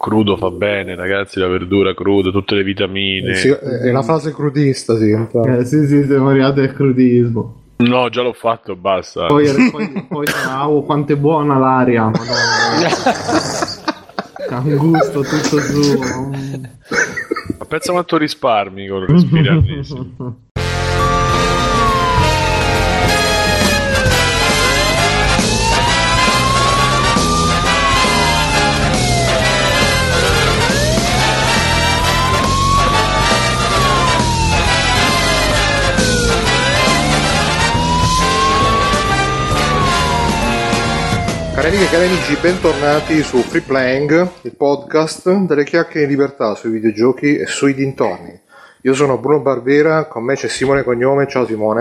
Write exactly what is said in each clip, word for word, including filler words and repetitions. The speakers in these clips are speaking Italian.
crudo fa bene, ragazzi, la verdura cruda, tutte le vitamine. Eh, sì, è una fase crudista, sì. Eh, sì, sì, siamo arrivati al crudismo. No, già l'ho fatto, basta. Poi, poi, poi oh, quanto è buona l'aria, madonna. Ha un gusto tutto suo. Ma pensa quanto risparmi con respirarli. Cari amiche e cari amici, bentornati su Free Playing, il podcast delle chiacchiere di libertà sui videogiochi e sui dintorni. Io sono Bruno Barbera, con me c'è Simone Cognome. Ciao Simone.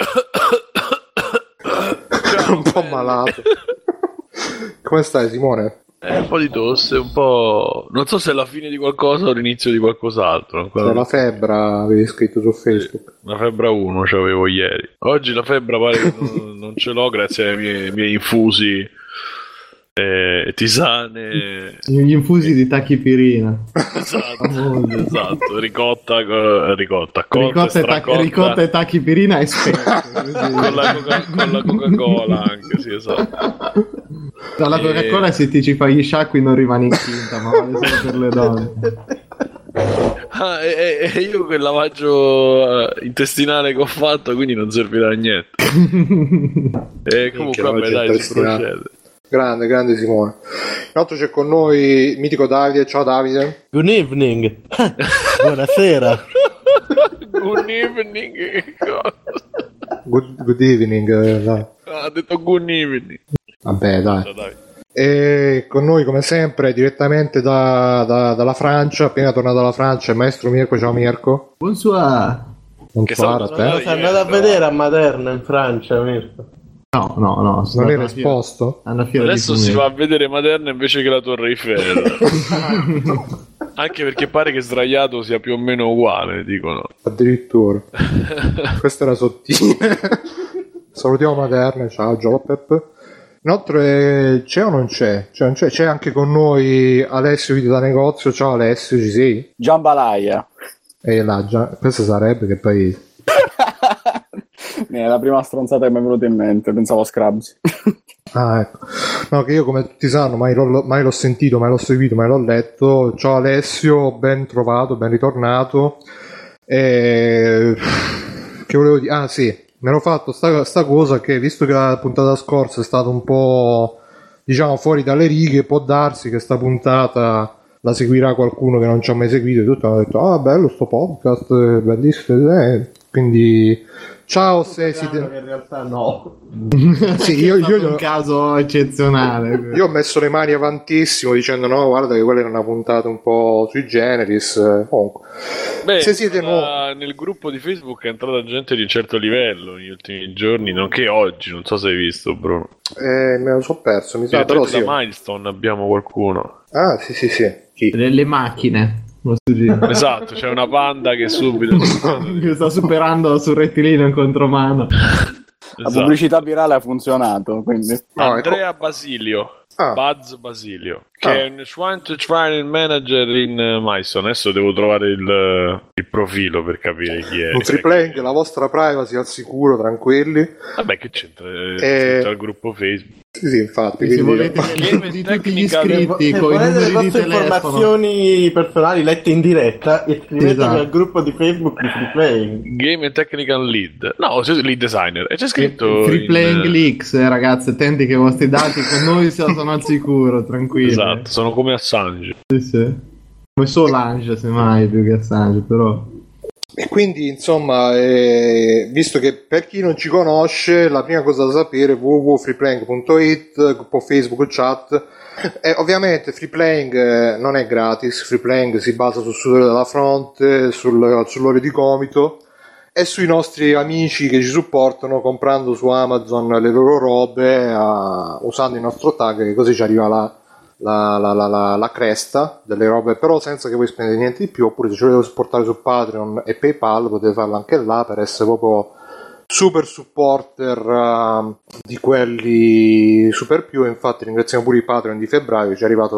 Ciao, un po' bello. malato. Come stai Simone? Eh, un po' di tosse, un po'... non so se è la fine di qualcosa o l'inizio di qualcos'altro. Ancora... C'è la febbre, avevi scritto su Facebook. Sì, la febbre uno c'avevo ieri. Oggi la febbre pare che non, non ce l'ho grazie ai miei, miei infusi. Eh, tisane, gli infusi di tachipirina. Esatto, esatto. Ricotta, uh, ricotta, ricotta, e ta- ricotta e tachipirina e spesso con, la Coca- con la Coca-Cola anche, sì, esatto. Dalla Coca-Cola e... se ti ci fai gli sciacqui non rimani in quinta, ma vale solo per le donne. Ah, e, e io quel lavaggio intestinale che ho fatto, quindi non servirà a niente. E comunque vabbè, dai, si procede. Grande, grande Simone. Inoltre c'è con noi il mitico Davide. Ciao Davide. Good evening. Buonasera. Good evening. Good, good evening. Eh, dai. Ha detto good evening. Vabbè, dai. dai. E con noi come sempre direttamente da, da, dalla Francia, appena tornato dalla Francia, il maestro Mirko. Ciao Mirko. Bonsoir. Bonsoir, aspetta. Sei andato a vedere a Maderna in Francia, Mirko? No, no, no. Non era esposto? Adesso si va a vedere Maderna invece che la Torre Eiffel. Anche perché pare che sdraiato sia più o meno uguale, dicono. Addirittura. Questa era sottile. Salutiamo Maderna. Ciao Giopep. Inoltre c'è o non c'è? C'è, non c'è? C'è anche con noi Alessio Video da Negozio. Ciao Alessio, ci sei? Giambalaia. E là, già, questo sarebbe che paese? È la prima stronzata che mi è venuta in mente, pensavo a Scrubs. Ah, ecco. No, che io come tutti sanno mai l'ho, mai l'ho sentito, mai l'ho seguito, mai l'ho letto. Ciao Alessio, ben trovato, ben ritornato. E... che volevo dire? Ah sì, mi ero fatto sta, sta cosa che visto che la puntata scorsa è stata un po', diciamo, fuori dalle righe, può darsi che sta puntata la seguirà qualcuno che non ci ha mai seguito e tutti hanno detto ah bello sto podcast, bellissimo, eh. Quindi ciao se siete... in realtà no. Sì, io, io, io un caso eccezionale. Io ho messo le mani avantissimo dicendo no guarda che quella era una puntata un po' sui generis. Comunque beh, se siete nuovi nel gruppo di Facebook è entrata gente di un certo livello negli ultimi giorni, nonché oggi, non so se hai visto Bruno. Eh, me lo so perso, mi sa, però sì. Da Milestone abbiamo qualcuno. Ah sì sì sì. Chi? Le macchine. Esatto, c'è una panda che subito che sta superando sul rettilineo in contromano. La esatto. Pubblicità virale ha funzionato, quindi. No, Andrea ecco. Basilio ah. Buzz Basilio che ah. è un Schwant Training Manager in uh, Milestone. Adesso devo trovare il, il profilo per capire chi è. Un free playing, la vostra privacy al sicuro, tranquilli. Vabbè, che c'entra? E... c'entra il gruppo Facebook. Sì, sì, infatti. Se volete che di tutti gli iscritti se con i volete le numeri vostre di telefono, informazioni personali lette in diretta, iscrivetevi esatto. al gruppo di Facebook di Free Playing. Game and Technical Lead. No, c'è lead designer. E c'è scritto Free in... Playing Leaks, eh, ragazzi, attenti che i vostri dati con noi sono al sicuro, tranquilli. Esatto, sono come Assange. Sì, sì. Come Solange, semmai, più che Assange, però... E quindi insomma eh, visto che per chi non ci conosce la prima cosa da sapere w w w punto freeplaying punto it, gruppo Facebook, chat, e ovviamente Freeplaying eh, non è gratis. Freeplaying si basa sul sudore della fronte, sul, sull'olio di gomito e sui nostri amici che ci supportano comprando su Amazon le loro robe uh, usando il nostro tag, che così ci arriva la La, la, la, la, la cresta delle robe, però senza che voi spendete niente di più. Oppure se ci volete supportare su Patreon e PayPal potete farlo anche là per essere proprio super supporter uh, di quelli super più. Infatti ringraziamo pure i Patreon di febbraio, ci è arrivato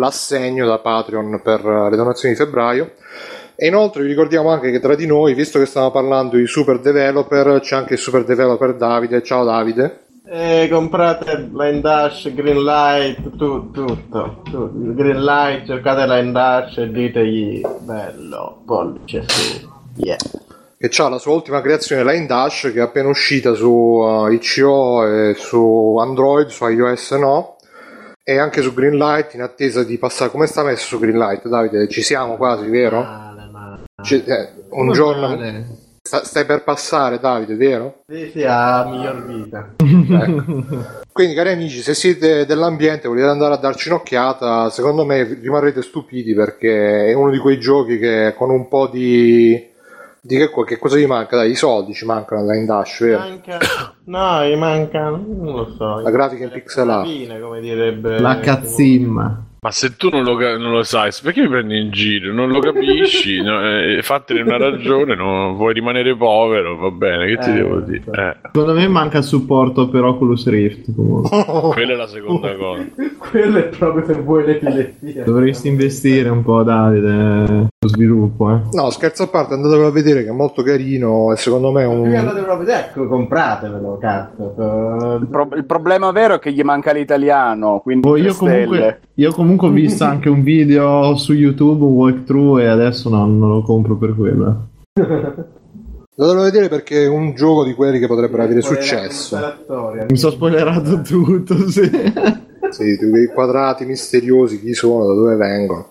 l'assegno da Patreon per le donazioni di febbraio. E inoltre vi ricordiamo anche che tra di noi, visto che stiamo parlando di super developer, c'è anche il super developer Davide. Ciao Davide. Eh, comprate Line Dash, Greenlight, tu, tutto, tutto. Greenlight, cercate Line Dash e ditegli bello, pollice su, yeah. Che c'ha la sua ultima creazione Line Dash, che è appena uscita su uh, I C O e su Android, su iOS no, e anche su Greenlight, in attesa di passare. Come sta messo su Greenlight, Davide? Ci siamo quasi, vero? Male, male. C- eh, un Come giorno male? sta- stai per passare, Davide, vero? Sì, sì, ha miglior vita. Ecco. Quindi cari amici, se siete dell'ambiente, volete andare a darci un'occhiata, secondo me rimarrete stupiti, perché è uno di quei giochi che con un po' di di che, che cosa gli manca? Dai, i soldi ci mancano da in Dash, vero? Manca... No, gli manca, non lo so. La grafica in pixel art, come direbbe La cazzimma. Ma se tu non lo, non lo sai, perché mi prendi in giro? Non lo capisci? No? Eh, fatene una ragione, no? Vuoi rimanere povero, va bene, che ti Eh, devo dire? Eh, Secondo me manca il supporto per Oculus Rift. Comunque. quella è la seconda cosa. Quello è proprio se vuoi l'epilessia. Dovresti investire un po', Davide, nello sviluppo. Eh. no, scherzo a parte, andatevelo a vedere che è molto carino e secondo me è Qui un... andate proprio a vedere, ecco, compratevelo, cazzo. Il, pro- il problema vero è che gli manca l'italiano, quindi Oh, tre io, stelle. comunque, io comunque ho visto anche un video su YouTube, un walkthrough, e adesso no, non lo compro per quello. Andatevelo a vedere perché è un gioco di quelli che potrebbero avere successo. La storia. Mi sono spoilerato tutto, sì. Sì, quei quadrati misteriosi, chi sono, da dove vengono.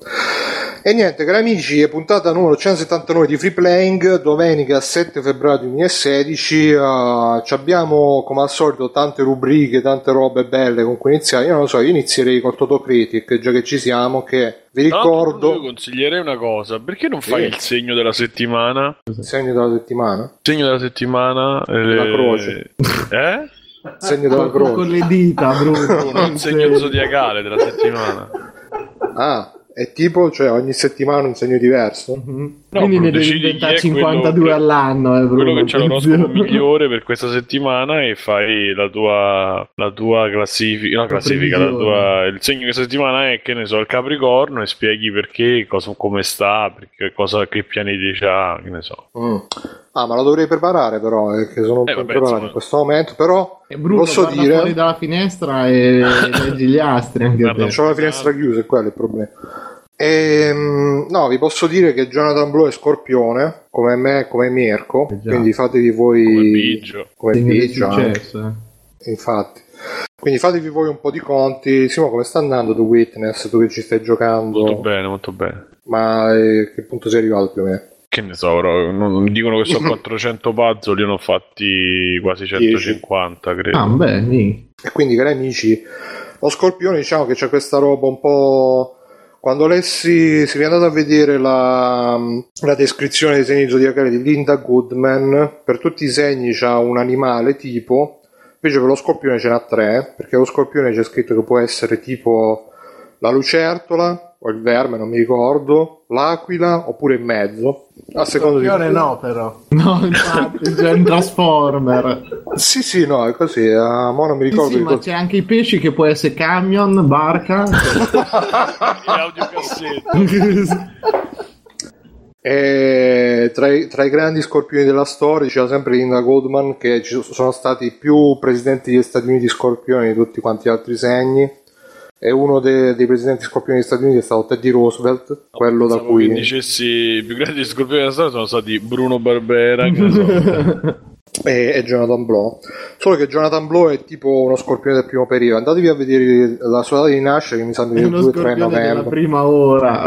E niente, cari amici, è puntata numero centosettantanove di Free Playing, domenica sette febbraio duemilasedici. Uh, ci abbiamo come al solito tante rubriche, tante robe belle con cui iniziare. Io non lo so, io inizierei col Toto Critic, già che ci siamo, che vi ricordo... Io consiglierei una cosa, perché non fai Sì. il segno della settimana? Il segno della settimana? Il segno della settimana... eh, La croce. Eh? Il segno della Con croce. le dita, Bruno. Non il segno zodiacale della settimana. Ah, è tipo, cioè ogni settimana un segno diverso? Mhm. No, Quindi ne devi decidi chi inventare è cinquantadue quello- all'anno. Eh, Bruno, Quello che c'ha l'oroscopo attenzione. migliore per questa settimana e fai la tua la tua classifica, no, La classifica la previsione. tua, il segno di questa settimana è, che ne so, il Capricorno, e spieghi perché, cosa, come sta, perché cosa, che pianeti c'ha, che ne so. Mm. Ah, ma lo dovrei preparare però, perché sono un Eh, po' vabbè, impreparato insomma. in questo momento, però E Bruno, posso guarda dire... fuori dalla finestra e leggi gli astri anche Guarda, te. Non c'ho la finestra chiusa, è quello il problema. Ehm, no, vi posso dire che Jonathan Blow è Scorpione, come me, come Mirko, Eh già. quindi fatevi voi... Come Biggio. Come Segno di Biggio, anche. successo, eh. Infatti. Quindi fatevi voi un po' di conti. Simo, come sta andando The Witness, tu che ci stai giocando? Molto bene, molto bene. Ma eh, che punto sei arrivato più o meno? Che ne so, però, non, mi dicono che sono quattrocento puzzle, io ne ho fatti quasi centocinquanta, credo. Ah, beh, sì. E quindi, cari amici, lo Scorpione, diciamo che c'è questa roba un po'... Quando lessi, se vi andate a vedere la, la descrizione dei segni zodiacali di Linda Goodman, per tutti i segni c'ha un animale tipo, invece per lo Scorpione ce n'ha tre, perché lo Scorpione c'è scritto che può essere tipo la lucertola, o il verme, non mi ricordo, l'aquila, oppure in mezzo. A seconda di... Scorpione no, però. No, infatti, c'è un Transformer. Sì, sì, no, è così. Uh, mo non mi Sì, ricordo sì, di ma cosa- c'è anche i pesci che può essere camion, barca. E audiocassette. E tra, i, tra i grandi scorpioni della storia c'era sempre Linda Goodman, che ci sono stati più presidenti degli Stati Uniti scorpioni di tutti quanti gli altri segni, e uno de, dei presidenti scorpioni degli Stati Uniti è stato Teddy Roosevelt, quello da Pensavo cui che dicessi i più grandi scorpioni della storia sono stati Bruno Barbera, che ne so. e, e Jonathan Blow. Solo che Jonathan Blow è tipo uno scorpione del primo periodo. Andatevi a vedere la sua data di nascita, che mi sa che È il uno due tre scorpione della novembre. prima ora.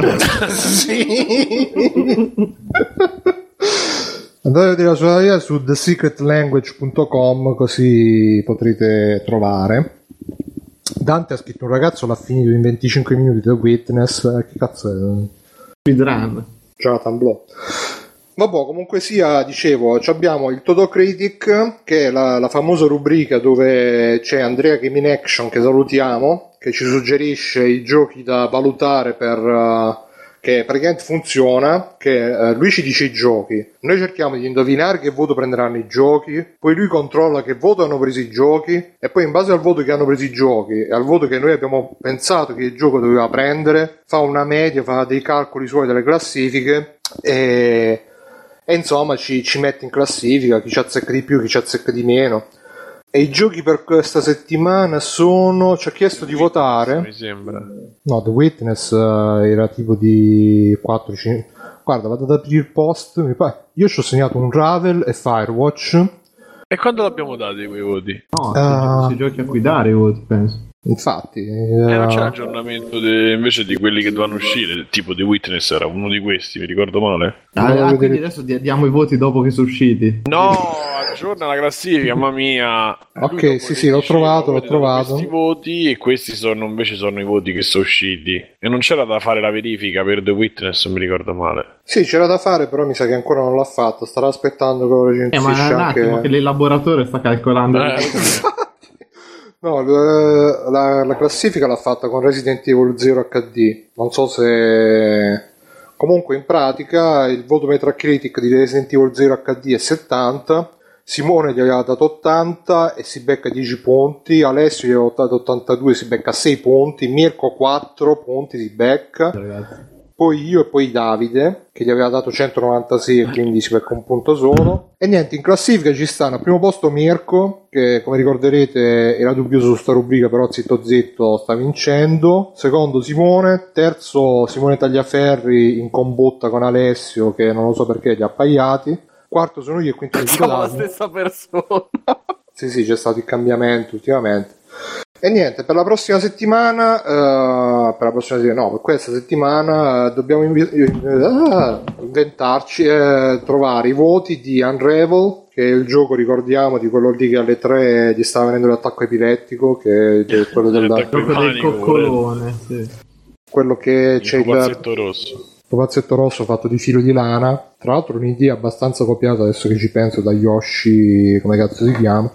Sì. Andate a vedere la sua idea su the secret language punto com, così potrete trovare. Dante ha scritto: un ragazzo l'ha finito in venticinque minuti. The Witness. Eh, che cazzo è? Speedrun. Jonathan Blow. Vabbè, comunque sia, dicevo, ci abbiamo il Todo Critic, che è la, la famosa rubrica dove c'è Andrea Game in Action, che salutiamo, che ci suggerisce i giochi da valutare per uh, che praticamente funziona, che eh, lui ci dice i giochi, noi cerchiamo di indovinare che voto prenderanno i giochi, poi lui controlla che voto hanno preso i giochi e poi in base al voto che hanno preso i giochi e al voto che noi abbiamo pensato che il gioco doveva prendere, fa una media, fa dei calcoli suoi delle classifiche e, e insomma ci, ci mette in classifica chi ci azzecca di più, chi ci azzecca di meno. E i giochi per questa settimana sono... ci ha chiesto di votare. Mi sembra. No, The Witness uh, era tipo di quattro cinque. Guarda, vado ad aprire il post. Mi pare... Io ci ho segnato un Ravel e Firewatch. E quando l'abbiamo dati quei voti? No, Uh, si giochi a cui dare i voti, penso. Infatti, E non c'è uh, aggiornamento de- invece di quelli che dovevano uscire, tipo The Witness era uno di questi, mi ricordo male? Ah, Devo ah, vedere- quindi adesso di- diamo i voti dopo che sono usciti. No, aggiorna la classifica, mamma mia. Ok, Lui dopo sì, che sì, l'ho diceva, trovato, l'ho "Voi date trovato." Questi voti e questi sono invece sono i voti che sono usciti. E non c'era da fare la verifica per The Witness, non mi ricordo male. sì, c'era da fare, però mi sa che ancora non l'ha fatto. Starà aspettando che lo Eh, recensisca ma è un anche. attimo che l'elaboratore sta calcolando. Eh, No, la, la- la classifica l'ha fatta con Resident Evil zero acca di. Non so se... Comunque, in pratica, il voto Metacritic di Resident Evil zero acca di è settanta. Simone gli aveva dato ottanta e si becca dieci punti. Alessio gli aveva dato ottantadue, si becca sei punti. Mirko quattro punti, si becca. Ragazzi. Poi io e poi Davide, che gli aveva dato centonovantasei e quindi si becca un punto solo. E niente, in classifica ci stanno al primo posto Mirko, che come ricorderete era dubbioso su sta rubrica, però zitto zitto sta vincendo. Secondo Simone, terzo Simone Tagliaferri in combotta con Alessio, che non lo so perché li ha appaiati. Quarto sono io e quinto Nicola Siamo la Davide. stessa persona. Sì, sì, c'è stato il cambiamento ultimamente. E niente, per la prossima settimana, eh, per la prossima settimana, no, per questa settimana eh, dobbiamo invi- eh, inventarci, eh, trovare i voti di Unravel, che è il gioco, ricordiamo, di quello lì che alle tre gli stava venendo l'attacco epilettico, che è quello, del, L'attacco Gioco del Panico, coccolone, sì. quello che c'è il il pupazzetto rosso. pupazzetto rosso fatto di filo di lana. Tra l'altro un'idea abbastanza copiata, adesso che ci penso, da Yoshi, come cazzo si chiama.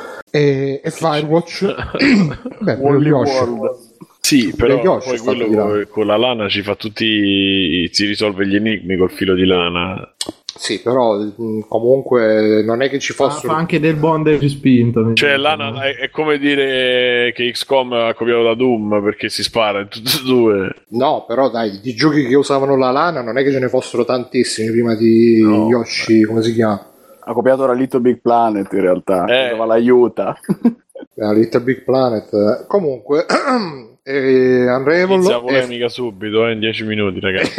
E, e Firewatch. Beh, quello di Wally Yoshi. World. Sì, però Yoshi poi è stato quello di lana. con, con la lana ci fa tutti, si risolve gli enigmi col filo di lana. Sì, però mh, comunque non è che ci Fa, fossero... fa anche del bondage spinto. mi Cioè, dicono. lana è, è come dire che X COM ha copiato da Doom perché si spara in tutti e due. No, però dai, di giochi che usavano la lana non è che ce ne fossero tantissimi prima di No, Yoshi, come si chiama? Ha copiato la Little Big Planet in realtà. Eh. Usava l'aiuta. La Little Big Planet. Comunque, eh, Unravel Inizia la e, polemica subito, eh, in dieci minuti, ragazzi.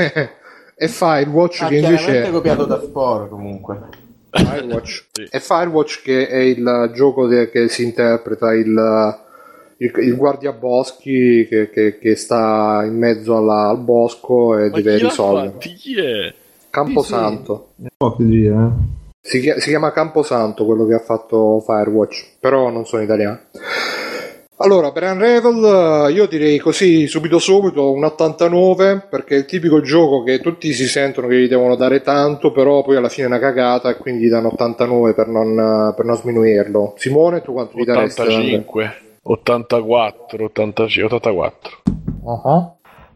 e Firewatch Ah, che invece chiaramente è... copiato da Spore comunque. Firewatch. Sì. E Firewatch che è il gioco de- che si interpreta il, il, il guardiaboschi che, che, che sta in mezzo alla- al bosco e Ma deve chi l'ha risolvere. fatti? Chi è? Camposanto. È poco di dire, eh. Si, chia- si chiama Camposanto quello che ha fatto Firewatch, però non sono italiano. Allora, per Unravel eh, io direi così subito subito un ottantanove, perché è il tipico gioco che tutti si sentono che gli devono dare tanto, però poi alla fine è una cagata e quindi gli danno ottantanove per non, eh, per non sminuirlo. Simone, tu quanto gli daresti? ottantacinque, ottantaquattro, ottantacinque, ottantaquattro. Uh-huh.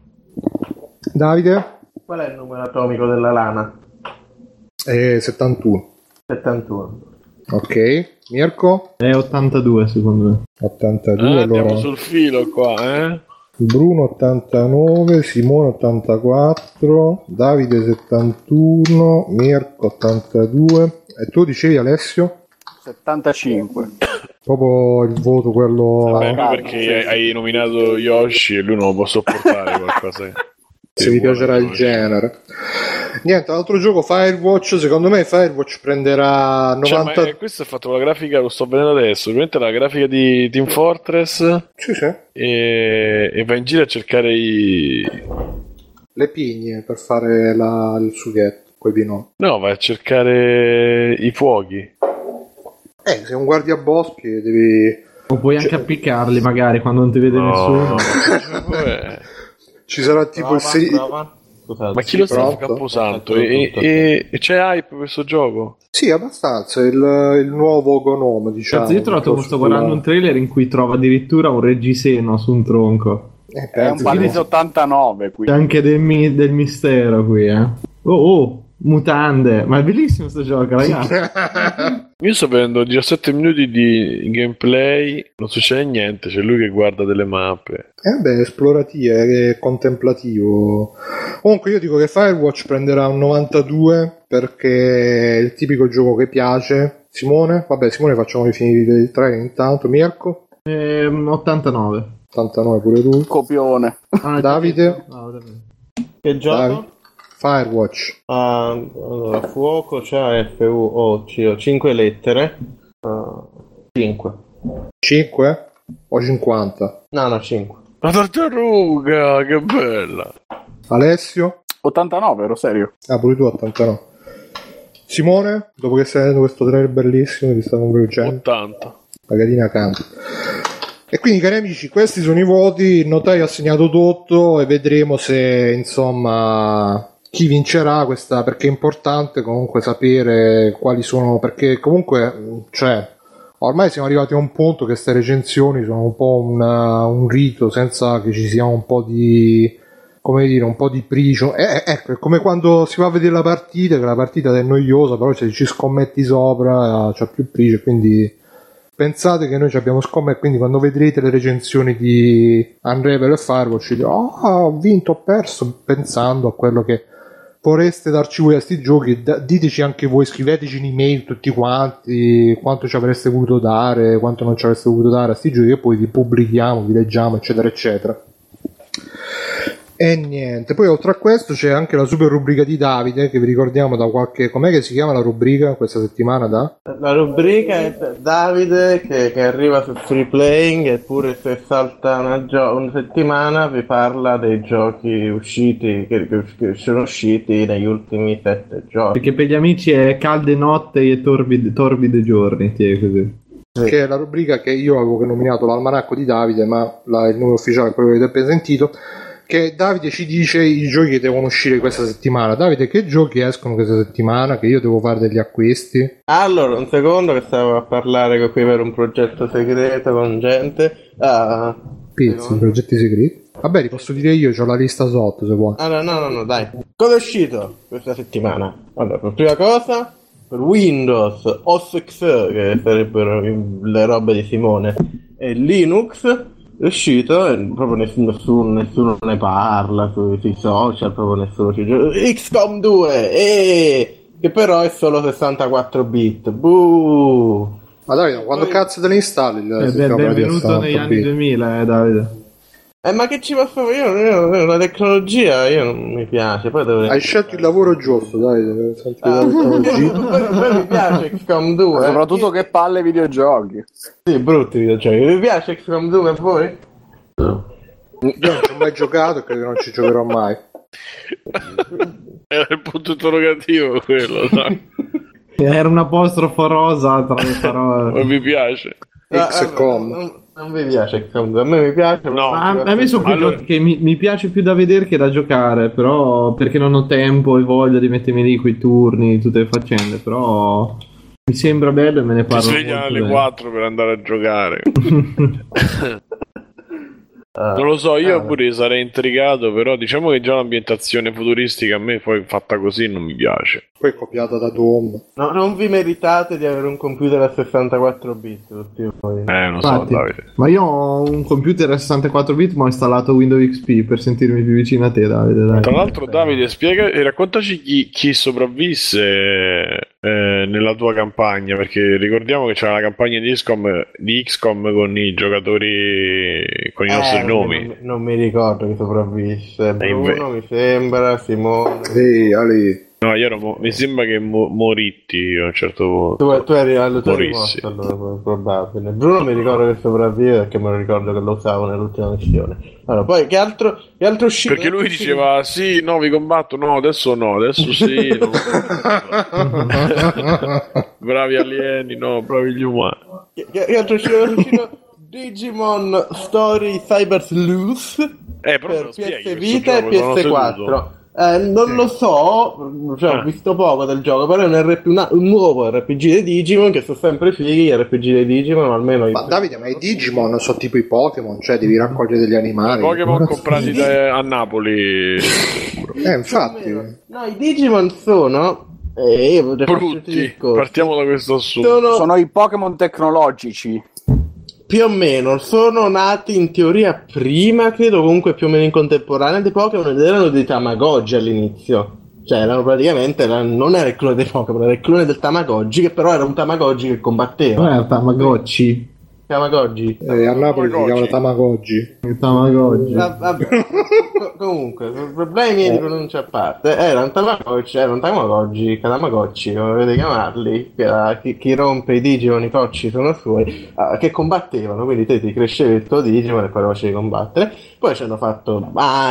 Davide? Qual è il numero atomico della lana? Eh, settantuno. settantuno. Ok. Mirko? È ottantadue secondo me. ottantadue. Ah, andiamo allora sul filo qua, eh? Bruno ottantanove, Simone ottantaquattro, Davide settantuno, Mirko ottantadue e tu dicevi Alessio? settantacinque. Proprio il voto quello Vabbè, calma, perché sì, hai, sì. hai nominato Yoshi e lui non lo può sopportare qualcosa. se vi piacerà il genere. Niente, l'altro gioco Firewatch, secondo me Firewatch prenderà Cioè, novanta. ma è- questo è fatto con la grafica, lo sto vedendo adesso, ovviamente la grafica di Team Fortress Sì, sì. e, e va in giro a cercare i... Le pigne per fare la... il sughetto, quei pinò. No, vai a cercare i fuochi. Eh, sei un guardiaboschi devi... O puoi anche appiccarli magari quando non ti vede nessuno. Vabbè. Ci sarà tipo il... sei- Scusate. Ma chi lo sa pronto? Camposanto? E, e, e c'è hype per questo gioco? Sì, abbastanza, il, il nuovo Gnome, diciamo. Cazzo, io ho trovato, sto guardando un trailer in cui trova addirittura un reggiseno su un tronco. Eh, È un palese ottantanove qui. C'è anche del, mi- del mistero qui, eh. Oh, oh, mutande. Ma è bellissimo sto gioco, ragazzi. Io sto vedendo diciassette minuti di gameplay, non succede niente, c'è lui che guarda delle mappe. Eh beh, esplorativo, è contemplativo. Comunque io dico che Firewatch prenderà un novantadue perché è il tipico gioco che piace. Simone? Vabbè, Simone facciamo i finiti del trailer intanto. Mirko? Ehm, ottantanove. ottantanove pure tu. Copione. Ah, Davide? no, davvero. Che gioco? Davide? Firewatch. Ah, allora, fuoco c'ha F U O C O, cinque lettere. cinque. cinque o cinquanta? No, no, cinque. La tartaruga, che bella! Alessio? ottantanove, ero serio. Ah, pure tu ottantanove. Simone? Dopo che stai vedendo questo trailer bellissimo che ti sta convincendo? ottanta. La carina canta. E quindi, cari amici, questi sono i voti. Il notaio ha segnato tutto e vedremo se, insomma, chi vincerà questa, perché è importante comunque sapere quali sono, perché comunque, cioè, ormai siamo arrivati a un punto che queste recensioni sono un po' una, un rito senza che ci sia un po' di, come dire, un po' di pricio. Eh, ecco, è come quando si va a vedere la partita, che la partita è noiosa, però se ci scommetti sopra c'è più pricio, quindi pensate che noi ci abbiamo scommesso, quindi quando vedrete le recensioni di Unravel e Firewatch dite, oh, ho vinto, ho perso, pensando a quello che vorreste darci voi a sti giochi. D- diteci anche voi, scriveteci in email tutti quanti quanto ci avreste voluto dare, quanto non ci avreste voluto dare a sti giochi, e poi vi pubblichiamo, vi leggiamo, eccetera eccetera. E niente, poi oltre a questo c'è anche la super rubrica di Davide, che vi ricordiamo da qualche... com'è che si chiama la rubrica questa settimana? Da? La rubrica è Davide che, che arriva su Free Playing, eppure se salta una, gio- una settimana vi parla dei giochi usciti che, che, che sono usciti negli ultimi sette giorni. Perché per gli amici è calde notte e torbide, torbide giorni, sì, così. Sì. Che è la rubrica che io avevo nominato l'almanacco di Davide, ma la, il nome ufficiale è quello che avete appena sentito, che Davide ci dice i giochi che devono uscire questa settimana. Davide, che giochi escono questa settimana, che io devo fare degli acquisti? Allora, un secondo che stavo a parlare qui per un progetto segreto con gente. Ah, Pizzi, progetti segreti? Vabbè, li posso dire io, c'ho la lista sotto se vuoi. Ah, no, no, no, no, dai. Cosa è uscito questa settimana? Allora, per prima cosa, per Windows, O S X, che sarebbero le robe di Simone, e Linux. È uscito e proprio nessuno, nessuno, nessuno ne parla sui, sui social, proprio nessuno ci gioca. X COM due, eh, che però è solo sessantaquattro bit. Buh. Ma Davide, quando poi... cazzo te ne installi? È ben, benvenuto negli anni duemila, eh Davide. Eh, ma che ci posso fare? Io, io, la tecnologia io non mi piace. Poi dovrei... Hai scelto il lavoro giusto, Davide. Ah, poi, poi mi piace X COM due. Soprattutto che palle videogiochi. Sì, brutti videogiochi. Mi piace X COM due poi? No. Io non ci ho mai giocato e credo che non ci giocherò mai. Era il punto interrogativo quello, sai? Era un apostrofo rosa tra le parole. Non mi piace. X COM. Non, non mi piace X COM due, a me mi piace. No. Ma a, a me sono quei Allora... giochi che mi, mi piace più da vedere che da giocare, però perché non ho tempo e voglia di mettermi lì quei turni, tutte le faccende, però mi sembra bello e me ne Ti parlo. sveglia alle quattro per andare a giocare. Non lo so, io pure sarei intrigato, però diciamo che già l'ambientazione futuristica a me poi fatta così non mi piace. Poi è copiata da Doom. No, non vi meritate di avere un computer a sessantaquattro bit tutti voi. Eh, non so, Infatti, Davide. ma io ho un computer a sessantaquattro bit, ma ho installato Windows X P per sentirmi più vicino a te, Davide. Dai. Tra l'altro, Davide, spiega e raccontaci chi, chi sopravvisse eh, nella tua campagna, perché ricordiamo che c'era la campagna di X COM, di X COM con i giocatori, con i Eh, nostri nomi. Non, non mi ricordo chi sopravvisse. Bruno, inve- mi sembra, Simone. Ehi, Ali. No, io ero mo- mi sembra che mo- moritti a un certo punto. Tu, tu eri allo Morissi. morto, allora, probabile. Bruno mi ricordo che sopravvive perché me lo ricordo che lo usavo nell'ultima missione. Allora, poi che altro, che altro uscì? Perché lui diceva sì, no, vi combatto, no, adesso no, adesso sì. No. Bravi alieni, no, bravi gli umani. Che, che altro uscì? È uscito Digimon Story Cyber Sleuth Eh, però me per lo spieghi, P S questo Vita e gioco, sono P S quattro. Eh, non lo so, cioè, ho visto poco del gioco, però è un, R P, una, un nuovo R P G dei Digimon, che sono sempre fighi, R P G dei Digimon, almeno... Ma Davide, ma i Digimon sono tipo i Pokémon, cioè devi raccogliere degli animali. I Pokémon comprati da, a Napoli. Eh, infatti. No, i Digimon sono... Eh, io brutti, partiamo da questo assunto. Sono... sono i Pokémon tecnologici. Più o meno, sono nati in teoria prima, credo, comunque più o meno in contemporanea dei Pokémon, ed erano dei Tamagotchi all'inizio. Cioè, erano praticamente, erano, non era il clone dei Pokémon, era il clone del Tamagotchi, che però era un Tamagotchi che combatteva. Non era Tamagotchi. Tamagotchi. Eh, a Napoli si chiamano Tamagotchi. Tamagotchi. Va- vabbè. Co- comunque, problemi di pronuncia a parte, era un Tamagotchi, era un Tamagotchi, Tamagotchi, come volete chiamarli, che era chi, chi rompe i Digimon, i cocci sono suoi, uh, che combattevano, quindi te ti crescevi il tuo Digimon e poi lo facevi combattere. Poi ci hanno fatto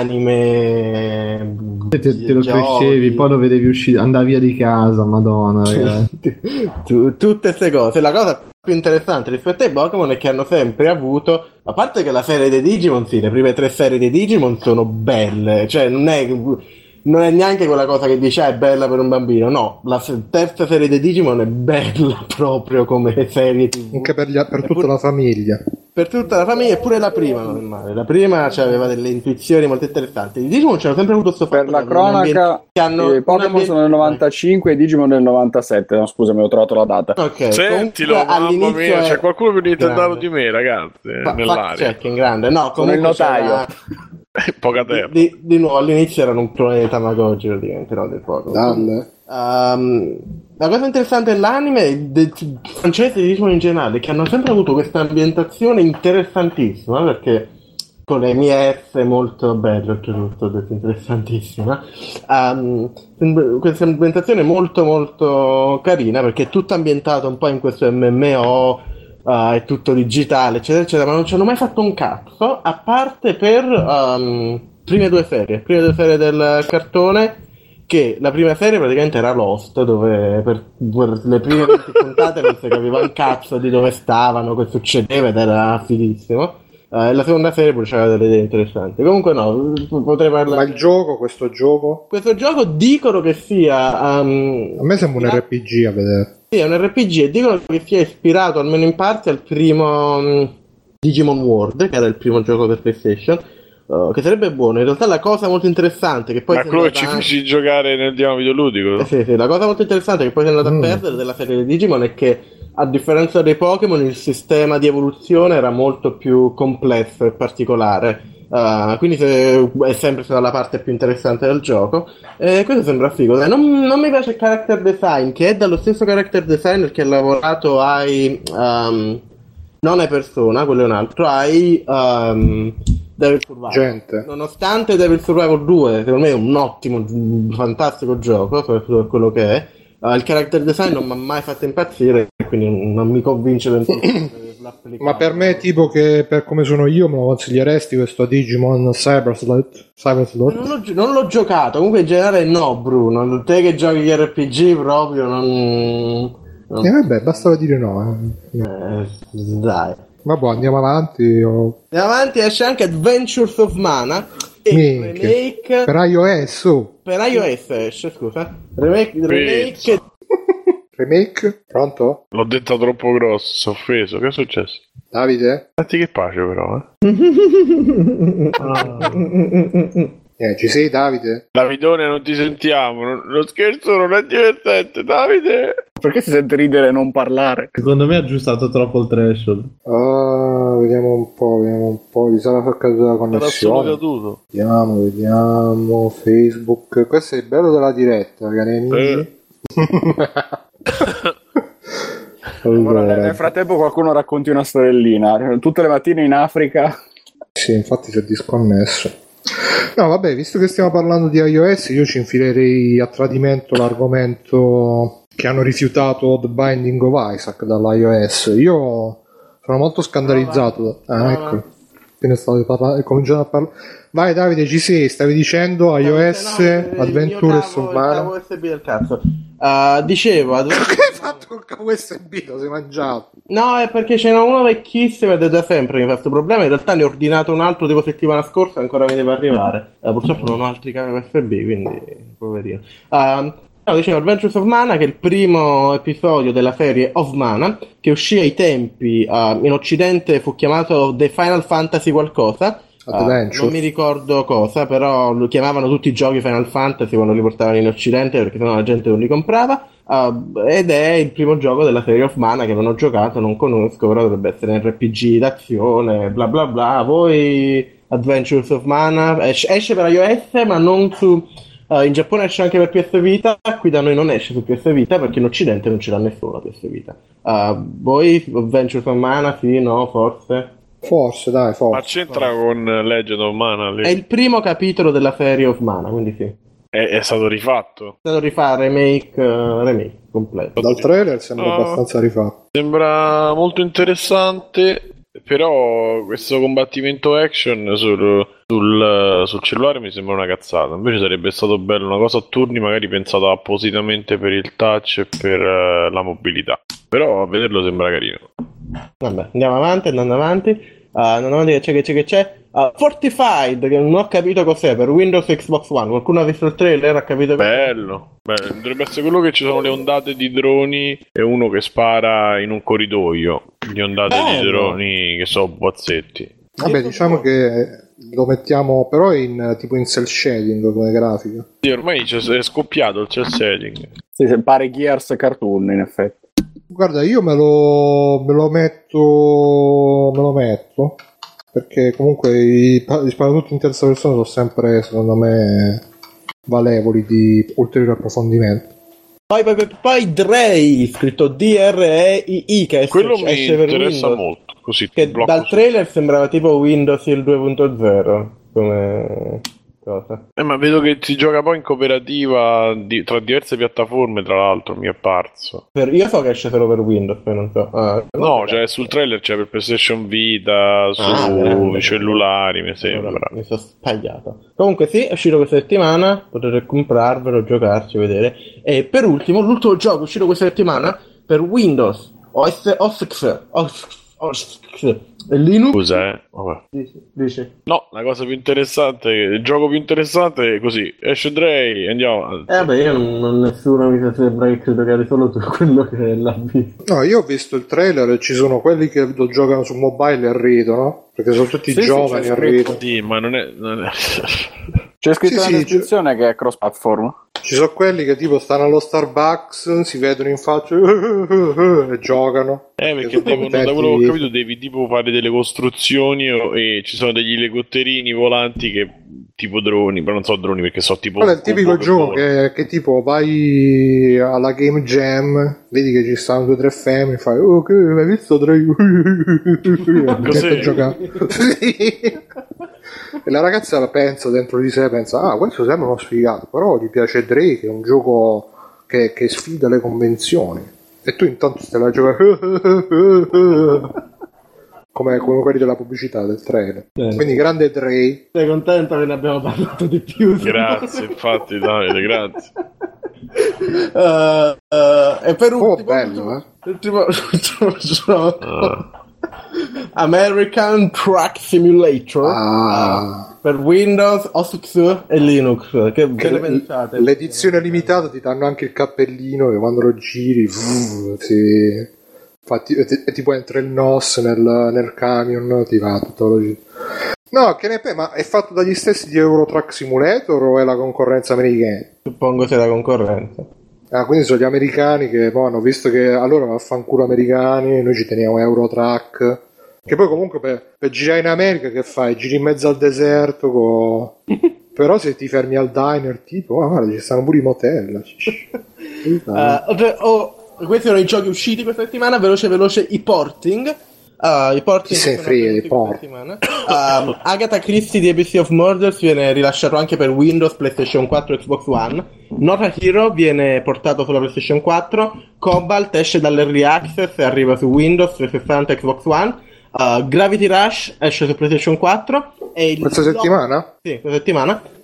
anime, te, te, te lo crescevi, poi lo vedevi uscire, andavi via di casa, madonna, ragazzi. tu, tutte queste cose. La cosa più interessante rispetto ai Pokémon è che hanno sempre avuto, a parte che la serie dei Digimon, sì, le prime tre serie dei Digimon sono belle, cioè non è non è neanche quella cosa che dice ah, è bella per un bambino, no, la terza serie dei Digimon è bella proprio come serie tivù. Anche per, gli, per tutta pure, la famiglia. Per tutta la famiglia, e pure la prima non è male. La prima cioè, aveva delle intuizioni molto interessanti. I Digimon ci hanno sempre avuto questo fatto. Per la cronaca, che hanno i Pokémon ambien... sono nel novantacinque e i Digimon nel novantasette. No, scusami, ho trovato la data. Ok. Sentilo, mamma mia, c'è qualcuno più nintendaro di me, ragazzi. Fa, nell'aria. Check in grande. No, come il notaio. Poca terra. Di, di, di nuovo, all'inizio erano un clone di Tamagotchi, praticamente, no, del Pokémon. Um, la cosa interessante dell'anime, del francese di Digimon in generale, è che hanno sempre avuto questa ambientazione interessantissima, perché con le mie S molto belle, oltretutto, ho detto interessantissima, um, questa ambientazione molto molto carina, perché è tutta ambientata un po' in questo M M O, uh, è tutto digitale, eccetera, eccetera, ma non ci hanno mai fatto un cazzo, a parte per um, prime due serie, prime due serie del cartone, che la prima serie praticamente era Lost, dove per, per le prime venti puntate non si capiva un cazzo di dove stavano, che succedeva, ed era fighissimo. Uh, e la seconda serie pure c'aveva delle idee interessanti. Comunque no, potrei parlare. Ma il gioco, questo gioco? Questo gioco dicono che sia um, a me sembra un R P G a vedere. Sì, è un R P G e dicono che sia ispirato almeno in parte al primo um, Digimon World, che era il primo gioco per PlayStation. Uh, che sarebbe buono. In realtà la cosa molto interessante che poi ma quello che ci feci giocare nel divano videoludico, eh, sì, sì, la cosa molto interessante che poi si è andata mm. a perdere della serie di Digimon è che, a differenza dei Pokémon, il sistema di evoluzione era molto più complesso e particolare, uh, quindi se, è sempre stata la parte più interessante del gioco, e questo sembra figo. Non, non mi piace il character design, che è dallo stesso character designer che ha lavorato ai um, non ai Persona, quello è un altro, ai um, Devil Survival. Gente. Nonostante Devil Survival due, secondo me è un ottimo, un fantastico gioco, soprattutto per quello che è, uh, il character design non mi ha mai fatto impazzire, quindi non mi convince del tutto. Ma per me, tipo, che per come sono io, me lo consiglieresti questo Digimon Cyber Slot? Cyber Slot? Non, l'ho, non l'ho giocato, comunque in generale no, Bruno. Te che giochi gli R P G proprio non. non... Eh vabbè, bastava dire no. Eh. Eh, dai. Vabbè, andiamo avanti. O... Andiamo avanti, esce anche Adventures of Mana. E remake per iOS. Oh. Per iOS esce, scusa. Remake. Remake. Remake? Pronto? L'ho detta troppo grosso, sono offeso. Che è successo? Davide? Senti che pace però, eh. ah. eh ci sei, Davide? Davidone, non ti sentiamo. Non, lo scherzo non è divertente, Davide. Perché si sente ridere e non parlare? Secondo me ha aggiustato troppo il threshold. Ah, vediamo un po', vediamo un po'. Gli sarà caduta la connessione. Sarà solo caduto. Vediamo, vediamo. Facebook. Questo è il bello della diretta, cari amici. Eh. Allora, nel frattempo qualcuno racconti una storiellina. Tutte le mattine in Africa. Sì, infatti si è disconnesso. No, vabbè, visto che stiamo parlando di iOS, io ci infilerei a tradimento l'argomento che hanno rifiutato The Binding of Isaac dall'iOS. Io sono molto scandalizzato. Ah, ecco. Appena stavo parlando, cominciando a parlare. Vai Davide, ci sei, stavi dicendo iOS, no, Adventures of Mana. U S B del cazzo. Uh, Uh, dicevo, ad... che hai fatto col cavo U S B? Lo sei mangiato? No, è perché ce n'è uno vecchissimo ed è da sempre mi fa questo problema. In realtà ne ho ordinato un altro tipo settimana scorsa, ancora mi deve arrivare. Uh, purtroppo non ho altri cavi U S B, quindi poverino. Uh, no, dicevo Adventures of Mana, che è il primo episodio della serie of Mana, che uscì ai tempi, uh, in occidente fu chiamato The Final Fantasy qualcosa. Uh, non mi ricordo cosa, però lo chiamavano tutti i giochi Final Fantasy quando li portavano in occidente, perché sennò la gente non li comprava. Uh, ed è il primo gioco della serie of Mana che non ho giocato, non conosco, però dovrebbe essere un R P G d'azione, bla bla bla. Voi Adventures of Mana esce, esce per iOS, ma non su uh, in Giappone esce anche per P S Vita. Qui da noi non esce su P S Vita perché in occidente non ce l'ha nessuno la P S Vita. Uh, voi Adventures of Mana, sì, no, forse Forse, dai, forse. Ma c'entra con Legend of Mana? Lì? È il primo capitolo della serie of Mana, quindi sì. È, è stato rifatto? È stato rifatto, remake, uh, remake completo. Dal trailer sembra no, abbastanza rifatto. Sembra molto interessante, però questo combattimento action sul, sul, sul cellulare mi sembra una cazzata. Invece sarebbe stato bello una cosa a turni, magari pensata appositamente per il touch e per uh, la mobilità. Però a vederlo sembra carino. Vabbè, andiamo avanti, andando avanti. Uh, andando avanti, che c'è, che c'è, che c'è. Uh, Fortified, che non ho capito cos'è, per Windows e Xbox One. Qualcuno ha visto il trailer? Ha capito cos'è? Bello. Beh, dovrebbe essere quello che ci sono le ondate di droni e uno che spara in un corridoio. Le ondate Bello. di droni che sono bozzetti. Vabbè, diciamo che lo mettiamo però in tipo in cel shading come grafica. Sì, ormai è scoppiato il cel shading. Sì, pare Gears cartoon in effetti. Guarda, io me lo, me lo metto me lo metto perché comunque i, i sparatutti in terza persona sono sempre, secondo me, valevoli di ulteriore approfondimento. Poi, poi, poi Drey, scritto D R E I I, che quello esce, mi esce per interessa Windows, molto, così che dal trailer sembrava tipo Windows il due punto zero come cosa. Eh, ma vedo che si gioca poi in cooperativa di, tra diverse piattaforme, tra l'altro mi è parso. Per, io so che esce solo per Windows, poi non so. Ah, no, cioè sul trailer c'è per PlayStation Vita, su ah, cellulari, mi sembra. Allora, mi sono sbagliato. Comunque sì, è uscito questa settimana, potete comprarvelo, giocarci, vedere. E per ultimo, l'ultimo gioco uscito questa settimana per Windows, O S X, O S X, Linux. Scusa, eh. Vabbè. Dici, dici. No, la cosa più interessante, il gioco più interessante è così. Esce Drey, andiamo avanti. Eh beh, io non, non nessuno mi sembra che credo che eri solo tu quello che l'ha visto. No, io ho visto il trailer e ci sono quelli che lo giocano su mobile e ridono, perché sono tutti sì, giovani e ridono. Sì, ma non è... Non è... C'è scritto sì, nella sì, descrizione c'è... che è cross platform. Ci sono quelli che tipo stanno allo Starbucks, si vedono in faccia e giocano. Eh, perché devono, da quello che ho capito devi tipo fare delle costruzioni e ci sono degli elicotterini volanti che tipo droni, però non so droni perché so tipo... Quello è il tipico gioco che, che tipo vai alla Game Jam, vedi che ci stanno due o tre femmine, fai oh che hai visto Drey? Cos'è? Sì. E la ragazza la pensa dentro di sé, pensa ah questo sembra uno sfigato, però gli piace Drey, che è un gioco che, che sfida le convenzioni, e tu intanto stai là a giocare come, come quelli della pubblicità del trailer. Bene. Quindi grande Drey. Sei contento che ne abbiamo parlato di più? Grazie, infatti Davide, grazie. uh, uh, e per oh, ultimo, bello, eh? l'ultimo, l'ultimo gioco uh. American Truck Simulator ah. uh, per Windows, O S X e Linux. Che, che le, ne pensate? L'edizione limitata ti danno anche il cappellino che quando lo giri vuh, si... Infatti, è tipo entra il N O S nel, nel camion, ti va tutto lo giro. No, che ne pe- ma è fatto dagli stessi di Euro Truck Simulator o è la concorrenza americana? Suppongo sia la concorrenza. Ah, quindi sono gli americani che boh, hanno visto che allora vaffanculo americani, noi ci teniamo Euro Truck. Che poi comunque per, per girare in America che fai? Giri in mezzo al deserto co... Però se ti fermi al diner tipo, ah guarda ci stanno pure i motel. uh, oh, questi sono i giochi usciti questa settimana. Veloce veloce i porting. Uh, I porting si frega di porting. uh, Agatha Christie di A B C of Murders viene rilasciato anche per Windows, PlayStation quattro e Xbox One. Not a Hero viene portato sulla PlayStation quattro. Cobalt esce dall'Early Access e arriva su Windows, trecentosessanta e Xbox One. uh, Gravity Rush esce su PlayStation quattro e il questa blog... settimana? Sì, questa settimana.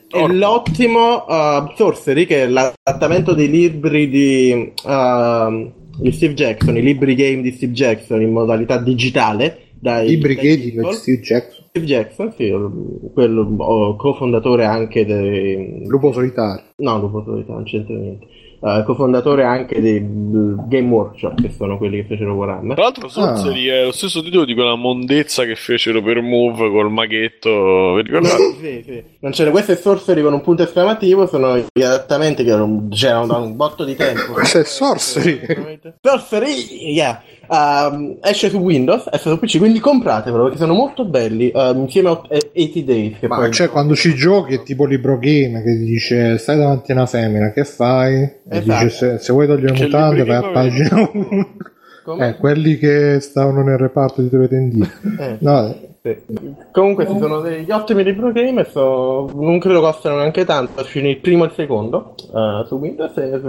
e l'ottimo uh, Sorcery, che è l'adattamento dei libri di, uh, di Steve Jackson, i libri game di Steve Jackson in modalità digitale. Dai, libri dai game di Steve Jackson. Steve Jackson, sì, quello oh, cofondatore anche dei Lupo Solitario. No, Lupo Solitario, non c'entra niente. Uh, cofondatore anche dei Game Workshop, che sono quelli che fecero Warhammer. Tra l'altro Sorcery ah. è lo stesso titolo di quella mondezza che fecero per Move col maghetto, vi ricordate? No, sì, sì. Non c'era, questo è Sorcery con un punto esclamativo, sono gli adattamenti che c'erano da un botto di tempo. Questo è Sorcery. Sorcery, yeah. Uh, esce su Windows, esce su P C, quindi compratevelo perché sono molto belli, uh, insieme a ottanta Days. Che ma poi... cioè quando ci giochi è tipo libro game che ti dice stai davanti a una femmina, che fai? E esatto. dice se, se vuoi togliere le mutande vai a pagina uno. Eh, quelli che stavano nel reparto di Teletendì. Eh. No, sì. Comunque ci sono degli ottimi libro game, so, non credo costano neanche tanto, c'è il primo e il secondo uh, su Windows e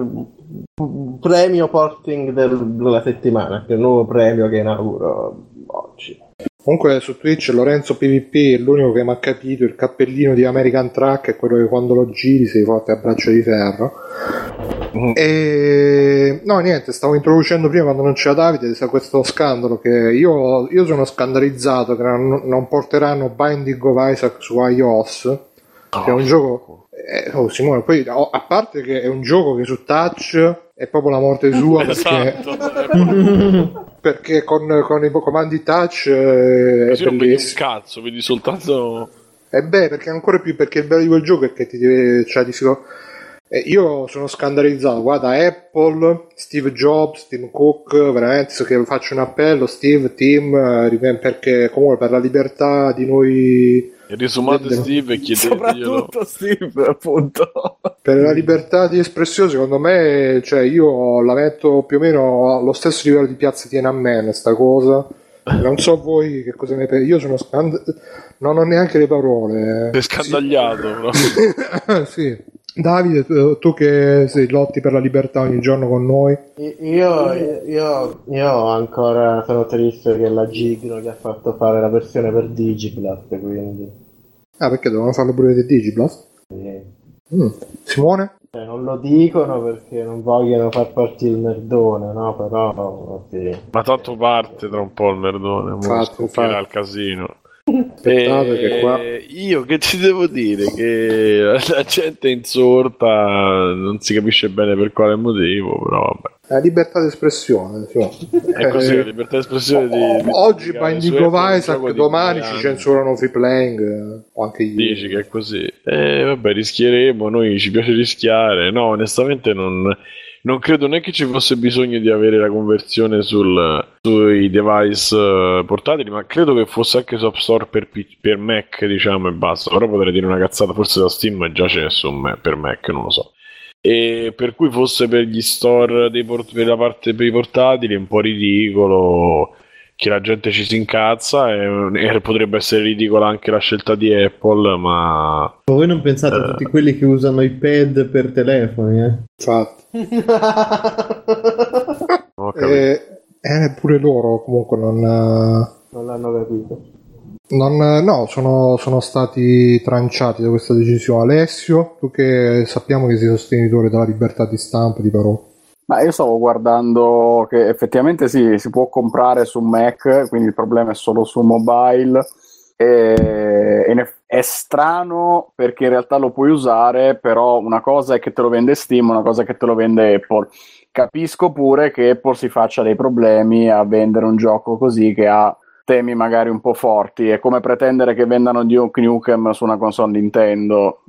premio porting del, della settimana, che è il nuovo premio che inauguro oggi. Comunque su Twitch Lorenzo P V P è l'unico che mi ha capito il cappellino di American Truck, è quello che quando lo giri sei forte a braccio di ferro. Mm. E no, niente, stavo introducendo prima quando non c'era Davide questo scandalo che io, io sono scandalizzato che non, non porteranno Binding of Isaac su iOS, oh. che è un gioco eh, oh Simone, poi oh, a parte che è un gioco che su touch è proprio la morte sua, perché esatto. perché con, con i comandi touch eh, così non vedi un cazzo, vedi soltanto e beh, perché ancora più, perché il bello di quel gioco è che ti deve, cioè, di sicuro eh, io sono scandalizzato, guarda, Apple, Steve Jobs, Tim Cook, veramente so che faccio un appello, Steve, Tim, eh, perché comunque per la libertà di noi risumate del... Steve e chiedeteglielo. Soprattutto Steve, appunto, per la libertà di espressione, secondo me, cioè io la metto più o meno allo stesso livello di Piazza Tiananmen sta cosa. Non so voi che cosa ne pensate. Io sono scand... non ho neanche le parole. Sei scandagliato, sì. Sì. Davide, tu, tu che sei lotti per la libertà ogni giorno con noi. Io, io, io ancora sono triste che la Gigno gli ha fatto fare la versione per Digiblast, quindi. Ah, perché dovevano farlo pure di Digiblast? Sì. Mm. Simone? Eh, non lo dicono perché non vogliono far partire il merdone, no? Però sì. Ma tanto parte tra un po' il merdone, infatti, scoppierà il casino. Aspettate che qua... Io che ti devo dire che la gente è insorta, non si capisce bene per quale motivo, però vabbè. La libertà d'espressione, sì. È così, la libertà d'espressione di, di oggi Binding of Isaac, domani ci censurano Free Playing o anche io. Dici che è così. Eh vabbè, rischieremo, noi ci piace rischiare. No, onestamente non Non credo neanche ci fosse bisogno di avere la conversione sul, sui device uh, portatili, ma credo che fosse anche su App Store per, per Mac, diciamo, e basta. Però potrei dire una cazzata, forse da Steam già c'è su Mac, per Mac, non lo so. E per cui fosse per gli store dei port- per la parte per i portatili è un po' ridicolo che la gente ci si incazza e, e potrebbe essere ridicola anche la scelta di Apple, ma... Ma voi non pensate eh... a tutti quelli che usano i pad per telefoni, eh? Infatti. eh, eh, pure loro comunque non non l'hanno capito, non, no, sono, sono stati tranciati da questa decisione. Alessio, tu che sappiamo che sei sostenitore della libertà di stampa e di parola. Ma io stavo guardando che effettivamente sì, si può comprare su Mac, quindi il problema è solo su mobile. E, e è strano perché in realtà lo puoi usare, però una cosa è che te lo vende Steam, una cosa è che te lo vende Apple. Capisco pure che Apple si faccia dei problemi a vendere un gioco così che ha temi magari un po' forti. È come pretendere che vendano Duke Nukem su una console Nintendo.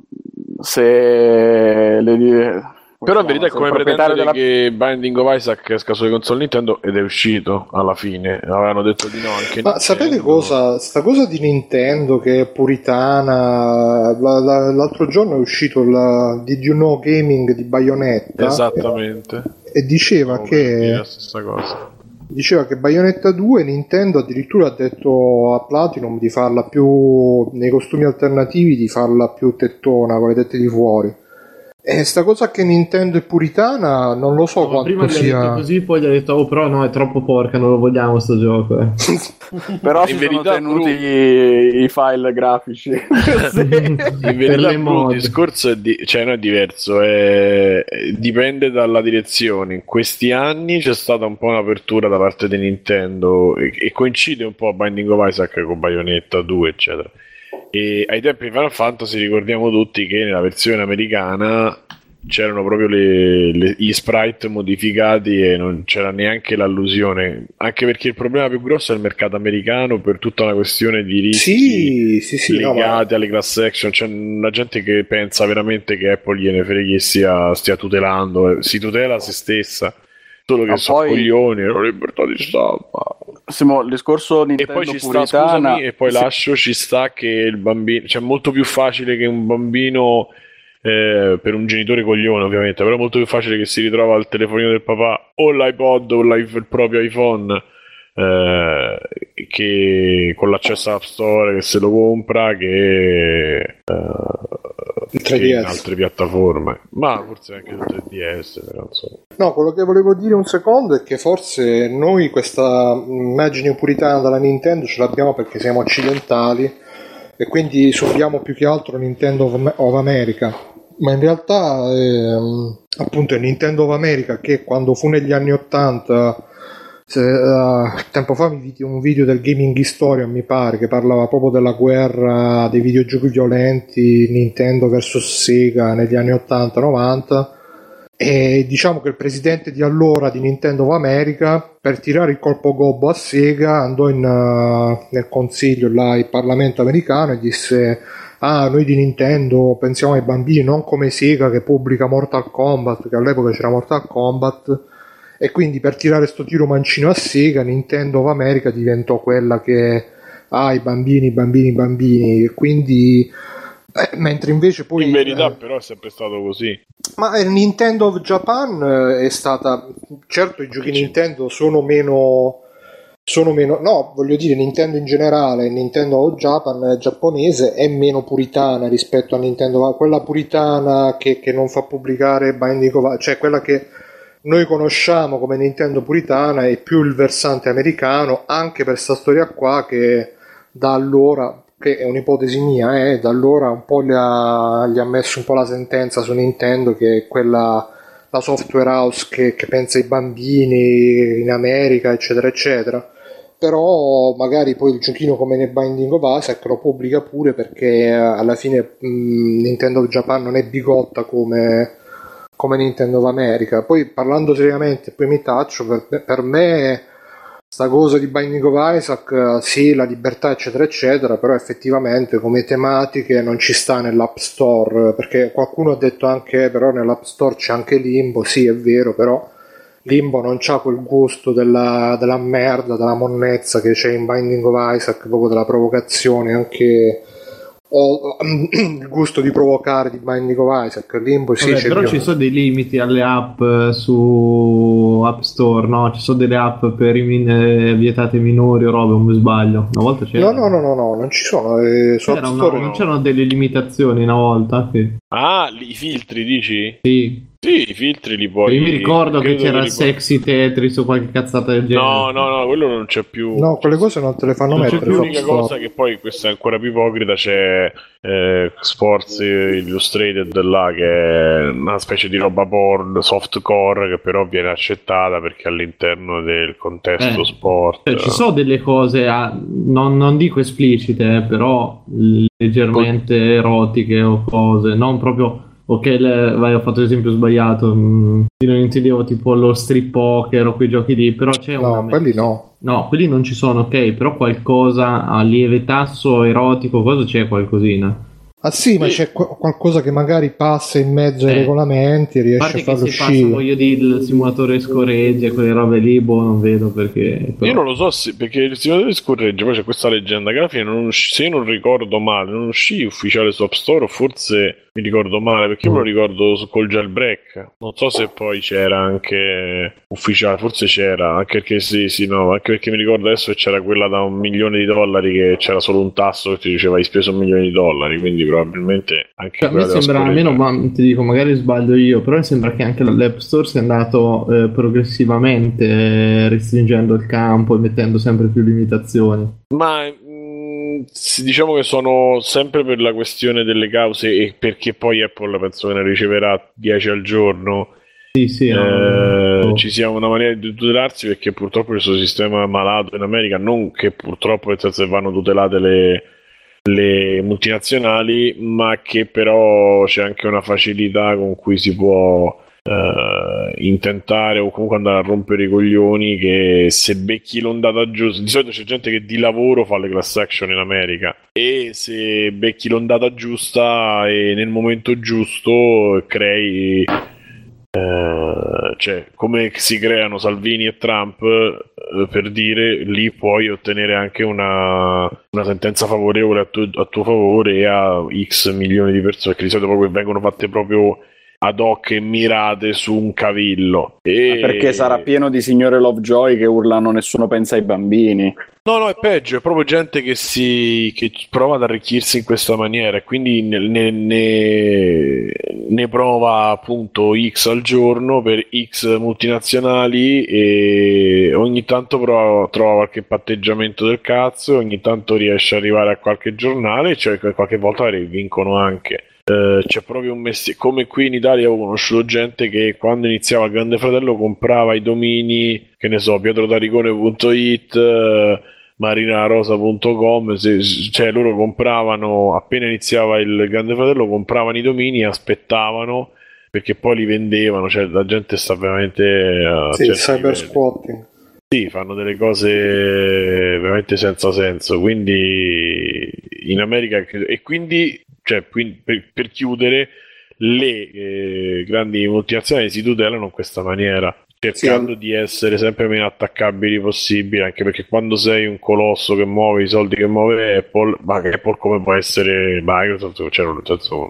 Se le Però in verità è come pretendere della... che Binding of Isaac esca sulle console Nintendo, ed è uscito alla fine, avevano detto di no anche ma Nintendo. Sapete cosa? Sta cosa di Nintendo che è puritana, la, la, l'altro giorno è uscito la Did You Know Gaming di Bayonetta, esattamente, e, e diceva oh, che la stessa cosa. Diceva che Bayonetta due Nintendo addirittura ha detto a Platinum di farla più nei costumi alternativi, di farla più tettona con le tette di fuori. E sta cosa che Nintendo è puritana, non lo so No, quanto prima gli ha sia. detto così, poi gli ha detto oh però no, è troppo porca, non lo vogliamo sto gioco. Eh. Però In si verità, sono tenuti Bru- i, i file grafici. Sì. In Per verità, le Bru, il mod. discorso è, di- cioè, no, è diverso, è- dipende dalla direzione. In questi anni c'è stata un po' un'apertura da parte di Nintendo e, e coincide un po' a Binding of Isaac con Bayonetta due, eccetera. E ai tempi di Final Fantasy ricordiamo tutti che nella versione americana c'erano proprio le- le- gli sprite modificati e non c'era neanche l'allusione, anche perché il problema più grosso è il mercato americano per tutta una questione di rischi Sì, sì, sì, no, ma- legati alle class action. C'è la gente che pensa veramente che Apple gliene freghi e stia, stia tutelando, eh, si tutela se stessa, solo che Ma sono poi- coglioni, la libertà di stampa. Simo, il discorso E Nintendo poi ci sta, puritana, scusami, e poi sì, lascio, ci sta che il bambino, cioè è molto più facile che un bambino, eh, per un genitore coglione ovviamente, però è molto più facile che si ritrova al telefonino del papà o l'iPod o l'i- il proprio iPhone, eh, che con l'accesso all'App Store che se lo compra che, eh, Il che tre D S. in altre piattaforme, ma forse anche il tre D S, però insomma. No, quello che volevo dire un secondo è che forse noi questa immagine puritana dalla Nintendo ce l'abbiamo perché siamo occidentali e quindi subiamo più che altro Nintendo of of America, ma in realtà ehm, appunto è Nintendo of America che quando fu negli anni ottanta, se, eh, tempo fa mi vidi un video del Gaming Historian, mi pare, che parlava proprio della guerra dei videogiochi violenti Nintendo versus Sega negli anni ottanta novanta. E diciamo che il presidente di allora di Nintendo of America, per tirare il colpo gobbo a Sega, andò in, uh, nel consiglio, là, il Parlamento americano, e disse: ah, noi di Nintendo pensiamo ai bambini, non come Sega che pubblica Mortal Kombat, che all'epoca c'era Mortal Kombat. E quindi per tirare sto tiro mancino a Sega, Nintendo of America diventò quella che ah, i bambini, i bambini, i bambini. E quindi eh, mentre invece poi In verità eh, però è sempre stato così. ma eh, Nintendo of Japan eh, è stata, certo i giochi Che c'è? Nintendo sono meno sono meno, no, voglio dire Nintendo in generale, Nintendo of Japan eh, giapponese è meno puritana rispetto a Nintendo, quella puritana che, che non fa pubblicare Binding of Isaac, cioè quella che noi conosciamo come Nintendo puritana è più il versante americano, anche per sta storia qua che da allora, che è un'ipotesi mia, eh, da allora un po' gli ha, gli ha messo un po' la sentenza su Nintendo, che è quella, la software house che, che pensa ai bambini in America, eccetera, eccetera. Però magari poi il giochino come nel Binding of Isaac lo pubblica pure perché eh, alla fine mh, Nintendo of Japan non è bigotta come, come Nintendo of America. Poi parlando seriamente, poi mi taccio, per, per me sta cosa di Binding of Isaac, eh, sì, la libertà eccetera eccetera, però effettivamente come tematiche non ci sta nell'App Store, perché qualcuno ha detto anche, però nell'App Store c'è anche Limbo, sì è vero, però Limbo non c'ha quel gusto della, della merda, della monnezza che c'è in Binding of Isaac, proprio della provocazione, anche o il gusto di provocare di Binding of Isaac. Limbo sì, Vabbè, c'è però più. ci sono dei limiti alle app eh, su App Store, no? Ci sono delle app per i min- eh, vietate minori o robe, non mi sbaglio. Una volta c'era. No, no, no, no, no, non ci sono. Eh, su App C'era una- Store non no. c'erano delle limitazioni una volta? Sì. Ah, li- i filtri dici? Sì. Sì, i filtri li puoi. Io mi ricordo che credo c'era li puoi- Sexy Tetris o qualche cazzata del genere. No, no, no, quello non c'è più. No, quelle cose non te le fanno Non c'è mettere più su App L'unica Store. cosa che poi, questa è ancora più ipocrita, c'è eh, Sports Illustrated là, che è una specie di roba porn, softcore, che però viene accettata perché all'interno del contesto Eh, sport. Cioè, ci sono delle cose, ah, non, non dico esplicite, eh, però leggermente erotiche o cose, non proprio. Ok, le, vai, ho fatto l'esempio sbagliato. mh, Non intendevo tipo lo strip poker o quei giochi lì, però c'è una. No, quelli no. No, quelli non ci sono, ok, però qualcosa a lieve tasso erotico, cosa c'è qualcosina? Ah sì, ma Sì. c'è qu- qualcosa che magari passa in mezzo ai Eh. regolamenti e A riesce parte a che farlo se passa, uscire. voglio dire, il simulatore scorregge, quelle robe lì, boh, non vedo perché. però- Io non lo so se, perché il simulatore scorregge, poi c'è questa leggenda che alla fine non uscì, se io non ricordo male, non uscì ufficiale su App Store, o forse mi ricordo male, perché io me lo ricordo su- col jailbreak. Non so se poi c'era anche ufficiale, forse c'era, anche perché sì, sì, no, anche perché mi ricordo adesso che c'era quella da un milione di dollari che c'era solo un tasto che ti diceva hai speso un milione di dollari, quindi probabilmente anche Cioè, a me quella della sembra, scorreggia. almeno, ma ti dico, magari sbaglio io, però mi sembra che anche l'App Store sia andato eh, progressivamente eh, restringendo il campo e mettendo sempre più limitazioni. Ma mh, sì, diciamo che sono sempre per la questione delle cause e perché poi Apple penso che ne riceverà dieci al giorno. Sì, sì, Eh, no, ci sia una maniera di tutelarsi perché purtroppo questo sistema è malato in America, non che purtroppo nel senso che vanno tutelate le, le multinazionali, ma che però c'è anche una facilità con cui si può eh, intentare o comunque andare a rompere i coglioni, che se becchi l'ondata giusta, di solito c'è gente che di lavoro fa le class action in America, e se becchi l'ondata giusta e nel momento giusto crei eh, cioè come si creano Salvini e Trump, eh, per dire, lì puoi ottenere anche una, una sentenza favorevole a, tu- a tuo favore e a X milioni di persone, che di solito proprio vengono fatte proprio ad hoc e mirate su un cavillo. E... Perché sarà pieno di signore Lovejoy che urlano nessuno pensa ai bambini. No, no, è peggio, è proprio gente che si che prova ad arricchirsi in questa maniera e quindi ne, ne, ne- ne prova appunto X al giorno per X multinazionali e ogni tanto prova, trova qualche patteggiamento del cazzo, ogni tanto riesce ad arrivare a qualche giornale, cioè qualche volta vincono anche. Eh, c'è proprio un mestiere, come qui in Italia ho conosciuto gente che quando iniziava il Grande Fratello comprava i domini, che ne so, pietrotaricone punto it, eh, marinarosa punto com, se- cioè loro compravano appena iniziava il Grande Fratello, compravano i domini e aspettavano perché poi li vendevano, cioè la gente sta veramente a Sì, il certi cyber livelli. squatting. Sì, fanno delle cose veramente senza senso, quindi in America credo- e quindi, cioè, quindi per, per chiudere, le eh, grandi multinazionali si tutelano in questa maniera, cercando Sì, di essere sempre meno attaccabili possibile, anche perché quando sei un colosso che muove i soldi che muove Apple, ma che Apple come può essere Microsoft, cioè, nel senso,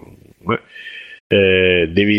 eh, devi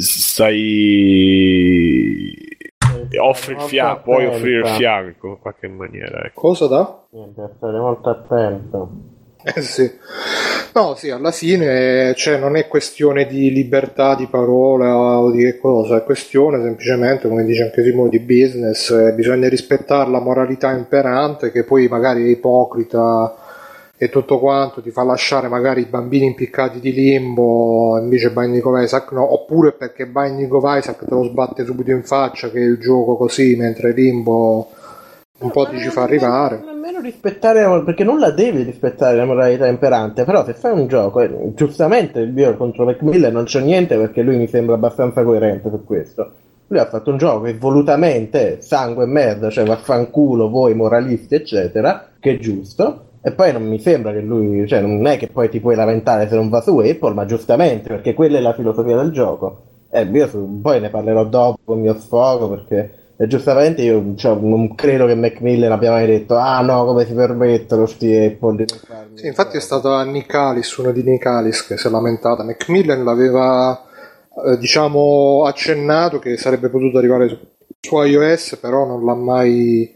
stai offri il fianco, puoi offrire il fianco in qualche maniera, ecco. cosa da? Niente, stare molto attento. Eh sì. No, sì, alla fine cioè, non è questione di libertà di parola o di che cosa, è questione semplicemente, come dice anche Simo, di business, eh, bisogna rispettare la moralità imperante, che poi magari è ipocrita e tutto quanto, ti fa lasciare magari i bambini impiccati di Limbo, invece Binding of Isaac no, oppure perché Binding of Isaac te lo sbatte subito in faccia che è il gioco così, mentre Limbo un po' ti ci fa arrivare. Nemmeno rispettare la- perché non la devi rispettare la moralità imperante, però se fai un gioco, eh, giustamente io contro Macmillan non c'ho niente perché lui mi sembra abbastanza coerente su questo. Lui ha fatto un gioco che volutamente sangue e merda, cioè vaffanculo voi moralisti eccetera, che è giusto. E poi non mi sembra che lui, cioè non è che poi ti puoi lamentare se non va su Apple, ma giustamente perché quella è la filosofia del gioco. E io su- poi ne parlerò dopo con mio sfogo perché e giustamente io cioè, non credo che Macmillan abbia mai detto ah no, come si permettono sti Apple di non farmi. Sì, infatti è stato Nick Alice, uno di Nick Alice, che si è lamentata. Macmillan l'aveva eh, diciamo accennato che sarebbe potuto arrivare su, su iOS, però non l'ha mai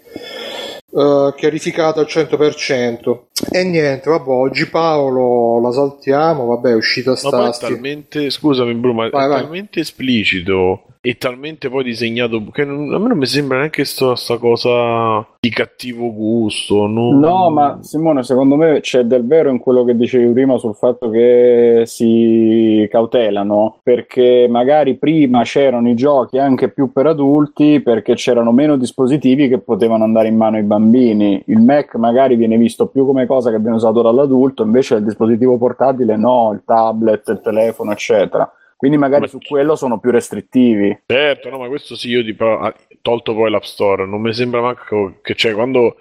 eh, chiarificato al cento per cento. E niente, vabbè, oggi Paolo la saltiamo, vabbè, è uscita Ma poi è sta talmente, scusami Bruno, ma Vai, è vai. talmente esplicito e talmente poi disegnato che non- a me non mi sembra neanche sto- sta cosa di cattivo gusto. non- No, ma Simone, secondo me c'è del vero in quello che dicevi prima sul fatto che si cautelano, perché magari prima c'erano i giochi anche più per adulti, perché c'erano meno dispositivi che potevano andare in mano ai bambini. Il Mac magari viene visto più come cosa che viene usato dall'adulto, invece il dispositivo portatile no, il tablet, il telefono, eccetera. Quindi magari Ma- su quello sono più restrittivi. Certo, no, ma questo sì, io tipo, ah, tolto poi l'App Store, non mi sembra manco che, cioè, quando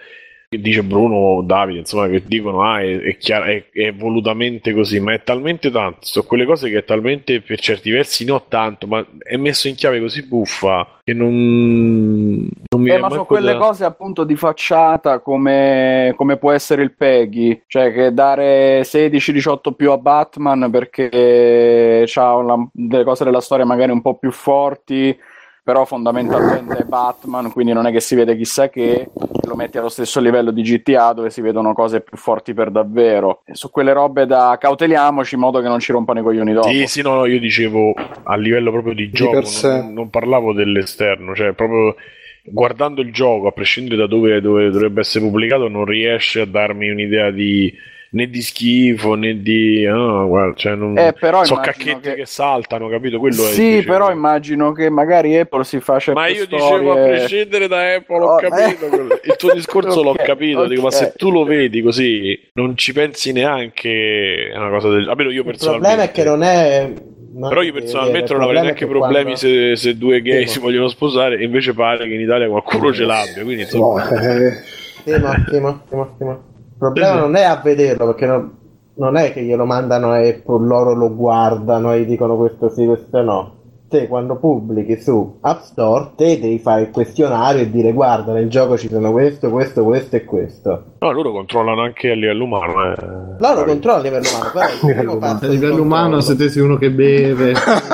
che dice Bruno o Davide, insomma, che dicono ah è, è, chiaro, è, è volutamente così, ma è talmente tanto, sono quelle cose che è talmente per certi versi no tanto, ma è messo in chiave così buffa che non, non mi eh, ma sono quelle da... cose appunto di facciata come, come può essere il Peggy, cioè che dare sedici diciotto più a Batman perché c'ha una, delle cose della storia magari un po' più forti, però fondamentalmente è Batman, quindi non è che si vede chissà che, lo metti allo stesso livello di G T A dove si vedono cose più forti per davvero. E su quelle robe da cauteliamoci in modo che non ci rompano i coglioni dopo. Sì, sì, no, no, io dicevo a livello proprio di, di gioco, non, non parlavo dell'esterno, cioè proprio guardando il gioco, a prescindere da dove, dove dovrebbe essere pubblicato, non riesce a darmi un'idea di né di schifo né di oh, guarda, cioè non eh, però so cacchetti che... che saltano, capito? Quello sì, è, però immagino che magari Apple si faccia ma io storie... dicevo a prescindere da Apple, ho oh, capito eh. il tuo discorso okay, l'ho capito, okay. Dico, ma se tu lo vedi così non ci pensi neanche a una cosa del almeno io personalmente. Il problema è che non è non però io personalmente non avrei neanche problemi quando... se, se due gay sì, si vogliono sposare, e invece pare che in Italia qualcuno ce l'abbia, quindi insomma temo, temo, temo, temo. Il problema non è a vederlo, perché non, non è che glielo mandano a Apple, loro lo guardano e gli dicono questo sì, questo no. Te quando pubblichi su App Store, te devi fare il questionario e dire guarda, nel gioco ci sono questo, questo, questo e questo. No, loro controllano anche a livello umano. Eh. Loro controllano a livello umano, però il primo passo a livello umano se te sei uno che beve.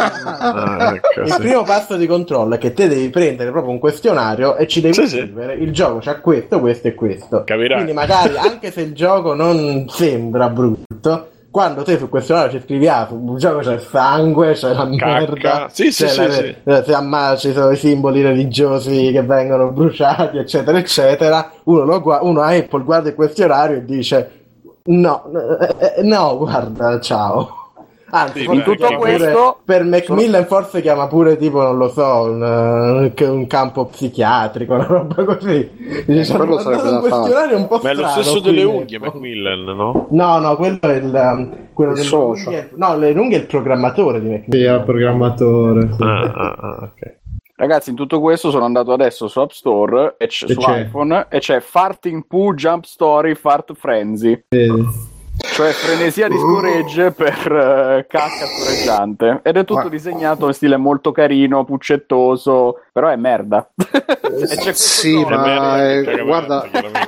ah, ecco, il sì. primo passo di controllo è che te devi prendere proprio un questionario e ci devi sì, scrivere sì. il gioco c'ha questo, questo e questo. Capirai. Quindi magari anche se il gioco non sembra brutto, quando te sul questionario ci scrivi ah, sul gioco c'è il sangue, c'è la Cacca. merda, sì, sì, c'è sì, la, sì. Se amma- ci sono i simboli religiosi che vengono bruciati, eccetera, eccetera, uno, lo gu- uno a Apple guarda il questionario e dice no, eh, no, guarda, ciao. Anzi, sì, in tutto questo per Macmillan forse chiama pure tipo, non lo so, un, un campo psichiatrico, una roba così. Dice, quello sarebbe da fare. Un po' ma è lo strano, stesso delle qui, unghie ecco. Macmillan, no? No, no, quello è il, quello il delle socio. unghie, no, le unghie è il programmatore di Macmillan. Sì, è il programmatore. Sì. Ah, ah, ah, ok. Ragazzi, in tutto questo sono andato adesso su App Store e c- e su c'è. iPhone e c'è Farting Poo Jump Story Fart Frenzy. Vedi. Cioè frenesia di scoregge per uh, cacca scoreggiante, ed è tutto Ma... disegnato in stile molto carino, puccettoso, però è merda. E c'è sì, ma eh, guarda,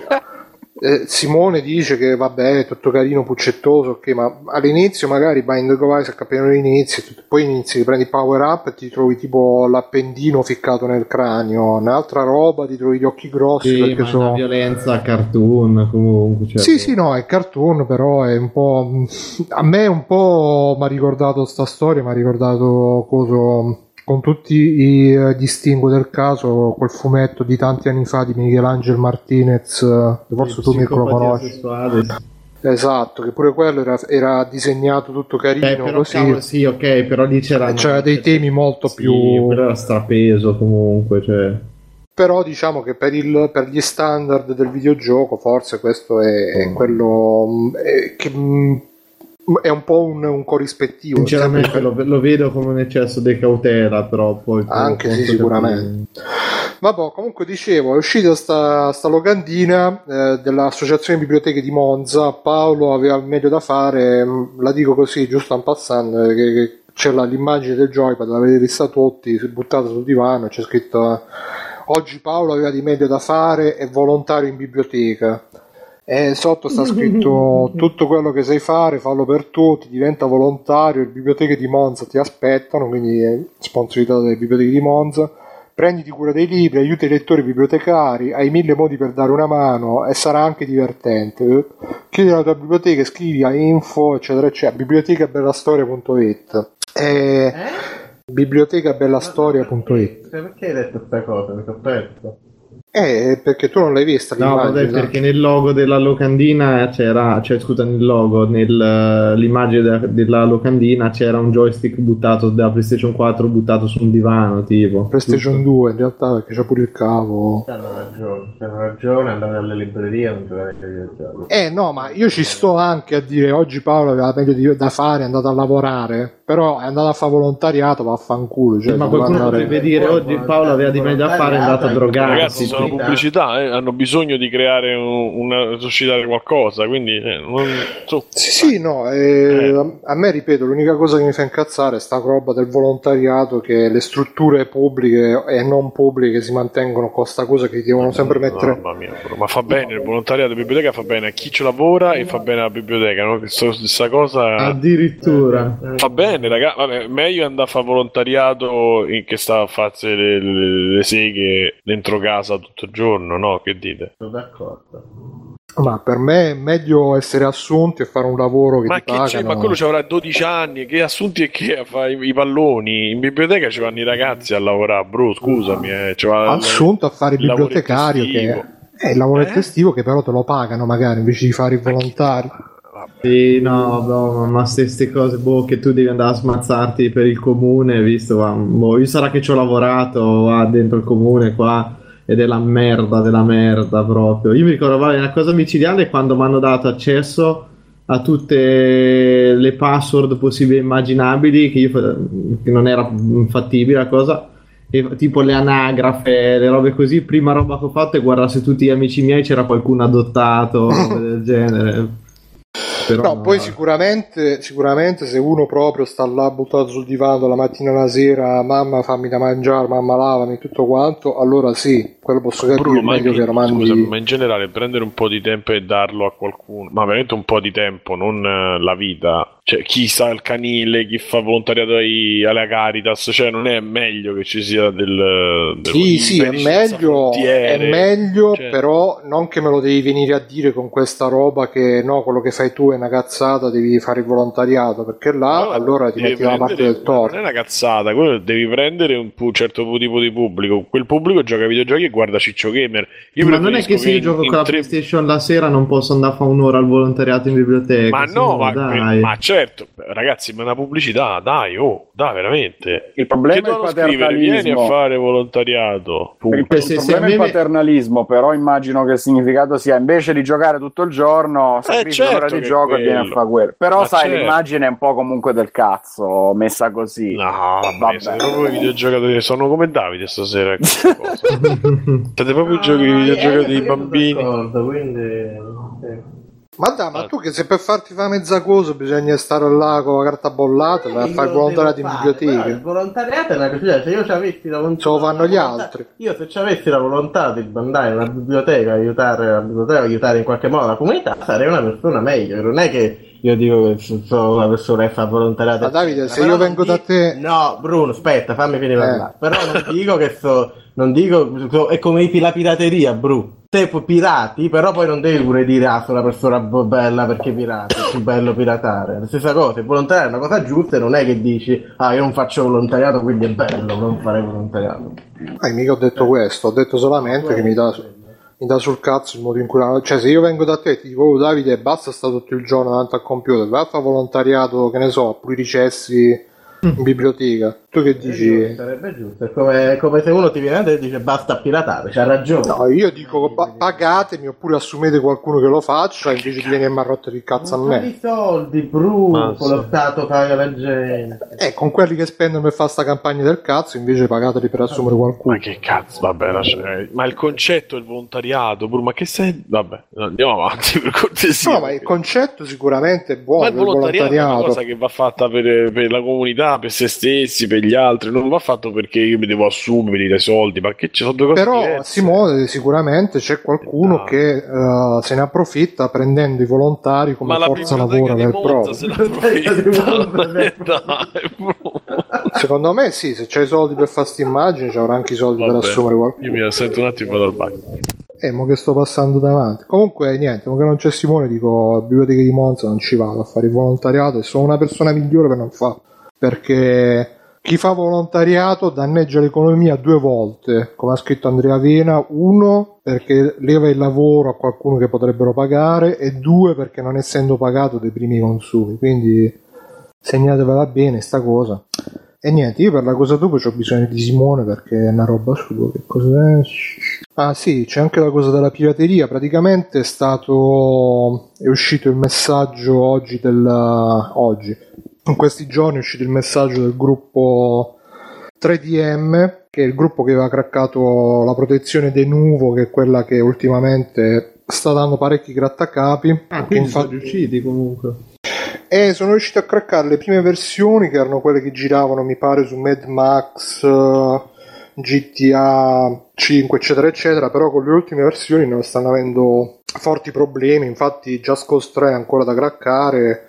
eh, Simone dice che vabbè è tutto carino, puccettoso, ok, ma all'inizio magari Bind of Isaac appena inizi, poi inizi, prendi power up e ti trovi tipo l'appendino ficcato nel cranio, un'altra roba, ti trovi gli occhi grossi, sì, perché ma sono una violenza cartoon comunque, cioè, sì sì no è cartoon, però è un po' a me un po' mi ha ricordato sta storia, mi ha ricordato coso con tutti i uh, distinguo del caso, quel fumetto di tanti anni fa di Michelangelo Martinez, uh, forse tu mi lo conosci. Sessuale. Esatto, che pure quello era, era disegnato tutto carino, eh, però, così. Cavolo, sì, ok, però lì c'era c'era dei temi molto sì, più... quello era strapeso comunque, cioè... Però diciamo che per, il, per gli standard del videogioco forse questo è, è quello è, che... è un po' un, un corrispettivo. Sinceramente per... lo, lo vedo come un eccesso di cautela, però poi anche sì, sicuramente. Che... Vabbè, comunque dicevo, è uscita sta, sta locandina eh, dell'Associazione Biblioteche di Monza. Paolo aveva meglio da fare, la dico così giusto en passant, che, che c'è la, l'immagine del joypad, l'avete vista tutti, si è buttato sul divano, c'è scritto oggi Paolo aveva di meglio da fare, è volontario in biblioteca. E sotto sta scritto tutto quello che sai fare, fallo per tutti, diventa volontario, le biblioteche di Monza ti aspettano, quindi è sponsorizzato dalle biblioteche di Monza. Prenditi cura dei libri, aiuta i lettori bibliotecari, hai mille modi per dare una mano e sarà anche divertente. Chiudi la tua biblioteca, scrivi a info eccetera eccetera, bibliotecabella-storia punto it. E... eh? bibliotecabella-storia punto it. Perché hai detto questa cosa? Mi sono perso. Eh, perché tu non l'hai vista no, vabbè, perché nel logo della locandina c'era, cioè scusa, nel logo, nell'immagine della, della locandina c'era un joystick buttato da PlayStation quattro buttato su un divano, tipo. PlayStation tutto. due in realtà, perché c'è pure il cavo. Hanno ragione, hanno ragione, andare alle librerie non giocare ai videogiochi. Eh no, ma io ci sto anche a dire oggi Paolo aveva meglio di, da fare, è andato a lavorare. però è andato a fare volontariato, vaffanculo. Cioè, ma qualcuno andare... potrebbe dire oggi Paolo aveva di meglio da fare, è andato a drogarsi. Ragazzi, sono pubblicità, eh, hanno bisogno di creare un, una, suscitare qualcosa, quindi eh, non, so. sì sì no eh, eh. a me, ripeto, l'unica cosa che mi fa incazzare è sta roba del volontariato, che le strutture pubbliche e non pubbliche si mantengono con sta cosa che ti devono sempre mettere. Mamma mia, ma fa bene il volontariato, la biblioteca fa bene a chi ci lavora e fa bene alla biblioteca, no? Questa cosa addirittura fa bene, ragazzi. Vabbè, meglio andare a fare volontariato in che sta a farsi le, le, le seghe dentro casa tutto il giorno, no? Che dite? Sono d'accordo. Ma per me è meglio essere assunti e fare un lavoro che ma ti che pagano. c'è? Ma quello ci avrà dodici anni, che assunti e che a fare i, i palloni in biblioteca ci vanno i ragazzi a lavorare, bro, scusami, eh. Ci va assunto a fare il bibliotecario, che è il lavoro eh? estivo, che però te lo pagano magari invece di fare il volontario. Sì, no, no, ma queste cose, boh, che tu devi andare a smazzarti per il comune, visto, ma, boh, io sarà che ci ho lavorato va, dentro il comune qua, ed è la merda della merda proprio. Io mi ricordo, vale, una cosa micidiale è quando mi hanno dato accesso a tutte le password possibili e immaginabili, che io che non era fattibile la cosa, e, tipo le anagrafe, le robe così. Prima roba che ho fatto è guardare se tutti gli amici miei c'era qualcuno adottato, robe del genere. Però no, no, poi sicuramente, sicuramente se uno proprio sta là buttato sul divano dalla mattina alla sera, mamma fammi da mangiare, mamma lavami, tutto quanto, allora sì, quello posso capire. Bruno, meglio in, che rimandi... scusa, ma in generale prendere un po' di tempo e darlo a qualcuno, ma veramente un po' di tempo, non uh, la vita. Cioè, chi sa il canile, chi fa volontariato ai, alla Caritas, cioè non è meglio che ci sia del... del sì, sì, è meglio, è meglio, cioè... però non che me lo devi venire a dire con questa roba che no, quello che fai tu è una cazzata, devi fare il volontariato, perché là no, allora ti metti dalla parte del torto. Non è una cazzata, quello devi prendere un, un certo tipo di pubblico, quel pubblico gioca ai videogiochi e guarda Ciccio Gamer. Io ma non è che se io gioco con la tre... PlayStation la sera non posso andare a fare un'ora al volontariato in biblioteca. Ma no, no ma, dai. ma certo, ragazzi, ma è una pubblicità, dai, oh, dai, veramente. Il problema è il paternalismo. Vieni a fare volontariato. Il, il se, problema se è il me... paternalismo, però immagino che il significato sia invece di giocare tutto il giorno, sacrifici eh, certo un'ora di gioco e vieni a fare quello. Però ma sai, certo. L'immagine è un po' comunque del cazzo, messa così. No, vabbè, siete proprio i videogiocatori, sono come Davide stasera. Siete proprio i giochi, i videogiochi dei bambini. Quindi... Ma dai, ma tu che se per farti fare mezza cosa bisogna stare là con la carta bollata, vai a fare volontariato in biblioteca. Il volontariato è una cosa, se io ci avessi la volontà, ce lo fanno gli altri. Io se ci avessi la volontà di andare in una biblioteca, aiutare la biblioteca, aiutare in qualche modo la comunità, sarei una persona meglio. Non è che io dico che sono una persona che fa volontariato. Ma Davide, se io vengo da te... No, Bruno, aspetta, fammi finire eh. parlare. Però non dico che so... Non dico... È come la pirateria, Bruno. Te pirati, però poi non devi pure dire ah, sono una persona bella perché pirati, è più bello piratare. La stessa cosa, il volontariato è una cosa giusta e non è che dici ah, io non faccio volontariato quindi è bello non fare volontariato. Eh, mica ho detto eh. questo, ho detto solamente eh. che mi dà... mi dà sul cazzo il modo in cui la... cioè se io vengo da te e ti dico oh, Davide basta sta tutto il giorno davanti al computer, vai a fare volontariato, che ne so, pure i ricessi in biblioteca, tu che dici? Sarebbe giusto, è come, è come se uno ti viene da te e dice basta piratare, c'ha ragione. No, io dico pa- pagatemi oppure assumete qualcuno che lo faccia invece di venire a rottere il cazzo a me. I soldi, Bruno, con lo Stato paga la gente. Eh, con quelli che spendono per fare sta campagna del cazzo invece pagateli per assumere qualcuno. Ma che cazzo, vabbè, lascia... ma il concetto del volontariato, Bruno, ma che sei? Vabbè, andiamo avanti per cortesia. No, ma il concetto sicuramente è buono. Ma il volontariato, volontariato è una cosa che va fatta per, per la comunità, per se stessi, per gli altri, non va fatto perché io mi devo assumere dei soldi, perché ci sono due cose però diverse. Simone sicuramente c'è qualcuno eh, che uh, se ne approfitta prendendo i volontari come forza lavoro del proprio. Secondo me sì, se c'hai i soldi per fare sta immagine c'avrà anche i soldi Vabbè, per assumere qualcuno. Io mi sento un attimo vado al bagno. Eh, mo che sto passando davanti. Comunque niente, mo che non c'è Simone dico biblioteche di Monza non ci vado a fare il volontariato e sono una persona migliore per non farlo, perché chi fa volontariato danneggia l'economia due volte, come ha scritto Andrea Vena: uno perché leva il lavoro a qualcuno che potrebbero pagare e due perché non essendo pagato deprime i consumi, quindi segnatevela bene sta cosa. E niente, io per la cosa dopo c'ho bisogno di Simone perché è una roba sua. Che cos'è? Ah sì, c'è anche la cosa della pirateria. Praticamente è stato è uscito il messaggio oggi del oggi in questi giorni è uscito il messaggio del gruppo tre D M, che è il gruppo che aveva craccato la protezione Denuvo, che è quella che ultimamente sta dando parecchi grattacapi. Ah, quindi infatti sono riusciti comunque. E sono riusciti a craccare le prime versioni, che erano quelle che giravano, mi pare, su Mad Max, G T A cinque, eccetera, eccetera, però con le ultime versioni non stanno avendo forti problemi. Infatti Just Cause tre è ancora da craccare,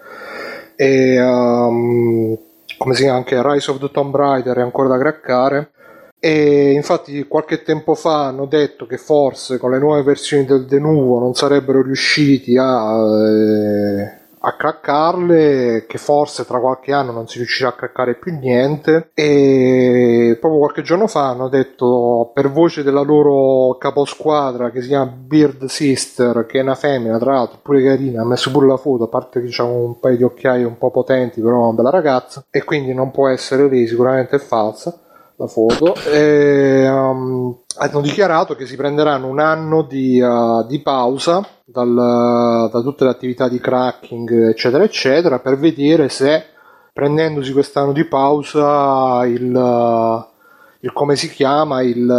e um, come si chiama, anche Rise of the Tomb Raider è ancora da craccare. E infatti qualche tempo fa hanno detto che forse con le nuove versioni del Denuvo non sarebbero riusciti a, eh, a craccarle, che forse tra qualche anno non si riuscirà a craccare più niente. E proprio qualche giorno fa hanno detto, per voce della loro caposquadra, che si chiama Beard Sister, che è una femmina tra l'altro, pure carina, ha messo pure la foto, a parte che ha un paio di occhiaie un po' potenti, però è una bella ragazza, e quindi non può essere lei, sicuramente è falsa la foto. E, um, hanno dichiarato che si prenderanno un anno di, uh, di pausa dal, da tutte le attività di cracking, eccetera eccetera, per vedere se, prendendosi quest'anno di pausa, il, uh, il come si chiama il,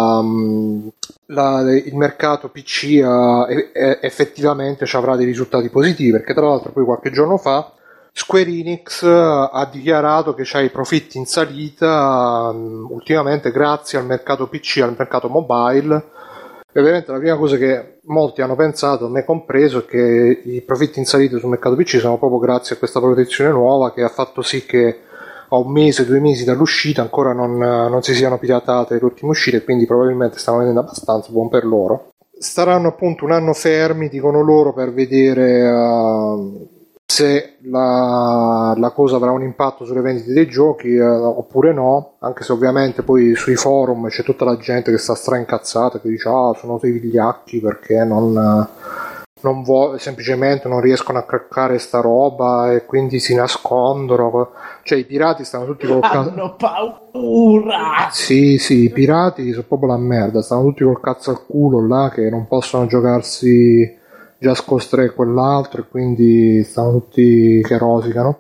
um, la, il mercato P C uh, e, effettivamente ci avrà dei risultati positivi, perché tra l'altro poi qualche giorno fa Square Enix ha dichiarato che c'ha i profitti in salita um, ultimamente grazie al mercato P C, al mercato mobile. E ovviamente la prima cosa che molti hanno pensato, me compreso, è che i profitti in salita sul mercato P C sono proprio grazie a questa protezione nuova, che ha fatto sì che a un mese, due mesi dall'uscita ancora non, non si siano piratate le ultime uscite, quindi probabilmente stanno vendendo abbastanza, buon per loro. Staranno appunto un anno fermi, dicono loro, per vedere uh, se la, la cosa avrà un impatto sulle vendite dei giochi eh, oppure no, anche se ovviamente poi sui forum c'è tutta la gente che sta straincazzata, che dice ah sono dei vigliacchi perché non, non vo- semplicemente non riescono a craccare sta roba e quindi si nascondono, cioè i pirati stanno tutti col cazzo, hanno paura. Sì sì, i pirati sono proprio la merda, stanno tutti col cazzo al culo là, che non possono giocarsi Just Cause tre e quell'altro, e quindi stanno tutti che rosicano.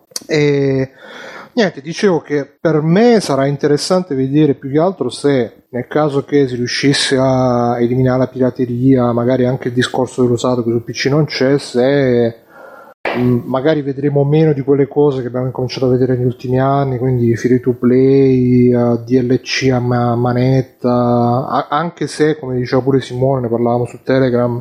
E niente, dicevo che per me sarà interessante vedere più che altro se, nel caso che si riuscisse a eliminare la pirateria, magari anche il discorso dell'usato che sul P C non c'è, se mh, magari vedremo meno di quelle cose che abbiamo cominciato a vedere negli ultimi anni, quindi free to play, uh, D L C a ma- manetta, a- anche se, come diceva pure Simone, ne parlavamo su Telegram,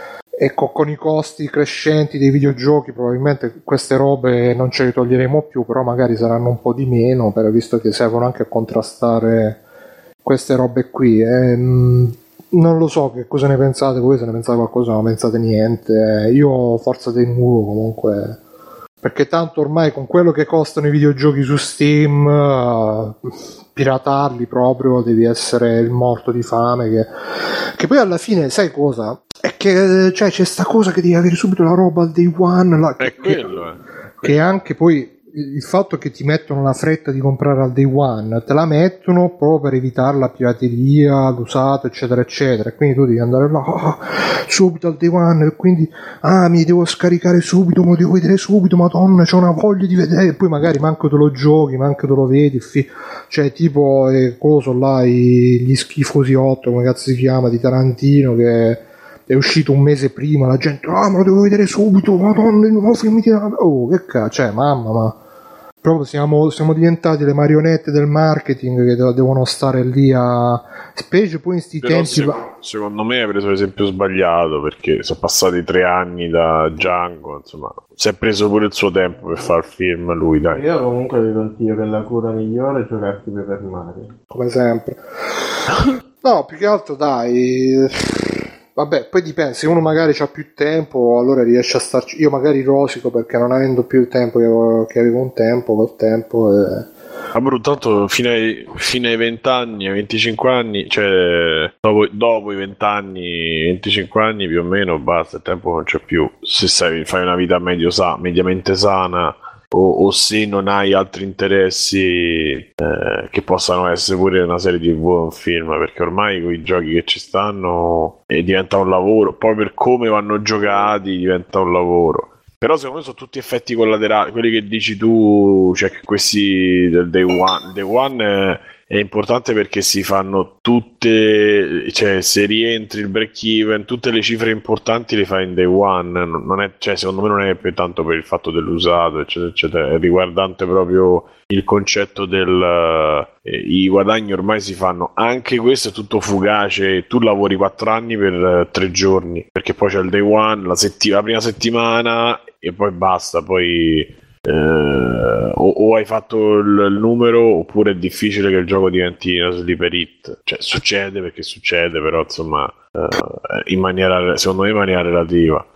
e con, con i costi crescenti dei videogiochi probabilmente queste robe non ce le toglieremo più, però magari saranno un po' di meno, per, visto che servono anche a contrastare queste robe qui. E, mh, non lo so che cosa ne pensate voi, se ne pensate qualcosa, non pensate niente. Io forza dei nuovo comunque, perché tanto ormai con quello che costano i videogiochi su Steam, uh, piratarli proprio devi essere il morto di fame, che, che poi alla fine sai cosa? È che cioè, c'è sta cosa che devi avere subito la roba al day one là, è che, quello, eh. che anche poi il fatto che ti mettono la fretta di comprare al day one, te la mettono proprio per evitare la pirateria, l'usato, eccetera eccetera, e quindi tu devi andare là oh, subito al day one, e quindi ah mi devo scaricare subito, me lo devo vedere subito, madonna c'ho una voglia di vedere, e poi magari manco te lo giochi, manco te lo vedi, fi- cioè tipo eh, coso là i, gli schifosi otto, come cazzo si chiama, di Tarantino, che è uscito un mese prima, la gente ah me lo devo vedere subito, madonna il nuovo film di... oh che cazzo, cioè mamma, ma proprio siamo, siamo diventati le marionette del marketing che devono stare lì a, specie poi in sti Però tempi. se, secondo me hai preso l'esempio sbagliato, perché sono passati tre anni da Django, insomma si è preso pure il suo tempo per fare il film lui, dai. Io comunque vi consiglio che la cura migliore è giocarsi Paper Mario, come sempre. No, più che altro dai, vabbè, poi dipende, se uno magari ha più tempo allora riesce a starci. Io magari rosico perché non avendo più il tempo che avevo, che avevo un tempo col tempo e... Ah, bro, tanto fino ai, fino ai venti anni, ai venticinque anni, cioè dopo, dopo i venti anni, venticinque anni più o meno, basta, il tempo non c'è più. Se sei, fai una vita medio sa, mediamente sana, o, o se non hai altri interessi eh, che possano essere pure una serie tivù o un film, perché ormai con i giochi che ci stanno eh, diventa un lavoro, poi per come vanno giocati diventa un lavoro. Però secondo me sono tutti effetti collaterali, quelli che dici tu, cioè che questi del day one, day one eh, è importante perché si fanno tutte, cioè se rientri il break even, tutte le cifre importanti le fai in day one, non è, cioè secondo me non è per tanto per il fatto dell'usato, eccetera, eccetera, è riguardante proprio il concetto del eh, i guadagni ormai si fanno, anche questo è tutto fugace, tu lavori quattro anni per eh, tre giorni, perché poi c'è il day one, la, setti- la prima settimana e poi basta, poi Uh, o, o hai fatto il, il numero oppure è difficile che il gioco diventi una sleeper hit, cioè succede perché succede, però insomma uh, in maniera, secondo me in maniera relativa,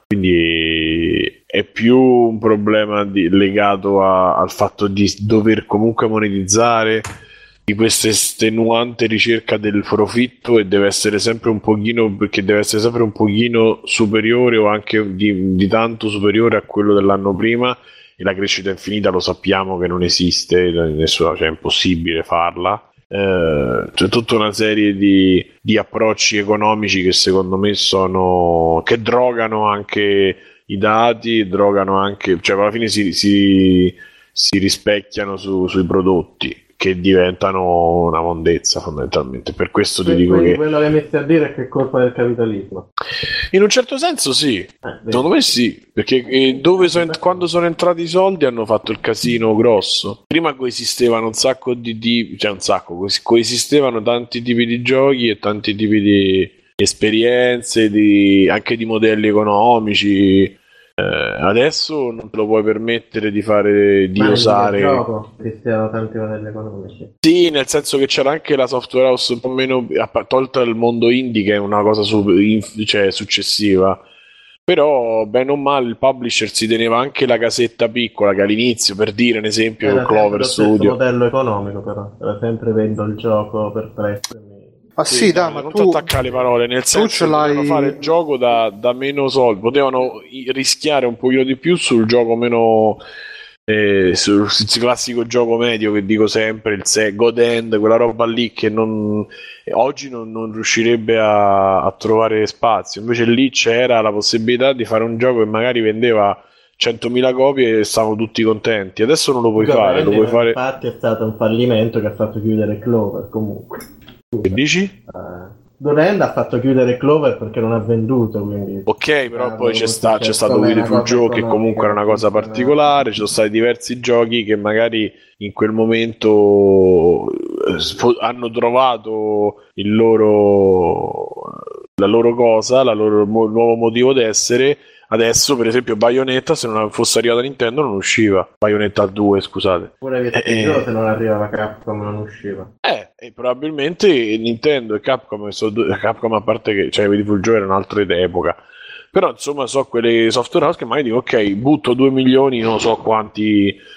quindi è più un problema di, legato a, al fatto di dover comunque monetizzare, di questa estenuante ricerca del profitto, e deve essere sempre un pochino, perché deve essere sempre un pochino superiore o anche di, di tanto superiore a quello dell'anno prima. E la crescita infinita lo sappiamo che non esiste, nessuno, cioè è impossibile farla. Eh, c'è tutta una serie di, di approcci economici che secondo me sono, che drogano anche i dati, drogano anche, cioè alla fine si, si, si rispecchiano su, sui prodotti, che diventano una mondezza fondamentalmente. Per questo ti dico che quello che hai messo a dire è che è colpa del capitalismo. In un certo senso sì, eh, secondo me sì, perché eh, dove sono, quando sono entrati i soldi hanno fatto il casino grosso. Prima coesistevano un sacco di, di cioè un sacco, coesistevano tanti tipi di giochi e tanti tipi di esperienze, di, anche di modelli economici. Eh, adesso non te lo puoi permettere di fare, di Ma osare. Gioco, esistono tanti modelli economici. Sì, nel senso che c'era anche la software house un po' meno, tolta il mondo indie che è una cosa su, in, cioè, successiva. Però bene o male il publisher si teneva anche la casetta piccola che all'inizio, per dire un esempio, era Clover Studio. Era modello economico, però era sempre vendo il gioco per prezzo. Ma sì, sì, dai, ma non tu ti attaccare le parole, nel senso che potevano fare il gioco da, da meno soldi, potevano rischiare un pochino di più sul gioco meno eh, sul, sul classico gioco medio che dico sempre, il se- God End, quella roba lì che non, eh, oggi non, non riuscirebbe a, a trovare spazio. Invece lì c'era la possibilità di fare un gioco che magari vendeva centomila copie e stavano tutti contenti. Adesso non lo puoi God fare, End, lo puoi fare. Infatti è stato un fallimento che ha fatto chiudere Clover comunque. Che dici? Uh, God End ha fatto chiudere Clover perché non ha venduto, quindi... Ok, però ah, poi c'è, sta, c'è stato Beautiful Joe che comunque era una cosa particolare, ci sono stati diversi giochi che magari in quel momento hanno trovato il loro la loro cosa, la loro, il nuovo motivo d'essere. Adesso, per esempio, Bayonetta, se non fosse arrivata Nintendo, non usciva. Bayonetta due, scusate. Pure Via eh, eh, se non arrivava Capcom, non usciva. Eh, e probabilmente Nintendo e Capcom, so, Capcom a parte che, cioè, Beautiful Joe era un'altra epoca. Però, insomma, so quelle software house che magari dico, ok, butto due milioni, non so quanti...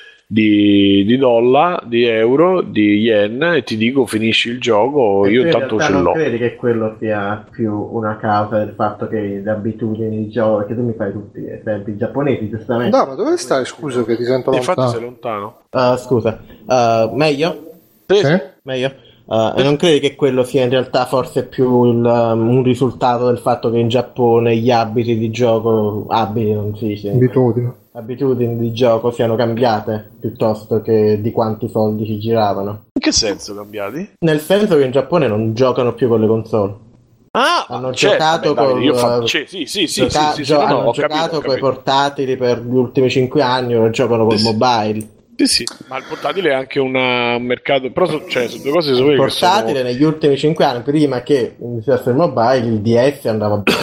Di, di dollari, di euro, di yen, e ti dico finisci il gioco, e io intanto ce l'ho. Non credi che quello sia più una causa del fatto che le abitudini di gioco, perché tu mi fai tutti gli esempi giapponesi, giustamente. No, ma dove stai? Scusa che ti sento lontano. Infatti sei lontano. Uh, scusa, uh, meglio? Sì. sì? Meglio? Uh, e non credi che quello sia in realtà forse più il, um, un risultato del fatto che in Giappone gli abiti di gioco, abiti non si dice, abitudini. abitudini di gioco siano cambiate piuttosto che di quanti soldi ci giravano? In che senso cambiati? Nel senso che in Giappone non giocano più con le console. Ah, hanno certo, giocato vabbè, con dai, io fa... sì, sì, sì, gioca- sì, sì, gio- sì, no, hanno no, ho giocato con i portatili per gli ultimi cinque anni, ora giocano col sì, mobile. Sì, sì, ma il portatile è anche una, un mercato, però so, cioè, sono due cose il portatile sono... negli ultimi cinque anni, prima che iniziasse il mobile, il D S andava a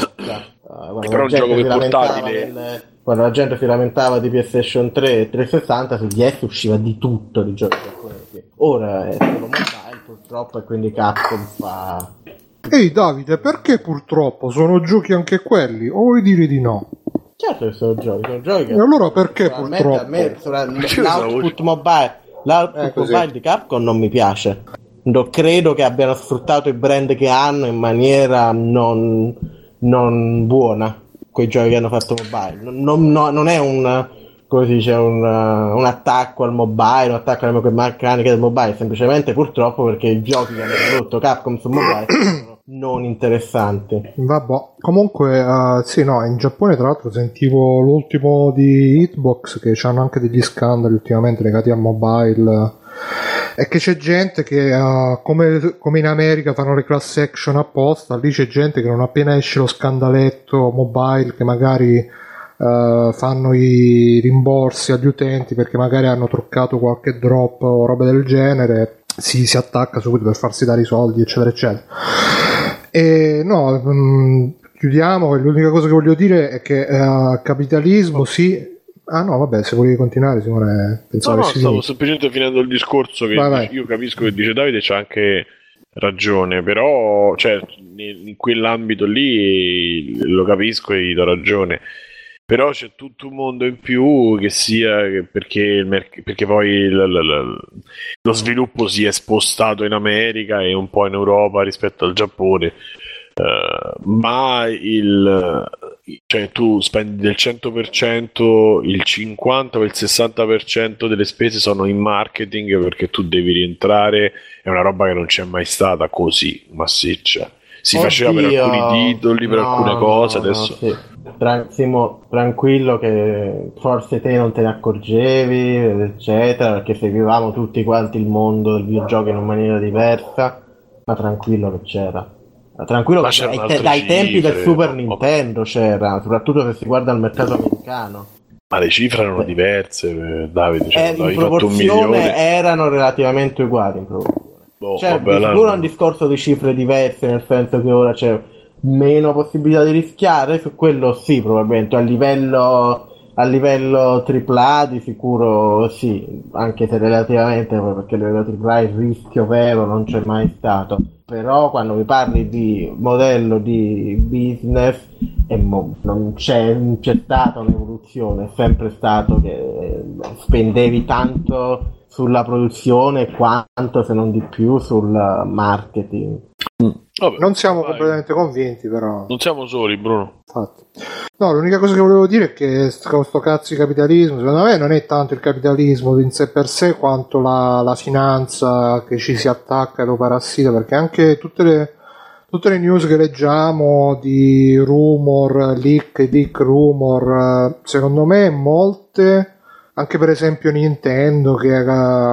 uh, però un gioco per portatile del, quando la gente si lamentava di PlayStation tre e trecentosessanta, su D S usciva di tutto di giochi giapponesi. Ora è solo mobile purtroppo, e quindi Capcom fa... Ehi Davide, perché purtroppo sono giochi anche quelli? O vuoi dire di no? Certo che sono giochi, sono giochi che... E allora perché purtroppo? A me, sulla, l'output mobile, l'output eh, mobile di Capcom non mi piace. Non credo che abbiano sfruttato i brand che hanno in maniera non, non buona, quei giochi che hanno fatto mobile. Non, non, non è un, come si dice, un, un attacco al mobile, un attacco alle meccaniche del mobile, semplicemente purtroppo perché i giochi che hanno prodotto Capcom su mobile sono non interessanti. Vabbè, comunque uh, sì, no, in Giappone tra l'altro sentivo l'ultimo di Hitbox che hanno anche degli scandali ultimamente legati al mobile e che c'è gente che uh, come, come in America fanno le class action apposta, lì c'è gente che non appena esce lo scandaletto mobile che magari uh, fanno i rimborsi agli utenti perché magari hanno truccato qualche drop o roba del genere, si, si attacca subito per farsi dare i soldi eccetera eccetera. E no, mh, chiudiamo. L'unica cosa che voglio dire è che uh, capitalismo sì. Ah no, vabbè, se volevi continuare, Simone, pensavo no, no, che stavo finito. semplicemente finendo il discorso che Vai, vai. io capisco che dice Davide, c'ha anche ragione, però cioè, in quell'ambito lì lo capisco e gli do ragione. Però c'è tutto un mondo in più che sia perché, il merc- perché poi l- l- l- lo sviluppo si è spostato in America e un po' in Europa rispetto al Giappone. Uh, ma il cioè tu spendi del cento per cento, il cinquanta o il sessanta per cento delle spese sono in marketing perché tu devi rientrare, è una roba che non c'è mai stata così massiccia. Si Oddio, faceva per alcuni titoli, per no, alcune cose, no, adesso no, sì. Tran- Simo, tranquillo che forse te non te ne accorgevi, eccetera, perché seguivamo tutti quanti il mondo del videogioco in una maniera diversa, ma tranquillo che c'era. Tranquillo, Ma che c'erano dai, te- altre dai tempi del cifre. Super Nintendo c'era, soprattutto se si guarda al mercato americano. ma le cifre erano diverse, eh, Davide, cioè, Eh, quando in avevi fatto un proporzione milione. erano relativamente uguali in proporzione. Boh, Cioè, vabbè, di là sicuro è no. un discorso di cifre diverse, nel senso che ora c'è meno possibilità di rischiare, su quello sì, probabilmente a livello a livello tripla A di sicuro sì, anche se relativamente, perché a livello tripla A il rischio vero non c'è mai stato. Però quando mi parli di modello di business e mo- non, c'è, non c'è stata un'evoluzione, è sempre stato che spendevi tanto sulla produzione quanto se non di più sul marketing. Vabbè, Non siamo vai. completamente convinti, però. Non siamo soli, Bruno. Infatti. No, l'unica cosa che volevo dire è che sto, sto cazzo di capitalismo, secondo me non è tanto il capitalismo in sé per sé quanto la, la finanza che ci si attacca e lo parassita, perché anche tutte le, tutte le news che leggiamo di rumor, leak, leak, rumor, secondo me molte, anche per esempio Nintendo che,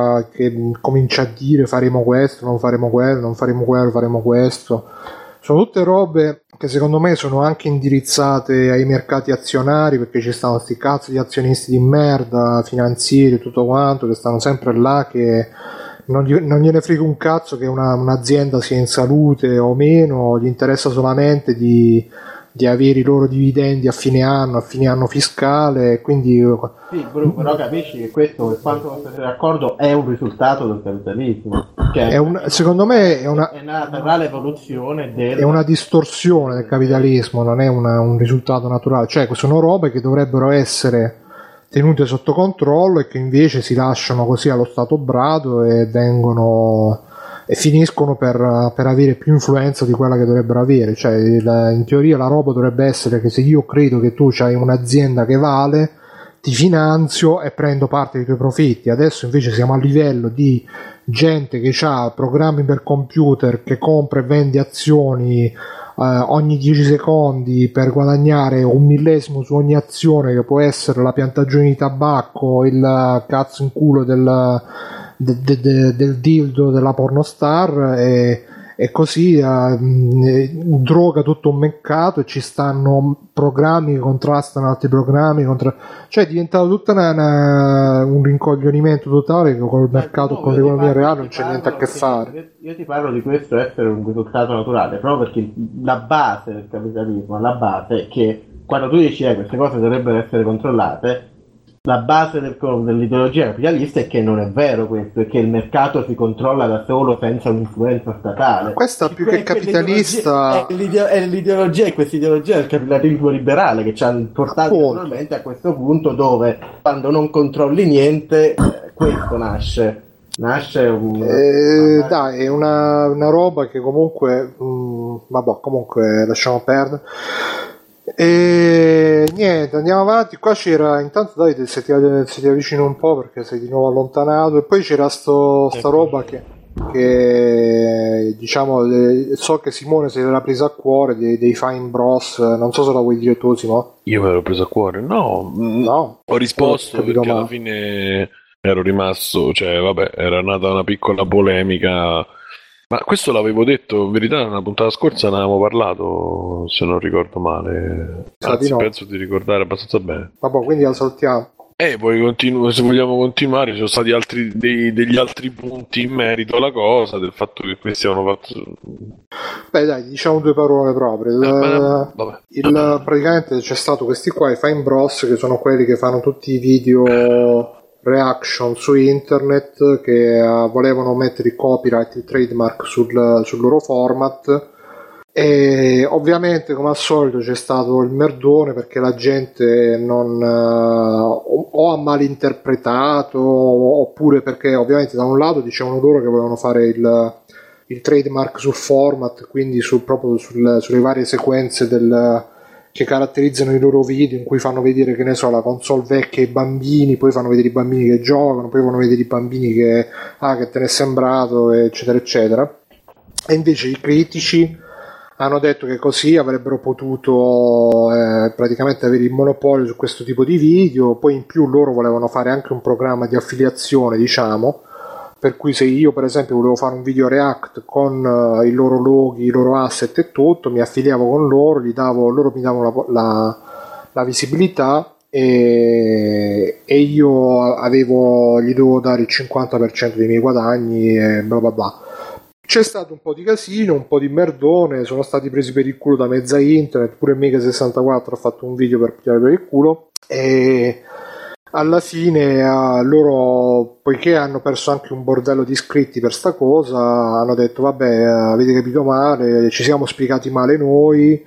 che comincia a dire faremo questo, non faremo quello, non faremo quello, faremo questo, sono tutte robe che secondo me sono anche indirizzate ai mercati azionari, perché ci stanno sti cazzo di azionisti di merda, finanzieri e tutto quanto, che stanno sempre là, che non, gli, non gliene frega un cazzo che una, un'azienda sia in salute o meno, gli interessa solamente di, di avere i loro dividendi a fine anno, a fine anno fiscale, quindi... Sì, Bruno, però capisci che questo, per quanto non siete d'accordo, è un risultato del capitalismo. Cioè, È un, secondo me è una, è una naturale evoluzione del... è una distorsione del capitalismo, non è una, un risultato naturale, cioè sono robe che dovrebbero essere tenute sotto controllo e che invece si lasciano così allo stato brado e vengono e finiscono per, per avere più influenza di quella che dovrebbero avere. Cioè il, in teoria la roba dovrebbe essere che se io credo che tu hai un'azienda che vale, ti finanzio e prendo parte dei tuoi profitti. Adesso invece siamo a livello di gente che ha programmi per computer, che compra e vende azioni eh, ogni dieci secondi per guadagnare un millesimo su ogni azione, che può essere la piantagione di tabacco, il cazzo in culo del, de, de, de, del dildo della pornostar, e, e così eh, droga tutto un mercato, e ci stanno programmi che contrastano altri programmi contra... cioè è diventato tutto una, una, un rincoglionimento totale che col mercato, no, con io ti l'economia parlo- reale ti non c'è parlo niente a che che- fare. Io, io ti parlo di questo essere un risultato naturale, proprio perché la base del capitalismo, la base è che quando tu dici eh, queste cose dovrebbero essere controllate, la base del- dell'ideologia capitalista è che non è vero questo, è che il mercato si controlla da solo senza un'influenza statale. Questa più Que- che capitalista È l'ideologia, è l'ideologia, è questa ideologia del capitalismo liberale che ci ha portato Appunto. naturalmente a questo punto dove quando non controlli niente, eh, questo nasce. Nasce un... Eh, dai, è una, una roba che comunque mh, vabbè, comunque lasciamo perdere. E niente, andiamo avanti. Qua c'era intanto Davide, se ti, se ti avvicino un po' perché sei di nuovo allontanato, e poi c'era sto, sta roba che che diciamo le, so che Simone se l'era presa a cuore dei, dei Fine Bros, non so se la vuoi dire tu, Simone. Io me l'ho presa a cuore, no, no ho risposto ho perché male. alla fine ero rimasto, cioè vabbè, era nata una piccola polemica, ma questo l'avevo detto in verità nella puntata scorsa, ne avevamo parlato se non ricordo male, anzi no. penso di ricordare abbastanza bene. Vabbè, quindi la saltiamo. Eh, poi continu- se vogliamo continuare, ci sono stati altri, dei, degli altri punti in merito alla cosa, del fatto che questi avevano fatto... Beh dai, diciamo due parole proprio. Il, eh, vabbè. il, praticamente c'è stato questi qua, i Fine Bros, che sono quelli che fanno tutti i video reaction su internet, che uh, volevano mettere i copyright, i trademark sul, sul loro format. E ovviamente come al solito c'è stato il merdone perché la gente non uh, o ha malinterpretato oppure perché ovviamente da un lato dicevano loro che volevano fare il, il trademark sul format, quindi sul, proprio sul, sulle varie sequenze del, che caratterizzano i loro video, in cui fanno vedere, che ne so, la console vecchia ai bambini, poi fanno vedere i bambini che giocano, poi fanno vedere i bambini che ah che te ne è sembrato, eccetera eccetera. E invece i critici hanno detto che così avrebbero potuto eh, praticamente avere il monopolio su questo tipo di video. Poi in più loro volevano fare anche un programma di affiliazione, diciamo, per cui se io per esempio volevo fare un video react con uh, i loro loghi, i loro asset e tutto, mi affiliavo con loro, gli davo, loro mi davano la, la, la visibilità e, e io avevo, gli dovevo dare il cinquanta per cento dei miei guadagni e bla bla bla. C'è stato un po' di casino, un po' di merdone, sono stati presi per il culo da mezza internet, pure Mega sessantaquattro ha fatto un video per pigliare per il culo e alla fine uh, loro, poiché hanno perso anche un bordello di iscritti per sta cosa, hanno detto vabbè, uh, avete capito male, ci siamo spiegati male noi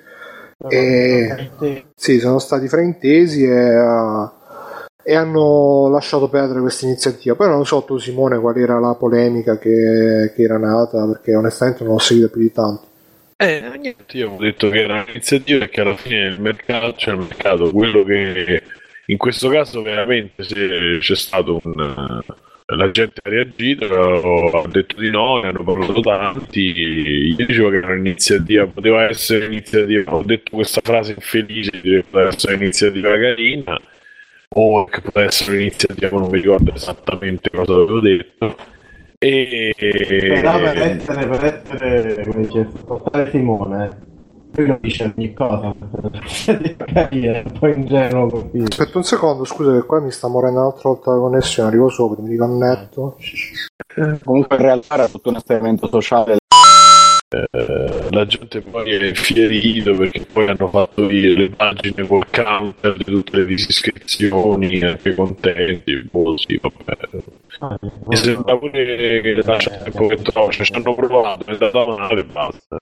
e sì, sono stati fraintesi e... Uh, e hanno lasciato perdere questa iniziativa. Poi non so tu Simone qual era la polemica che, che era nata, perché onestamente non ho seguito più di tanto. Eh, niente, io ho detto che era un'iniziativa e che alla fine il mercato, cioè il mercato, quello che in questo caso veramente se c'è stato un... la gente ha reagito, ha detto di no, ne hanno parlato tanti, io dicevo che era un'iniziativa, poteva essere un'iniziativa, ho detto questa frase infelice, poteva essere un'iniziativa carina, o che poteva essere un'iniziativa, non mi ricordo esattamente cosa avevo detto, e però per essere, per essere come dice, portare Simone, lui lo dice ogni cosa, capire, poi ingenuo così. Aspetta un secondo, scusa che qua mi sta morendo un'altra volta la connessione, arrivo subito, mi riconnetto. Comunque in realtà era tutto un esperimento sociale. Eh, la gente poi è infierito perché poi hanno fatto le pagine col counter di tutte le disiscrizioni, anche contenti, boh, sì, vabbè. Ah, Mi sembra pure che la gente poi cioè, ci hanno provato, è andata male e basta.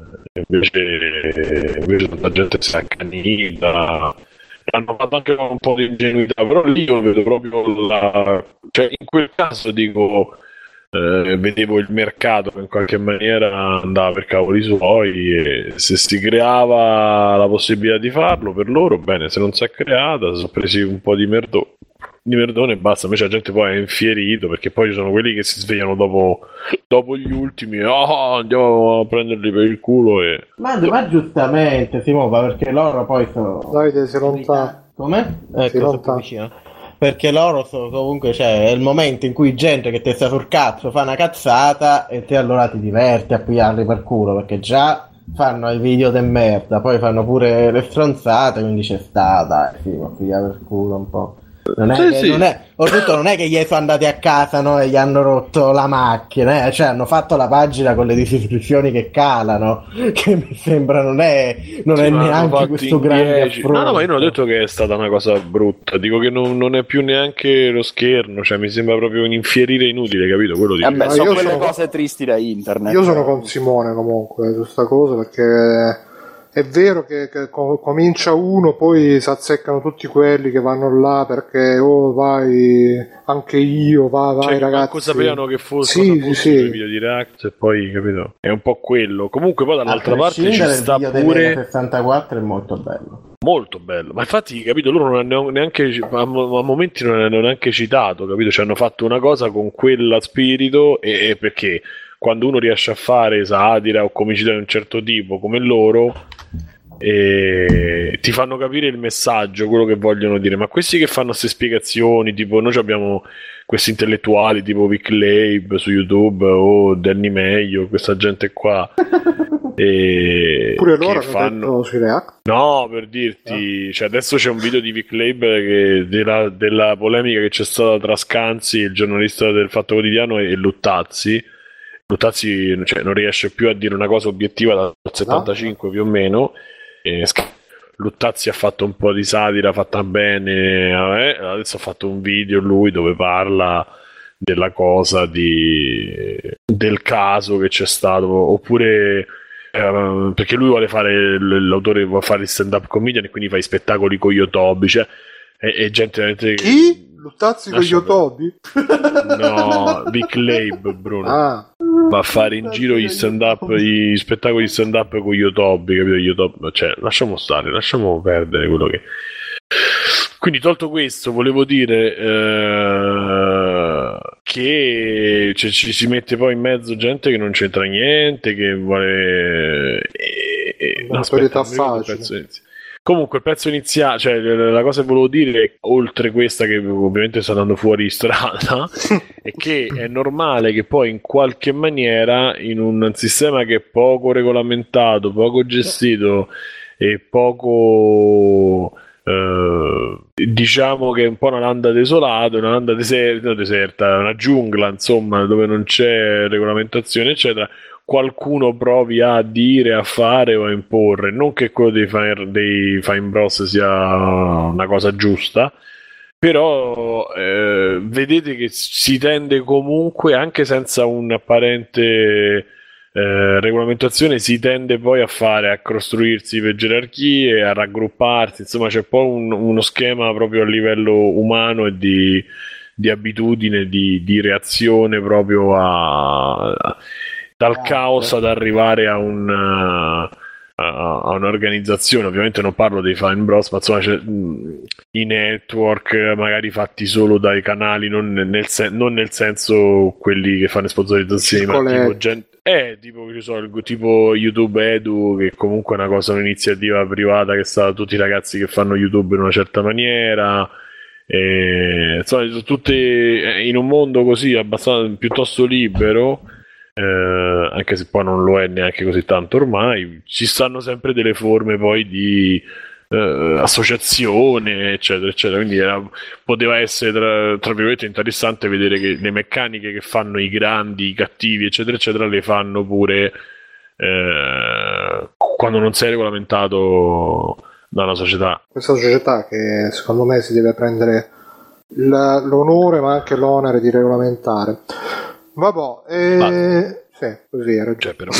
Invece, invece tutta la gente si è accanita, hanno fatto anche un po' di ingenuità, però lì io vedo proprio la... cioè in quel caso dico... Eh, vedevo il mercato che in qualche maniera andava per cavoli suoi e se si creava la possibilità di farlo per loro bene, se non si è creata si sono presi un po' di, merdo- di merdone e basta. Invece la gente poi è infierito perché poi ci sono quelli che si svegliano dopo, dopo gli ultimi, oh, andiamo a prenderli per il culo e... ma, ma giustamente si muova perché loro poi sono Davide si lontano. come? Ecco, Si sono più vicino. Perché loro sono comunque, cioè, è il momento in cui gente che ti sta sul cazzo fa una cazzata e te allora ti diverti a pigliarli per culo, perché già fanno i video de merda, poi fanno pure le stronzate, quindi c'è stata, dai, sì, ma pigliare per culo un po'. Non è, Sì, che, sì. non è, oltretutto non è che gli sono andati a casa, no, e gli hanno rotto la macchina, eh? Cioè hanno fatto la pagina con le disiscrizioni che calano, che mi sembra non è, non Sì, è ma hanno neanche fatto questo in grande dieci. affronto. No, no, ma io non ho detto che è stata una cosa brutta, dico che non, non è più neanche lo scherno, cioè mi sembra proprio un infierire inutile, capito? Quello di Eh beh, Ma sono io quelle sono- cose tristi da internet. Io sono con Simone comunque su sta cosa, perché è vero che, che co- comincia uno, poi si azzeccano tutti quelli che vanno là perché oh vai anche io, va, vai cioè, che ragazzi. manco sapevano che fosse Sì, cosa sì, fossero sì. i video di React e poi, capito? È un po' quello. Comunque poi dall'altra A parte ci prescindere, sta il video pure... dei sessantaquattro è molto bello. molto bello, ma infatti capito loro non hanno neanche a, a momenti non hanno neanche citato, capito, ci hanno fatto una cosa con quella spirito e, e perché quando uno riesce a fare satira o comicità di un certo tipo come loro e ti fanno capire il messaggio, quello che vogliono dire. Ma questi che fanno queste spiegazioni, tipo noi abbiamo questi intellettuali tipo Vic Leib su YouTube o Danny Meglio, questa gente qua e pure loro che fanno sui React. No, per dirti, no. Cioè adesso c'è un video di Vic Leib che della, della polemica che c'è stata tra Scanzi, il giornalista del Fatto Quotidiano, e Luttazzi. Luttazzi cioè, non riesce più a dire una cosa obiettiva dal settantacinque no. più o meno. E Luttazzi ha fatto un po' di satira fatta bene, eh? Adesso ha fatto un video lui dove parla della cosa di del caso che c'è stato, oppure eh, perché lui vuole fare l'autore vuole fare il stand up comedian e quindi fa i spettacoli con Yotobi, cioè e, e gente veramente chi? Luttazzi con Yotobi? No, Vic Leib, Bruno. Ah. Va a fare in giro gli stand up, gli spettacoli di stand up con Yotobi, capito? Yotobi, cioè, lasciamo stare, lasciamo perdere quello che. Quindi, tolto questo, volevo dire eh, che cioè, ci si mette poi in mezzo gente che non c'entra niente, che vuole. Eh, una notorietà facile. Comunque il pezzo iniziale, cioè la cosa che volevo dire, oltre questa che ovviamente sta andando fuori strada, è che è normale che poi in qualche maniera in un sistema che è poco regolamentato, poco gestito e poco eh, diciamo che è un po' una landa desolata, una landa deserta, deserta, una giungla insomma dove non c'è regolamentazione eccetera, qualcuno provi a dire, a fare o a imporre. Non che quello dei Fine, dei Fine Bros sia una cosa giusta, però eh, vedete che si tende comunque, anche senza un'apparente eh, regolamentazione, si tende poi a fare, a costruirsi per gerarchie, a raggrupparsi, insomma c'è poi un, uno schema proprio a livello umano e di, di abitudine, di, di reazione proprio a... a dal caos ad arrivare a, un, uh, a un'organizzazione. Ovviamente non parlo dei Fine Bros, ma insomma c'è, mh, i network magari fatti solo dai canali, non nel, sen- non nel senso quelli che fanno sponsorizzazioni, ma tipo, gen- eh, tipo, ci sono, tipo YouTube Edu, che comunque è una cosa, un'iniziativa privata che sta tutti i ragazzi che fanno YouTube in una certa maniera. E, insomma, tutte in un mondo così abbastanza piuttosto libero. Eh, anche se poi non lo è neanche così tanto ormai, ci stanno sempre delle forme poi di eh, associazione eccetera eccetera, quindi era, poteva essere tra, tra virgolette interessante vedere che le meccaniche che fanno i grandi, i cattivi eccetera eccetera le fanno pure eh, quando non sei regolamentato da una società. Questa società che secondo me si deve prendere l- l'onore ma anche l'onere di regolamentare. Vabbè, eh... sì, così era. Cioè, però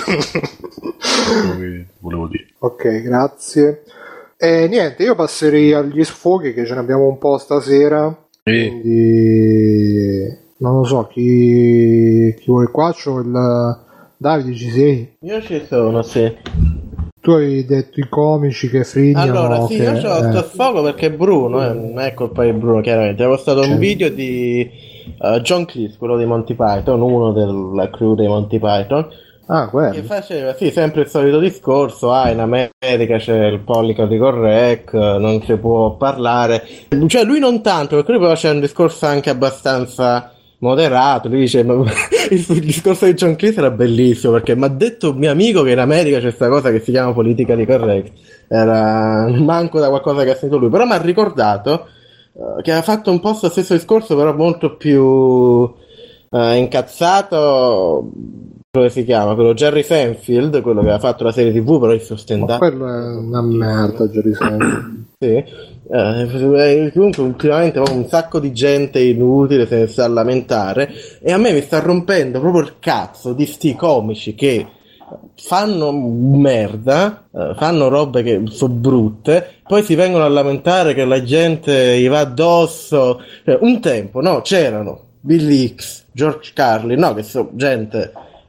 volevo dire. Ok, grazie. E niente, io passerei agli sfoghi che ce ne abbiamo un po' stasera. E... Quindi non lo so chi chi vuole qua. C'ho il Davide, ci sei? Io ci sono, sì. Tu hai detto i comici che frignano. Allora, sì, che, io c'ho sto eh. sfogo perché Bruno, eh, non è colpa di Bruno, chiaramente. Avevo stato un video di Uh, John Cleese, quello di Monty Python, uno della crew dei Monty Python, ah, che faceva sì, sempre il solito discorso: ah, in America c'è il politically correct, non si può parlare, cioè lui non tanto, perché lui poi c'è un discorso anche abbastanza moderato. Lui dice, ma il discorso di John Cleese era bellissimo perché mi ha detto un mio amico che in America c'è questa cosa che si chiama politically correct, era manco da qualcosa che ha sentito lui, però mi ha ricordato che ha fatto un po' lo stesso discorso però molto più uh, incazzato, come si chiama, quello Jerry Seinfeld, quello che ha fatto la serie tv, però il suo stand-up, ma quello è una merda, Jerry Seinfeld. sì. Eh, comunque ultimamente un sacco di gente inutile se ne sta a lamentare e a me mi sta rompendo proprio il cazzo di sti comici che fanno merda, eh, fanno robe che sono brutte, poi si vengono a lamentare che la gente gli va addosso. Cioè, un tempo, no, c'erano Bill Hicks, George Carlin, no, che sono gente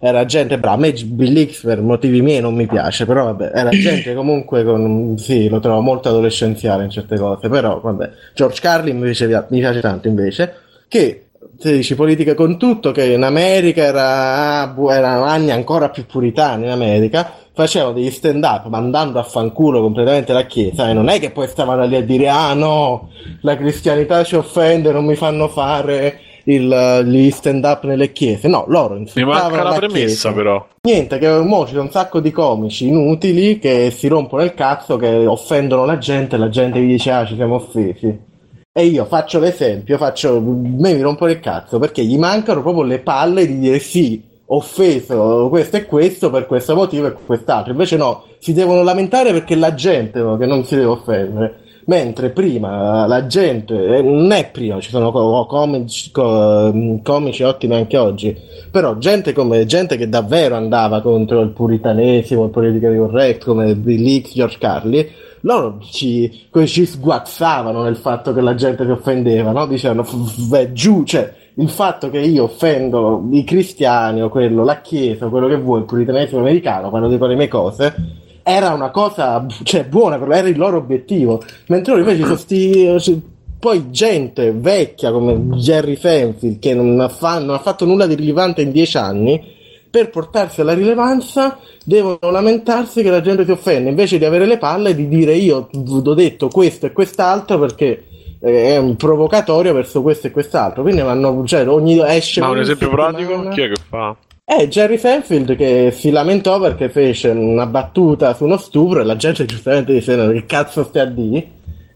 era gente brava. A me Bill X per motivi miei non mi piace, però vabbè, era gente comunque con, sì, lo trovo molto adolescenziale in certe cose, però vabbè. George Carlin invece mi piace tanto invece, che se dici politica con tutto, che in America era, erano anni ancora più puritani in America, facevano degli stand up mandando a fanculo completamente la chiesa, e non è che poi stavano lì a dire ah no, la cristianità ci offende, non mi fanno fare il, gli stand up nelle chiese. No, loro insultavano mi manca la, la premessa chiesa. Però Niente, che mo ci sono un sacco di comici inutili che si rompono il cazzo, che offendono la gente, e la gente vi dice ah ci siamo offesi. E io faccio l'esempio, faccio, me mi rompo il cazzo perché gli mancano proprio le palle di dire sì, offeso questo e questo per questo motivo e quest'altro. Invece no, si devono lamentare perché la gente no, che non si deve offendere. Mentre prima la gente, eh, non è prima, ci sono comici, comici ottimi anche oggi, però gente come gente che davvero andava contro il puritanesimo, il politically correct, come Bill X, George Carlin, loro ci, ci sguazzavano nel fatto che la gente si offendeva, no? Dicevano beh, giù, cioè il fatto che io offendo i cristiani o quello, la chiesa, quello che vuoi, il puritanesimo americano, quando dico le mie cose, era una cosa, cioè, buona, era il loro obiettivo, mentre loro invece sono sti, poi gente vecchia come Jerry Seinfeld che non ha, fa, non ha fatto nulla di rilevante in dieci anni, per portarsi alla rilevanza devono lamentarsi che la gente si offende, invece di avere le palle di dire io ho detto questo e quest'altro perché è un provocatorio verso questo e quest'altro. Quindi vanno, cioè, ogni esce. Ma un esempio settimana... pratico? Chi è che fa? Eh, Jerry Seinfeld che si lamentò perché fece una battuta su uno stupro e la gente giustamente disse che cazzo stai a dire?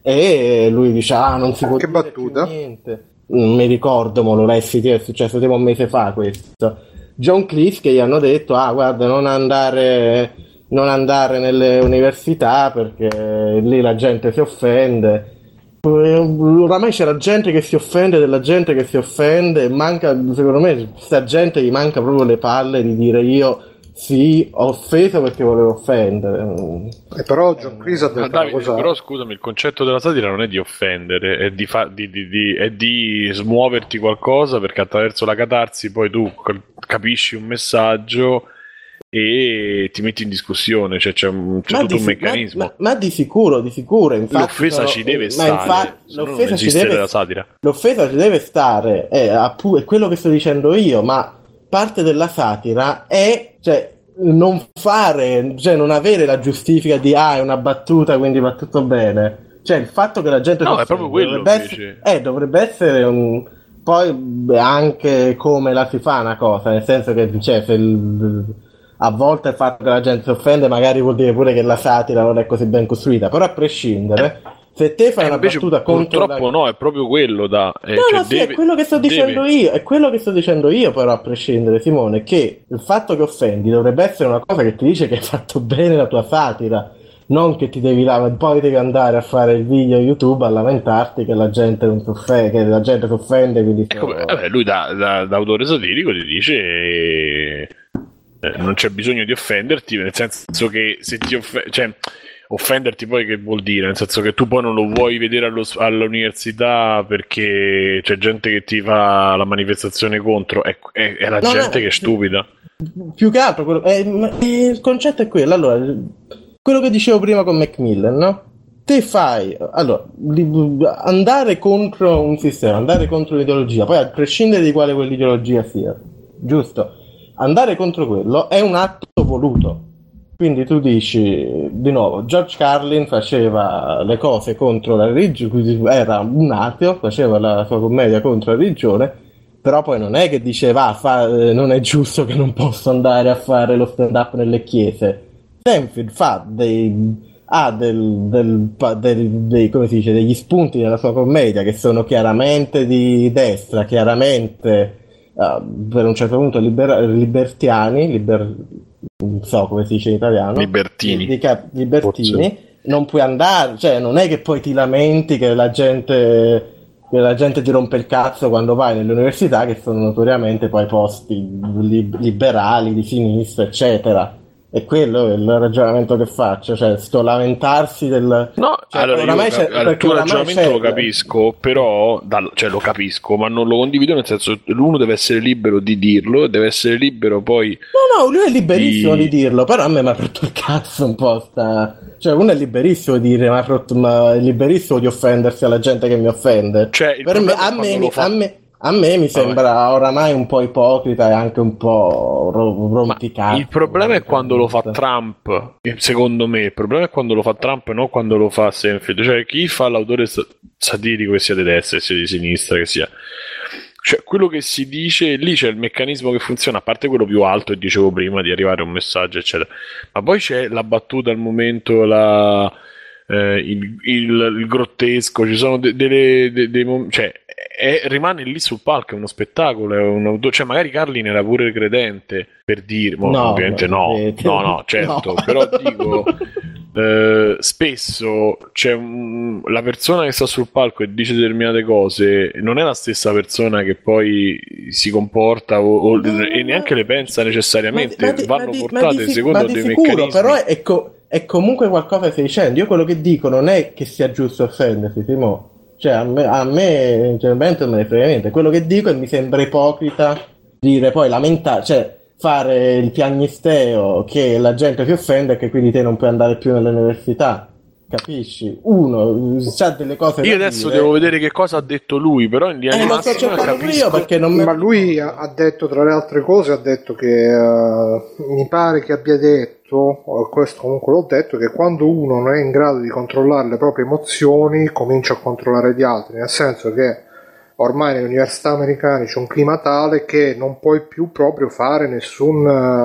E lui dice ah non si può che dire battuta? più niente. Non mi ricordo, ma lo lessi, è successo tipo un mese fa questo. John Cleese che gli hanno detto ah guarda non andare non andare nelle università perché lì la gente si offende. Oramai c'era gente che si offende della gente che si offende e manca, secondo me sta gente gli manca proprio le palle di dire io sì ho offeso perché volevo offendere. E però John Cleese ha detto ah, Davide, una cosa... però scusami, il concetto della satira non è di offendere, è di, fa- di, di, di, è di smuoverti qualcosa perché attraverso la catarsi poi tu capisci un messaggio e ti metti in discussione, cioè c'è, un, c'è tutto un meccanismo. Ma, ma, ma di sicuro, di sicuro. Infatti, l'offesa sono, ci deve ma stare, infatti, l'offesa ci deve, la satira. L'offesa ci deve stare, è, è quello che sto dicendo io, ma parte della satira è, cioè, non fare, cioè non avere la giustifica di ah è una battuta quindi va tutto bene. Cioè il fatto che la gente no, è proprio quello dovrebbe essere, eh, dovrebbe essere un... Poi anche come la si fa una cosa, nel senso che cioè, se il... a volte il fatto che la gente si offende magari vuol dire pure che la satira non è così ben costruita, però a prescindere se te fai eh, una battuta contro purtroppo la... no, è proprio quello da eh, no cioè no sì deve, è quello che sto dicendo deve... io è quello che sto dicendo io però a prescindere Simone, che il fatto che offendi dovrebbe essere una cosa che ti dice che hai fatto bene la tua satira, non che ti devi lav- poi devi andare a fare il video YouTube a lamentarti che la gente non si offende, che la gente si offende quindi ecco, beh, vabbè, lui da, da, da autore satirico ti dice eh, non c'è bisogno di offenderti, nel senso che se ti offendi, cioè offenderti poi che vuol dire? Nel senso che tu poi non lo vuoi vedere allo, all'università perché c'è gente che ti fa la manifestazione contro, è, è, è la no, gente no, che è stupida. Più che altro quello, è, il concetto è quello, allora quello che dicevo prima con Macmillan, no? Te fai, allora, andare contro un sistema, andare contro un'ideologia, poi a prescindere di quale quell'ideologia sia, giusto? Andare contro quello è un atto voluto. Quindi tu dici, di nuovo, George Carlin faceva le cose contro la religione, era un ateo, faceva la sua commedia contro la religione, però poi non è che diceva, fa, eh, non è giusto che non posso andare a fare lo stand-up nelle chiese. Seinfeld fa dei, ha del, del, del, dei, come si dice, degli spunti nella sua commedia che sono chiaramente di destra, chiaramente uh, per un certo punto liber, libertiani, liber, non so come si dice in italiano, libertini, di, di, libertini. Non puoi andare, cioè non è che poi ti lamenti che la gente che la gente ti rompe il cazzo quando vai nelle università che sono notoriamente poi posti li, liberali, di sinistra, eccetera. è quello il ragionamento che faccio, cioè sto lamentarsi del... No, cioè, allora, io, oramai c'è, allora, il tuo oramai ragionamento c'è- lo capisco, però dal- cioè, lo capisco, ma non lo condivido, nel senso l'uno deve essere libero di dirlo e deve essere libero poi No, no, lui è liberissimo di- di dirlo, però a me mi ha rotto il cazzo un po' sta... Cioè, uno è liberissimo di dire, ma, ha rotto- ma è liberissimo di offendersi alla gente che mi offende. Cioè, il Per me, problema è a, quando me, lo mi- fa- a, me, a me mi sembra oramai un po' ipocrita e anche un po' ro- rompicato. il problema è quando lo fa Trump, e secondo me il problema è quando lo fa Trump e non quando lo fa Seinfeld, cioè chi fa l'autore sa- satirico, che sia di destra che sia di sinistra, che sia, cioè quello che si dice lì, c'è il meccanismo che funziona, a parte quello più alto che dicevo prima di arrivare a un messaggio eccetera, ma poi c'è la battuta al momento, la eh, il, il- il grottesco, ci sono de- delle de- dei mom- cioè è- rimane lì sul palco, è uno spettacolo, è un auto- cioè magari Carlin era pure credente, per dire, mo, No, ovviamente no, eh, no, no, certo, no. però dico eh, spesso c'è un- la persona che sta sul palco e dice determinate cose non è la stessa persona che poi si comporta o, o- e neanche le pensa necessariamente, Ma di- ma vanno di- ma portate di sic- secondo ma di dei sicuro, meccanismi. però è, co- è comunque qualcosa che stai dicendo. Io quello che dico non è che sia giusto offendersi, Timo. Cioè, a me, a me generalmente non me ne frega niente. Quello che dico è che mi sembra ipocrita dire poi lamentare, cioè fare il piagnisteo che la gente si offende e che quindi te non puoi andare più nell'università. Capisci? Uno c'ha delle cose Io da adesso dire. devo vedere che cosa ha detto lui, però in linea Eh, di lo sto massima cercando pure io capisco. perché non me... Ma lui ha ha detto, tra le altre cose, ha detto che eh, mi pare che abbia detto, o questo comunque l'ho detto, che quando uno non è in grado di controllare le proprie emozioni comincia a controllare gli altri, nel senso che ormai nelle università americane c'è un clima tale che non puoi più proprio fare nessun,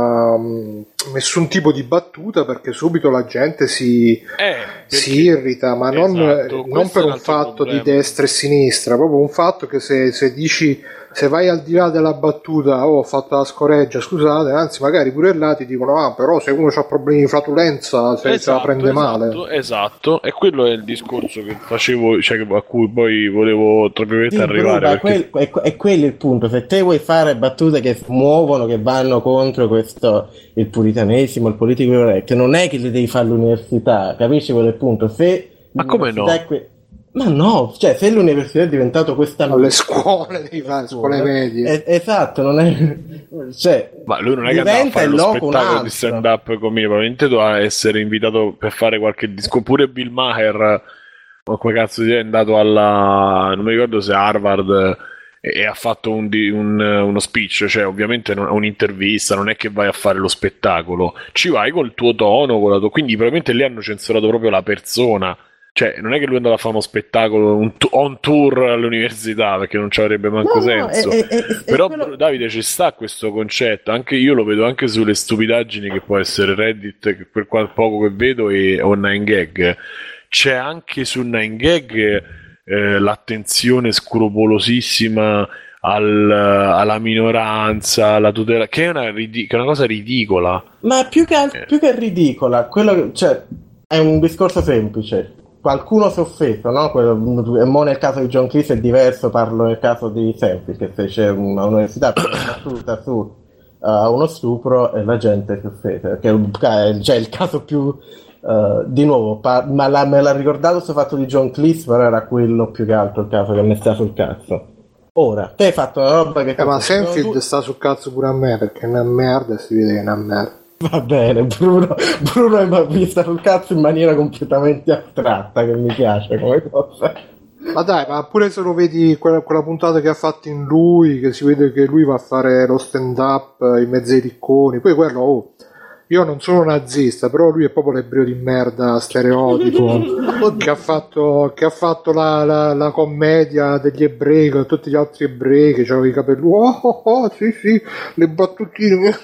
ehm, nessun tipo di battuta perché subito la gente si, Eh, perché- si irrita, ma non, Esatto, non questo per è un un altro fatto problema. di destra e sinistra, proprio un fatto che se, se dici, se vai al di là della battuta, oh, ho fatto la scoreggia, scusate, anzi magari pure là ti dicono, ah però se uno ha problemi di flatulenza se, se la prende male. esatto, esatto, e quello è il discorso che facevo, cioè che- a cui poi volevo tra virgolette Sì, arrivare, Bruno, perché quel- è, è quello il punto. Se te vuoi fare battute che muovono, che vanno contro questo, il puritanesimo, il politico corretto, non è che le devi fare all'università, capisci quello è il punto? Se Ma come no? l'università è que- Ma no, cioè se l'università è diventato questa Alle scuole devi fare, scuole medie. Eh, esatto, non è... Cioè, ma lui non è che andava a diventa fare il lo loco un spettacolo altro. di stand up come me, probabilmente doveva essere invitato per fare qualche disco, pure Bill Maher o come cazzo si è andato alla, non mi ricordo se Harvard, e, e ha fatto un, di- un- uno speech, cioè ovviamente non è un'intervista, non è che vai a fare lo spettacolo, ci vai col tuo tono, con la tua, quindi probabilmente lì hanno censurato proprio la persona. Cioè, non è che lui è andato a fare uno spettacolo un tu- on tour all'università, perché non ci avrebbe manco No, no, senso. è- è- è- è Però, quello- Davide, ci sta questo concetto. Anche io lo vedo anche sulle stupidaggini che può essere Reddit, che per quel poco che vedo, e, o nine gag. C'è anche su nine gag eh, l'attenzione scrupolosissima al- alla minoranza, alla tutela, che è una, ridi- che è una cosa ridicola. Ma più che, al- Eh. più che ridicola, quello che- cioè, è un discorso semplice. Qualcuno si è offeso, no? Quello- e mo nel caso di John Cleese è diverso, parlo nel caso di Seinfeld, che fece una università per una battuta su uh, uno stupro e la gente si offese. Che è un ca- cioè, il caso più... uh, di nuovo, pa- ma la- me l'ha ricordato questo fatto di John Cleese, però era quello più che altro il caso che mi sta sul cazzo. Ora, te hai fatto una roba che... Eh, ma Seinfeld sta sul cazzo pure a me perché è una merda e si vede che è una merda. Va bene, Bruno, Bruno mi sta sul cazzo in maniera completamente astratta, che mi piace come cosa. Ma dai, ma pure se lo vedi quella, quella puntata che ha fatto in lui, che si vede che lui va a fare lo stand up in mezzo ai ricconi, poi quello, oh, io non sono nazista, però lui è proprio l'ebreo di merda stereotipo che ha fatto, che ha fatto la, la, la commedia degli ebrei con tutti gli altri ebrei che avevano i capelli, oh, oh, oh sì sì, le battutine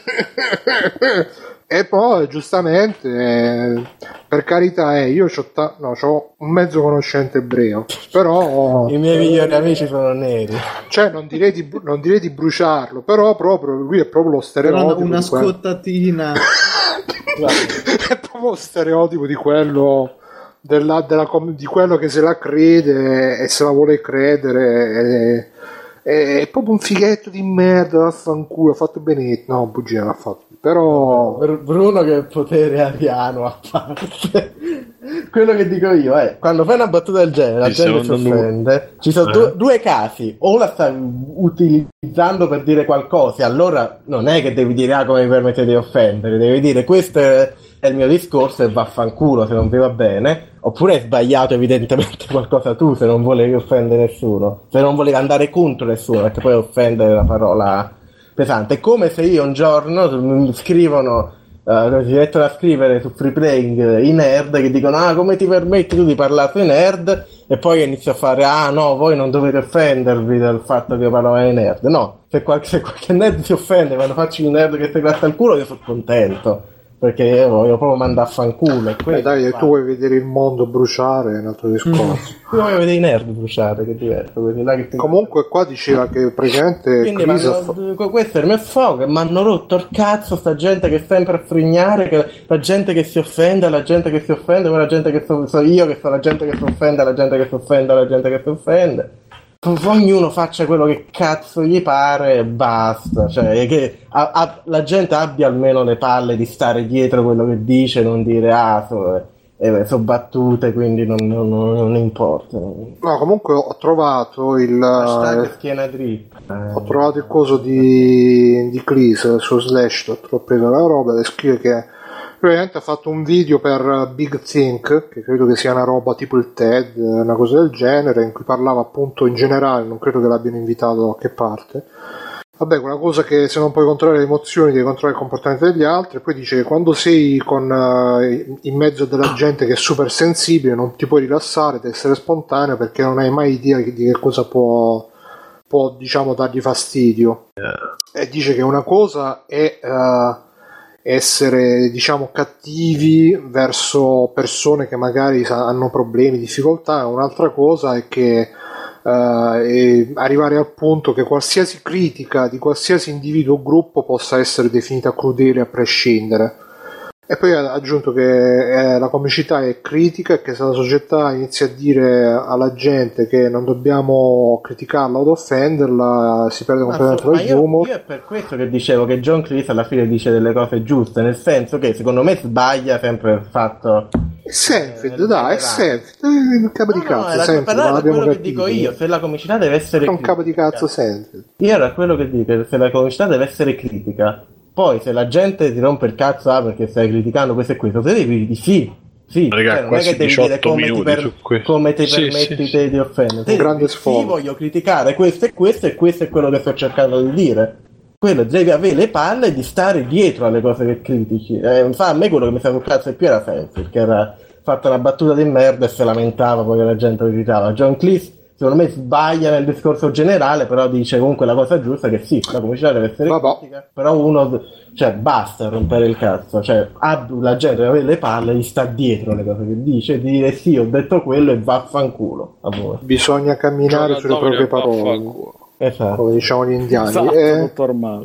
e poi giustamente eh, per carità eh, io c'ho, ta- no, c'ho un mezzo conoscente ebreo, però I miei migliori amici sono neri. cioè non direi di, bru- non direi di bruciarlo, però proprio lui è proprio lo Però stereotipo una di quello. scottatina. È proprio lo stereotipo di quello della, della com- di quello che se la crede e se la vuole credere è proprio un fighetto di merda, vaffanculo, ha fatto benissimo. No, bugia l'ha fatto. Però Bruno che potere ariano a parte. Quello che dico io è quando fai una battuta del genere la Sì, gente si secondo me- offende. Ci sono Eh. due, due casi: o la stai utilizzando per dire qualcosa, allora non è che devi dire ah come mi permettete di offendere, devi dire questo è è il mio discorso e vaffanculo se non vi va bene, oppure hai sbagliato evidentemente qualcosa tu se non volevi offendere nessuno, se non volevi andare contro nessuno, perché poi offendere è una parola pesante. È come se io un giorno mi scrivono, uh, si mettono a scrivere su Free Playing i nerd che dicono ah come ti permetti tu di parlare sui nerd, e poi inizio a fare ah no voi non dovete offendervi del fatto che io parlo ai nerd. No, se qualche, se qualche nerd si offende quando faccio il nerd che si gratta il culo io sono contento, perché io voglio proprio mandare a fanculo. eh, dai, tu vuoi vedere il mondo bruciare, è un altro discorso. Io voglio vedere i nerd bruciare, che è diverso. Quelli là che ti- Comunque qua diceva che praticamente Quindi Chris ha m'hanno- fa- questo è il mio sfogo, che mi hanno rotto il cazzo sta gente che è sempre a frignare, che la gente che si offende, la gente che si offende, poi la gente che so, so io che sono la gente che si offende, la gente che si offende, la gente che si offende. Ognuno faccia quello che cazzo gli pare e basta, cioè che a- a- la gente abbia almeno le palle di stare dietro quello che dice, non dire ah so, eh, so battute quindi non, non, non, non importa. no, comunque ho trovato il Hashtag schiena dritta. Eh, ho trovato il coso di, di Chris su Slashdot, ho preso la roba e scrive che praticamente ha fatto un video per Big Think, che credo che sia una roba tipo il TED, una cosa del genere, in cui parlava appunto in generale, non credo che l'abbiano invitato da qualche parte. Vabbè, quella cosa che se non puoi controllare le emozioni devi controllare il comportamento degli altri. Poi dice che quando sei con, uh, in mezzo della gente che è super sensibile non ti puoi rilassare, devi essere spontaneo perché non hai mai idea di che cosa può, può diciamo dargli fastidio. Yeah. E dice che una cosa è uh, essere diciamo cattivi verso persone che magari hanno problemi, difficoltà, un'altra cosa è che uh, è arrivare al punto che qualsiasi critica di qualsiasi individuo o gruppo possa essere definita crudele a prescindere. E poi ha aggiunto che eh, la comicità è critica e che se la società inizia a dire alla gente che non dobbiamo criticarla o offenderla si perde completamente lo io, humor. Io è per questo che dicevo che John Cleese alla fine dice delle cose giuste, nel senso che secondo me sbaglia sempre il fatto è Seinfeld, eh, dai, è Seinfeld, un capo di cazzo, no, no, Seinfeld, però non era abbiamo quello che capito. dico io, se la comicità deve essere è un capo di cazzo Seinfeld. Io era quello che dico, se la comicità deve essere critica. Poi se la gente ti rompe il cazzo ah, perché stai criticando questo e questo, te devi dire sì, sì, Raga, cioè, non è che devi dire come ti, per, come ti sì, permetti sì, te sì. di offendere. Te Un grande devi, sfogo. sì, voglio criticare questo e questo e questo è quello che sto cercando di dire. Quello devi avere le palle di stare dietro alle cose che critici. Eh, fa, a me quello che mi fa sul cazzo di più era Seinfeld, che era fatta una battuta di merda e si lamentava poi che la gente lo gritava. John Cleese secondo me sbaglia nel discorso generale, però dice comunque la cosa giusta che sì, la comicità deve essere Vabbè. critica, però uno cioè basta rompere il cazzo, cioè la gente deve avere le palle di sta dietro le cose che dice, di dire sì ho detto quello e vaffanculo a voi. Bisogna camminare sulle proprie parole, esatto. come diciamo gli indiani. Esatto, eh, dottor Male.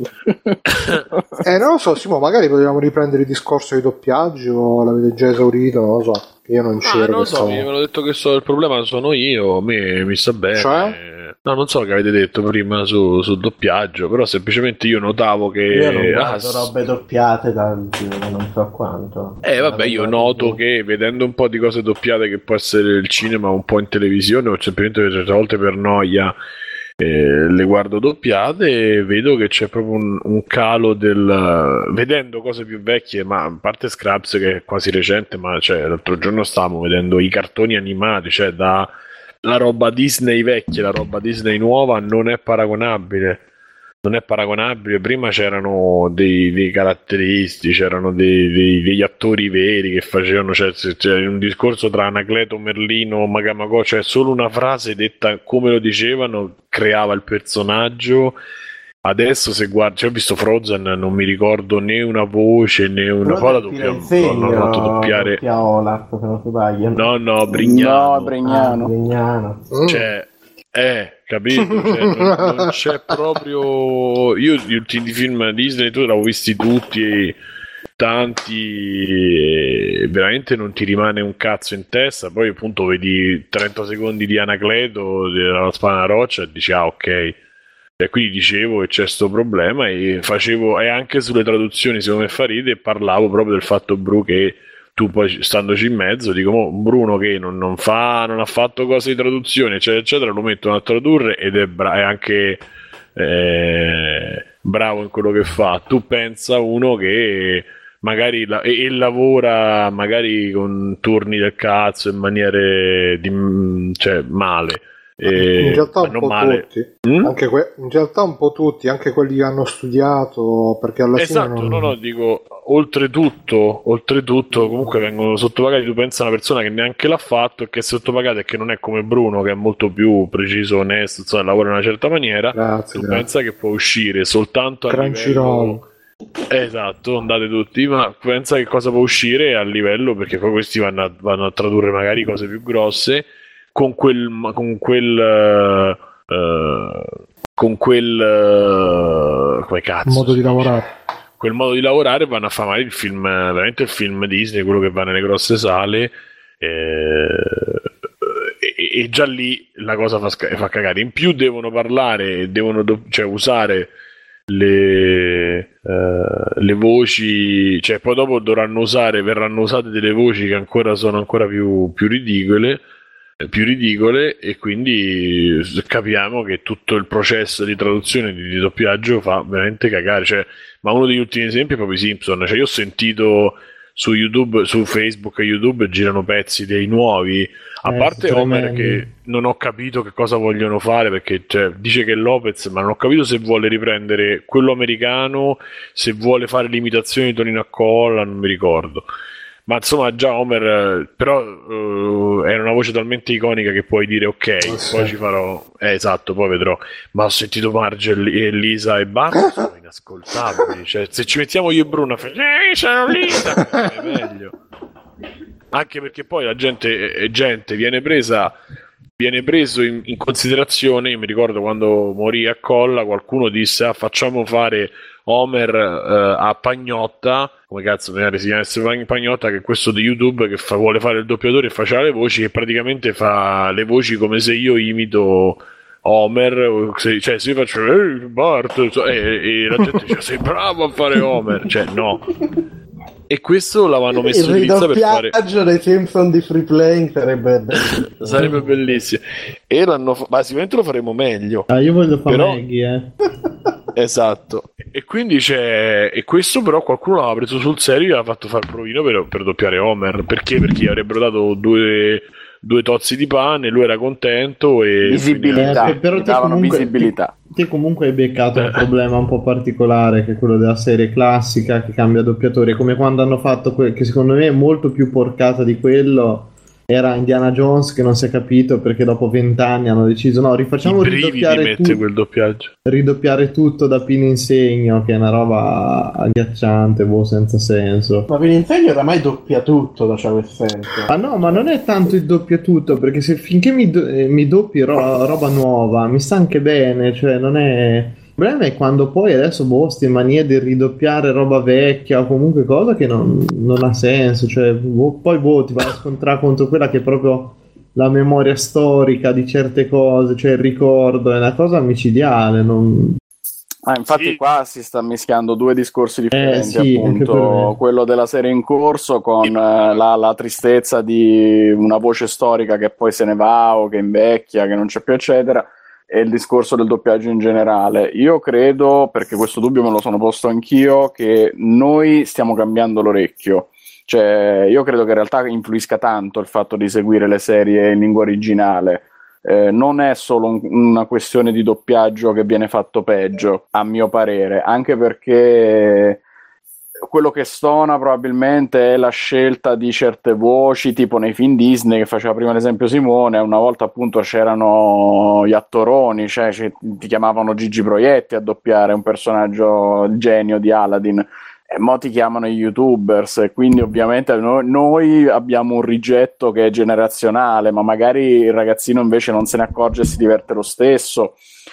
eh, non lo so, Simo, magari potevamo riprendere il discorso di doppiaggio o l'avete già esaurito, non lo so. Io non c'ero. Ah, non lo so, stavo... mi avevano detto che so, il problema sono io, a me mi sta bene. Cioè? No, non so che avete detto prima su, su doppiaggio, però semplicemente io notavo che... Io non guardo ah, robe doppiate da non so quanto. Eh vabbè, io noto che vedendo un po' di cose doppiate che può essere il cinema, un po' in televisione o semplicemente certe volte per noia eh, le guardo doppiate e vedo che c'è proprio un, un calo del... vedendo cose più vecchie, ma a parte Scraps che è quasi recente, ma cioè l'altro giorno stavamo vedendo i cartoni animati, cioè da la roba Disney vecchia, la roba Disney nuova non è paragonabile. Non è paragonabile. Prima c'erano dei, dei caratteristi, c'erano dei, dei, degli attori veri che facevano, cioè, c'è un discorso tra Anacleto, Merlino, Magamagò, cioè solo una frase detta come lo dicevano creava il personaggio. Adesso se guardi, cioè, ho visto Frozen, non mi ricordo né una voce né una poi la doppiamo, non ho fatto doppiare Olaf, se non sbaglio. no no Brignano no Brignano, ah, Brignano. Mm. cioè eh capito, cioè, non, non c'è proprio io gli ultimi film Disney tu l'avevo visti tutti tanti e veramente non ti rimane un cazzo in testa. Poi appunto vedi trenta secondi di Anacleto della Spana Roccia e dici ah ok, E quindi dicevo che c'è sto problema e facevo, e anche sulle traduzioni, secondo me fa ride, parlavo proprio del fatto, Bru, che tu poi standoci in mezzo, dico, mo, Bruno che non, non fa, non ha fatto cose di traduzione, eccetera, eccetera, lo mettono a tradurre ed è, bra- è anche eh, bravo in quello che fa. Tu pensa uno che magari la- e, e lavora magari con turni del cazzo in maniere di, cioè male. In realtà ma un non po' male. tutti, Mm? anche que- in realtà un po' tutti, anche quelli che hanno studiato, perché alla Esatto, fine no, non... no, dico, oltretutto, oltretutto, comunque vengono sottopagati. Tu pensa a una persona che neanche l'ha fatto e che è sottopagata e che non è come Bruno, che è molto più preciso, onesto, insomma, lavora in una certa maniera. Grazie, Tu grazie. pensa che può uscire soltanto a Crunchyroll. livello... Esatto, andate tutti, ma pensa che cosa può uscire a livello, perché poi questi vanno a, vanno a tradurre magari cose più grosse con quel con quel eh, eh, con quel eh, come cazzo modo si di dice? lavorare. Quel modo di lavorare, vanno a fare magari il film, veramente il film Disney, quello che va nelle grosse sale, eh, e, e già lì la cosa fa, sca- fa cagare. In più devono parlare, devono do- cioè usare le, eh, le voci, cioè poi dopo dovranno usare, verranno usate delle voci che ancora sono ancora più, più ridicole, eh, più ridicole, e quindi capiamo che tutto il processo di traduzione di, di doppiaggio fa veramente cagare. Cioè, ma uno degli ultimi esempi è proprio i Simpson. Cioè, io ho sentito su YouTube, su Facebook e YouTube girano pezzi dei nuovi. A Eh, parte sono Homer, tremendi. che non ho capito che cosa vogliono fare, perché cioè, dice che è Lopez, ma non ho capito se vuole riprendere quello americano, se vuole fare l'imitazione di Tonino Accolla, non mi ricordo. Ma insomma, già Homer, eh, però eh, era una voce talmente iconica che puoi dire ok, Oh, sì. poi ci farò. Eh, esatto, poi vedrò. Ma ho sentito Marge e Lisa e Bart, sono inascoltabili. Cioè, se ci mettiamo io e Bruno, fa, eh, sono Lisa, è meglio. Anche perché poi la gente, è gente viene presa, viene preso in, in considerazione. Io mi ricordo quando morì a Colla, qualcuno disse: ah, facciamo fare Homer eh, a Pagnotta, come cazzo magari si chiama Pagnotta, che è questo di YouTube che fa, vuole fare il doppiatore e faceva le voci, e praticamente fa le voci come se io imito Homer, o se, cioè se io faccio ehi Bart, so- e, e la gente dice sei bravo a fare Homer, cioè no. E questo l'avevano messo Il in lizza per fare. ridoppiaggio dei Simpson di Free Playing sarebbe bellissimo. Sarebbe bellissimo. E l'hanno fa- ma sicuramente lo faremo meglio. Ah, io voglio fare Però- Maggie, eh. Esatto. E quindi c'è. E questo però qualcuno l'aveva preso sul serio e gli ha fatto fare il provino per, per doppiare Homer. Perché? Perché gli avrebbero dato due, due tozzi di pane, lui era contento e. Visibilità, Eh, però gli te davano comunque- visibilità. Te comunque hai beccato un problema un po' particolare, che è quello della serie classica che cambia doppiatore, come quando hanno fatto que- che secondo me è molto più porcata di quello, era Indiana Jones, che non si è capito perché dopo vent'anni hanno deciso no, I rifacciamo brividi ridoppiare, mette tu- quel doppiaggio. ridoppiare tutto da Pino in Segno, che è una roba agghiacciante, boh, senza senso. Ma per insegno oramai doppia tutto da ciò che sento. Ah no, ma non è tanto il doppio tutto, perché se finché mi, do- eh, mi doppi ro- roba nuova, mi sta anche bene, cioè non è... Il problema è quando poi adesso boh, sti manie di ridoppiare roba vecchia o comunque cosa che non, non ha senso, cioè boh, poi boh, ti vai a scontrare contro quella che è proprio la memoria storica di certe cose, cioè il ricordo, è una cosa micidiale, non... Ah, infatti Sì. qua si sta mischiando due discorsi differenti, sì, anche per appunto me. quello della serie in corso con eh, la, la tristezza di una voce storica che poi se ne va o che invecchia, che non c'è più eccetera, e il discorso del doppiaggio in generale. Io credo, perché questo dubbio me lo sono posto anch'io, che noi stiamo cambiando l'orecchio. Cioè, io credo che in realtà influisca tanto il fatto di seguire le serie in lingua originale. Eh, non è solo un- una questione di doppiaggio che viene fatto peggio, a mio parere, anche perché quello che stona probabilmente è la scelta di certe voci, tipo nei film Disney, che faceva prima l'esempio Simone, una volta appunto c'erano gli attoroni, cioè ci- ti chiamavano Gigi Proietti a doppiare un personaggio genio di Aladdin, e mo ti chiamano i youtubers, e quindi ovviamente no- noi abbiamo un rigetto che è generazionale, ma magari il ragazzino invece non se ne accorge e si diverte lo stesso.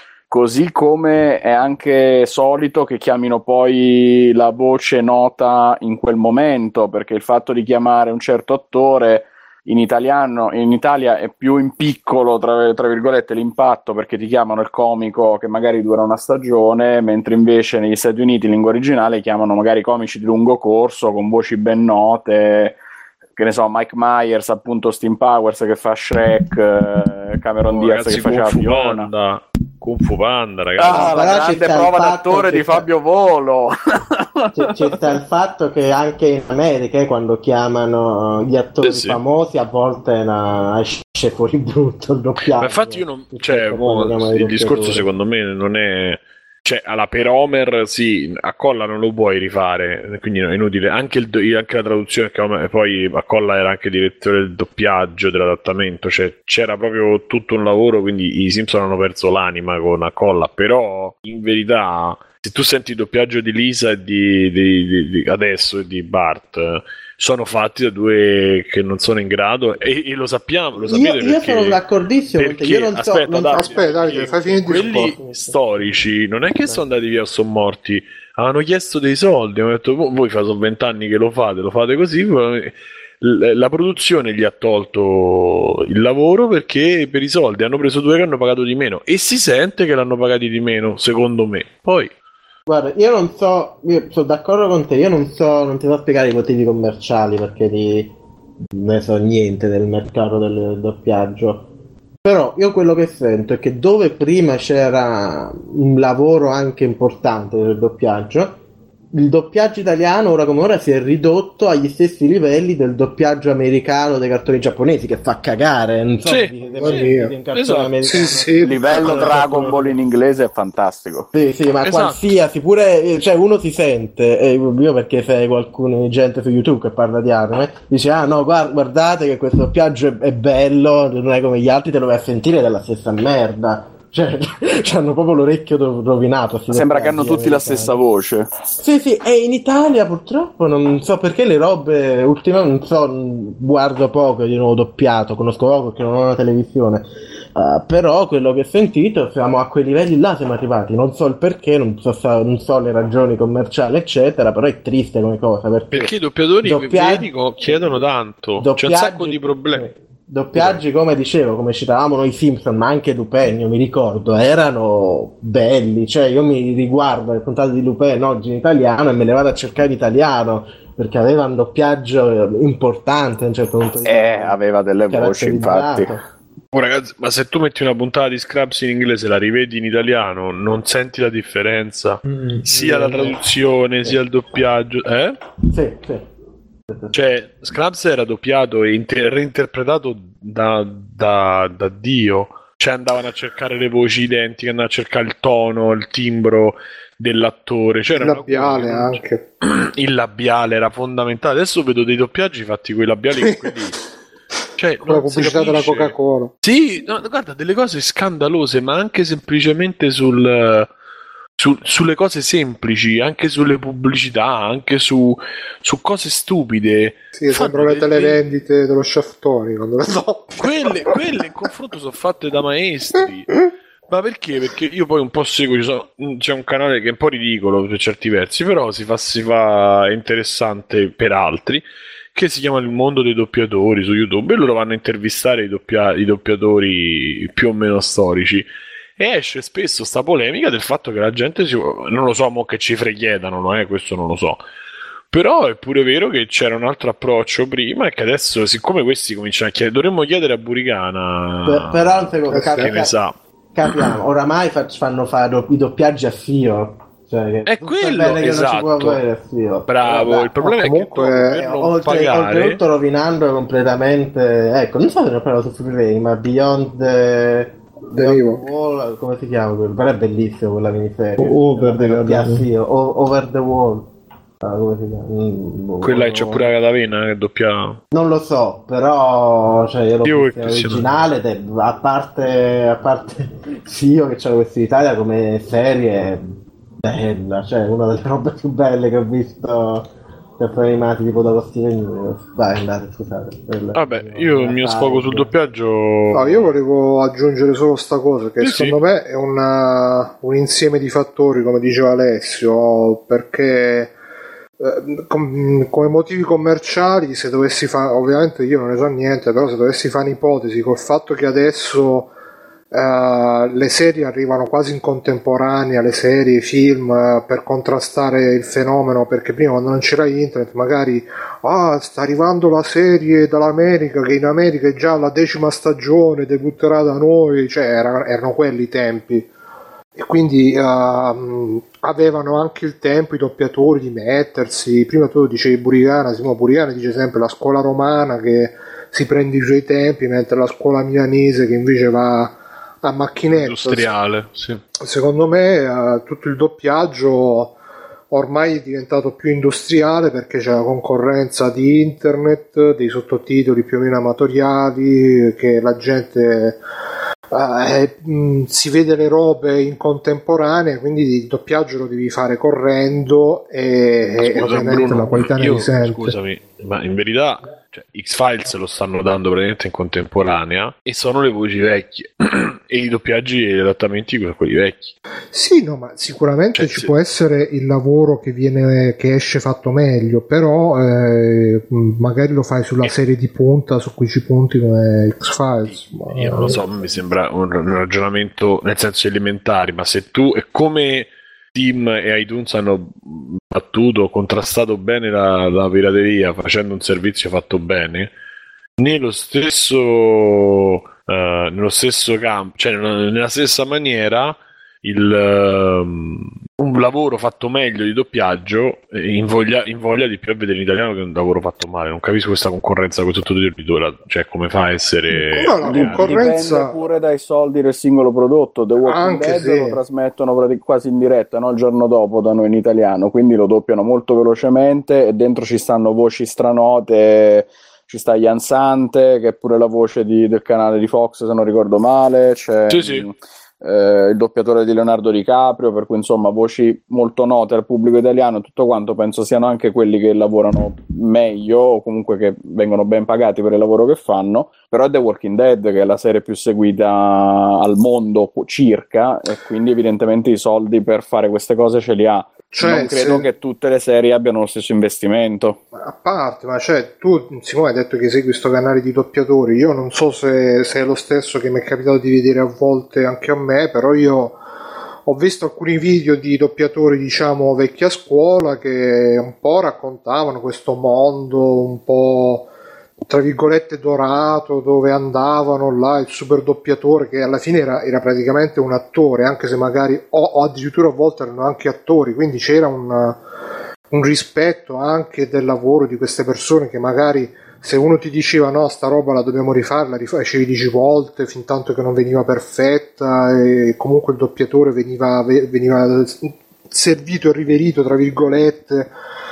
Così come è anche solito che chiamino poi la voce nota in quel momento, perché il fatto di chiamare un certo attore in italiano, in Italia è più in piccolo, tra, tra virgolette, l'impatto, perché ti chiamano il comico che magari dura una stagione, mentre invece negli Stati Uniti in lingua originale chiamano magari comici di lungo corso con voci ben note, che ne so, Mike Myers, appunto Steam Powers che fa Shrek, Cameron oh, Diaz ragazzi, che faceva Kung Fu Fiona. Panda. Kung Fu Panda, ragazzi. Ah, la grande prova d'attore di sta... Fabio Volo. C'è, c'è sta il fatto che anche in America, eh, quando chiamano gli attori sì, sì. famosi, a volte na... esce fuori brutto il doppiaggio. Ma infatti io non... Cioè, mo, il discorso secondo me non è... Cioè, alla per Homer, sì, a Colla non lo puoi rifare, quindi è inutile. Anche, il, anche la traduzione, che poi a Colla era anche direttore del doppiaggio, dell'adattamento, cioè c'era proprio tutto un lavoro, quindi i Simpson hanno perso l'anima con a Colla. Però, in verità, se tu senti il doppiaggio di Lisa e di, di, di, di adesso e di Bart, sono fatti da due che non sono in grado, e, e lo sappiamo, lo sapete io, io perché, sono d'accordissimo perché, io non so, aspetta, non Davide, aspetta Davide, fai finire il quelli discorso. storici non è che sono andati via o sono morti, avevano chiesto dei soldi, hanno detto voi fate sono vent'anni che lo fate, lo fate così. La produzione gli ha tolto il lavoro perché per i soldi hanno preso due che hanno pagato di meno, e si sente che l'hanno pagati di meno, secondo me. Poi guarda, io non so, io sono d'accordo con te, io non so, non ti so spiegare i motivi commerciali perché di, ne so niente del mercato del doppiaggio, però io quello che sento è che dove prima c'era un lavoro anche importante del doppiaggio, il doppiaggio italiano ora come ora si è ridotto agli stessi livelli del doppiaggio americano dei cartoni giapponesi, che fa cagare, non so sì, se di, di, sì, di un cartone esatto. americano. Sì, sì. Il livello Dragon Ball in inglese è fantastico. Sì, sì, ma esatto. qualsiasi, pure, cioè uno si sente, e io perché sei qualcuno, gente su YouTube che parla di anime, dice, ah no, guarda, guardate che questo doppiaggio è, è bello, non è come gli altri, te lo vai a sentire della stessa merda. Cioè, hanno proprio l'orecchio rovinato. Sembra che hanno tutti la stessa voce. Sì, sì, e in Italia purtroppo non so perché le robe ultimamente, non so, guardo poco di nuovo doppiato, conosco poco perché non ho una televisione, uh, però quello che ho sentito, siamo a quei livelli là, siamo arrivati, non so il perché, non so, non so le ragioni commerciali eccetera, però è triste come cosa, perché, perché i doppiatori doppiaggi, vedi, chiedono tanto, c'è un sacco di problemi. Doppiaggi, come dicevo, come citavamo noi Simpson, ma anche Lupin, io mi ricordo, erano belli, cioè io mi riguardo le puntate di Lupin oggi in italiano e me le vado a cercare in italiano perché aveva un doppiaggio importante a un certo punto di vista. Eh, aveva delle voci, infatti. Oh, ragazzi, ma se tu metti una puntata di Scrubs in inglese e la rivedi in italiano, non senti la differenza? Mm, sia la traduzione, sì. sia il doppiaggio, eh? Sì, sì. Cioè, Scrubs era doppiato e inter- reinterpretato da, da, da Dio. Cioè, andavano a cercare le voci identiche, andavano a cercare il tono, il timbro dell'attore. Cioè, il labiale una... anche. Il labiale era fondamentale. Adesso vedo dei doppiaggi fatti con i labiali con quelli... Cioè, con la pubblicità della Coca-Cola. Sì, no, guarda, delle cose scandalose, ma anche semplicemente sul... Su, sulle cose semplici, anche sulle pubblicità, anche su, su cose stupide. Sì, sembrano le televendite dello Shaftori quando le so. Quelle, quelle in confronto sono fatte da maestri. Ma perché? Perché io poi un po' seguo, so, c'è un canale che è un po' ridicolo per certi versi, però si fa, si fa interessante per altri, che si chiama Il Mondo dei Doppiatori su YouTube, e loro vanno a intervistare i, doppia, i doppiatori più o meno storici. E esce spesso sta polemica del fatto che la gente si... non lo so mo che cifre chiedano, no, eh, questo non lo so, però è pure vero che c'era un altro approccio prima e che adesso, siccome questi cominciano a chiedere, dovremmo chiedere a Buricana. Per, però secondo, che cap- ne sa. Capiamo, oramai fanno fare i doppiaggi a filo. Cioè, è quello, esatto. Filo. Bravo, Vabbè, il problema comunque, è che non oltre, pagare... oltretutto rovinando completamente, ecco, non so se ne ho parlato su Freeplay, ma Beyond the... Wall, come si chiama quello? Però è bellissimo quella miniserie. Over the Wall. O- Over the Wall. Ah, come si chiama? Mm, quella che c'è pure la Catavena che doppia. Non lo so, però cioè io l'ho io vista originale, te, a parte a parte sì, io che c'ho questa in Italia come serie bella, cioè una delle robe più belle che ho visto. Animati tipo da Steven. Vai, andate, scusate. Quella, vabbè, io il mio sfogo sul doppiaggio. No, io volevo aggiungere solo sta cosa che sì, secondo sì. me è una, un insieme di fattori, come diceva Alessio, perché eh, com- come motivi commerciali, se dovessi fare, ovviamente io non ne so niente, però se dovessi fare un'ipotesi col fatto che adesso Uh, le serie arrivano quasi in contemporanea, le serie, i film, uh, per contrastare il fenomeno, perché prima quando non c'era internet magari ah, sta arrivando la serie dall'America, che in America è già la decima stagione, debutterà da noi, cioè erano, erano quelli i tempi, e quindi uh, avevano anche il tempo i doppiatori di mettersi. Prima tu dicevi Burigana, Simo Burigana dice sempre la scuola romana che si prende i suoi tempi, mentre la scuola milanese che invece va a macchinetta. Industriale, sì. Secondo me uh, tutto il doppiaggio ormai è diventato più industriale, perché c'è la concorrenza di internet, dei sottotitoli più o meno amatoriali, che la gente uh, è, mh, si vede le robe in contemporanea, quindi il doppiaggio lo devi fare correndo e, Scusa, e ovviamente Bruno, la qualità ne io, risente. scusami, ma in verità cioè, X-Files lo stanno dando praticamente in contemporanea e sono le voci vecchie e i doppiaggi e gli adattamenti sono quelli vecchi. Sì, no, ma sicuramente Cioè, ci sì. può essere il lavoro che viene, che esce fatto meglio, però eh, magari lo fai sulla serie di punta su cui ci punti come X-Files. Ma... Io non lo so, mi sembra un, un ragionamento nel senso elementare, ma se tu è come Steam e iTunes hanno battuto, contrastato bene la, la pirateria facendo un servizio fatto bene, nello stesso uh, nello stesso campo, cioè nella stessa maniera il, um, un lavoro fatto meglio di doppiaggio invoglia, invoglia di più a vedere in italiano che un lavoro fatto male. Non capisco questa concorrenza con sottotitoli, cioè come fa a essere no, la concorrenza dipende pure dai soldi del singolo prodotto. The Walking Anche Dead sì. lo trasmettono pratic- quasi in diretta, no? Il giorno dopo da noi in italiano, quindi lo doppiano molto velocemente e dentro ci stanno voci stranote. Ci sta Ian Sante, che è pure la voce di, del canale di Fox, se non ricordo male. C'è sì, sì. eh, il doppiatore di Leonardo DiCaprio, per cui insomma voci molto note al pubblico italiano e tutto quanto. Penso siano anche quelli che lavorano meglio o comunque che vengono ben pagati per il lavoro che fanno. Però è The Walking Dead, che è la serie più seguita al mondo circa, e quindi evidentemente i soldi per fare queste cose ce li ha. Cioè, non credo se... che tutte le serie abbiano lo stesso investimento. A parte, ma cioè, tu Simone hai detto che segui questo canale di doppiatori, io non so se, se è lo stesso che mi è capitato di vedere a volte anche a me, però io ho visto alcuni video di doppiatori, diciamo, vecchia scuola, che un po' raccontavano questo mondo un po' tra virgolette dorato, dove andavano là il super doppiatore, che alla fine era, era praticamente un attore, anche se magari o, o addirittura a volte erano anche attori, quindi c'era un, un rispetto anche del lavoro di queste persone, che magari se uno ti diceva no, sta roba la dobbiamo rifare, la rifacevi dieci volte fin tanto che non veniva perfetta, e comunque il doppiatore veniva, veniva servito e riverito tra virgolette.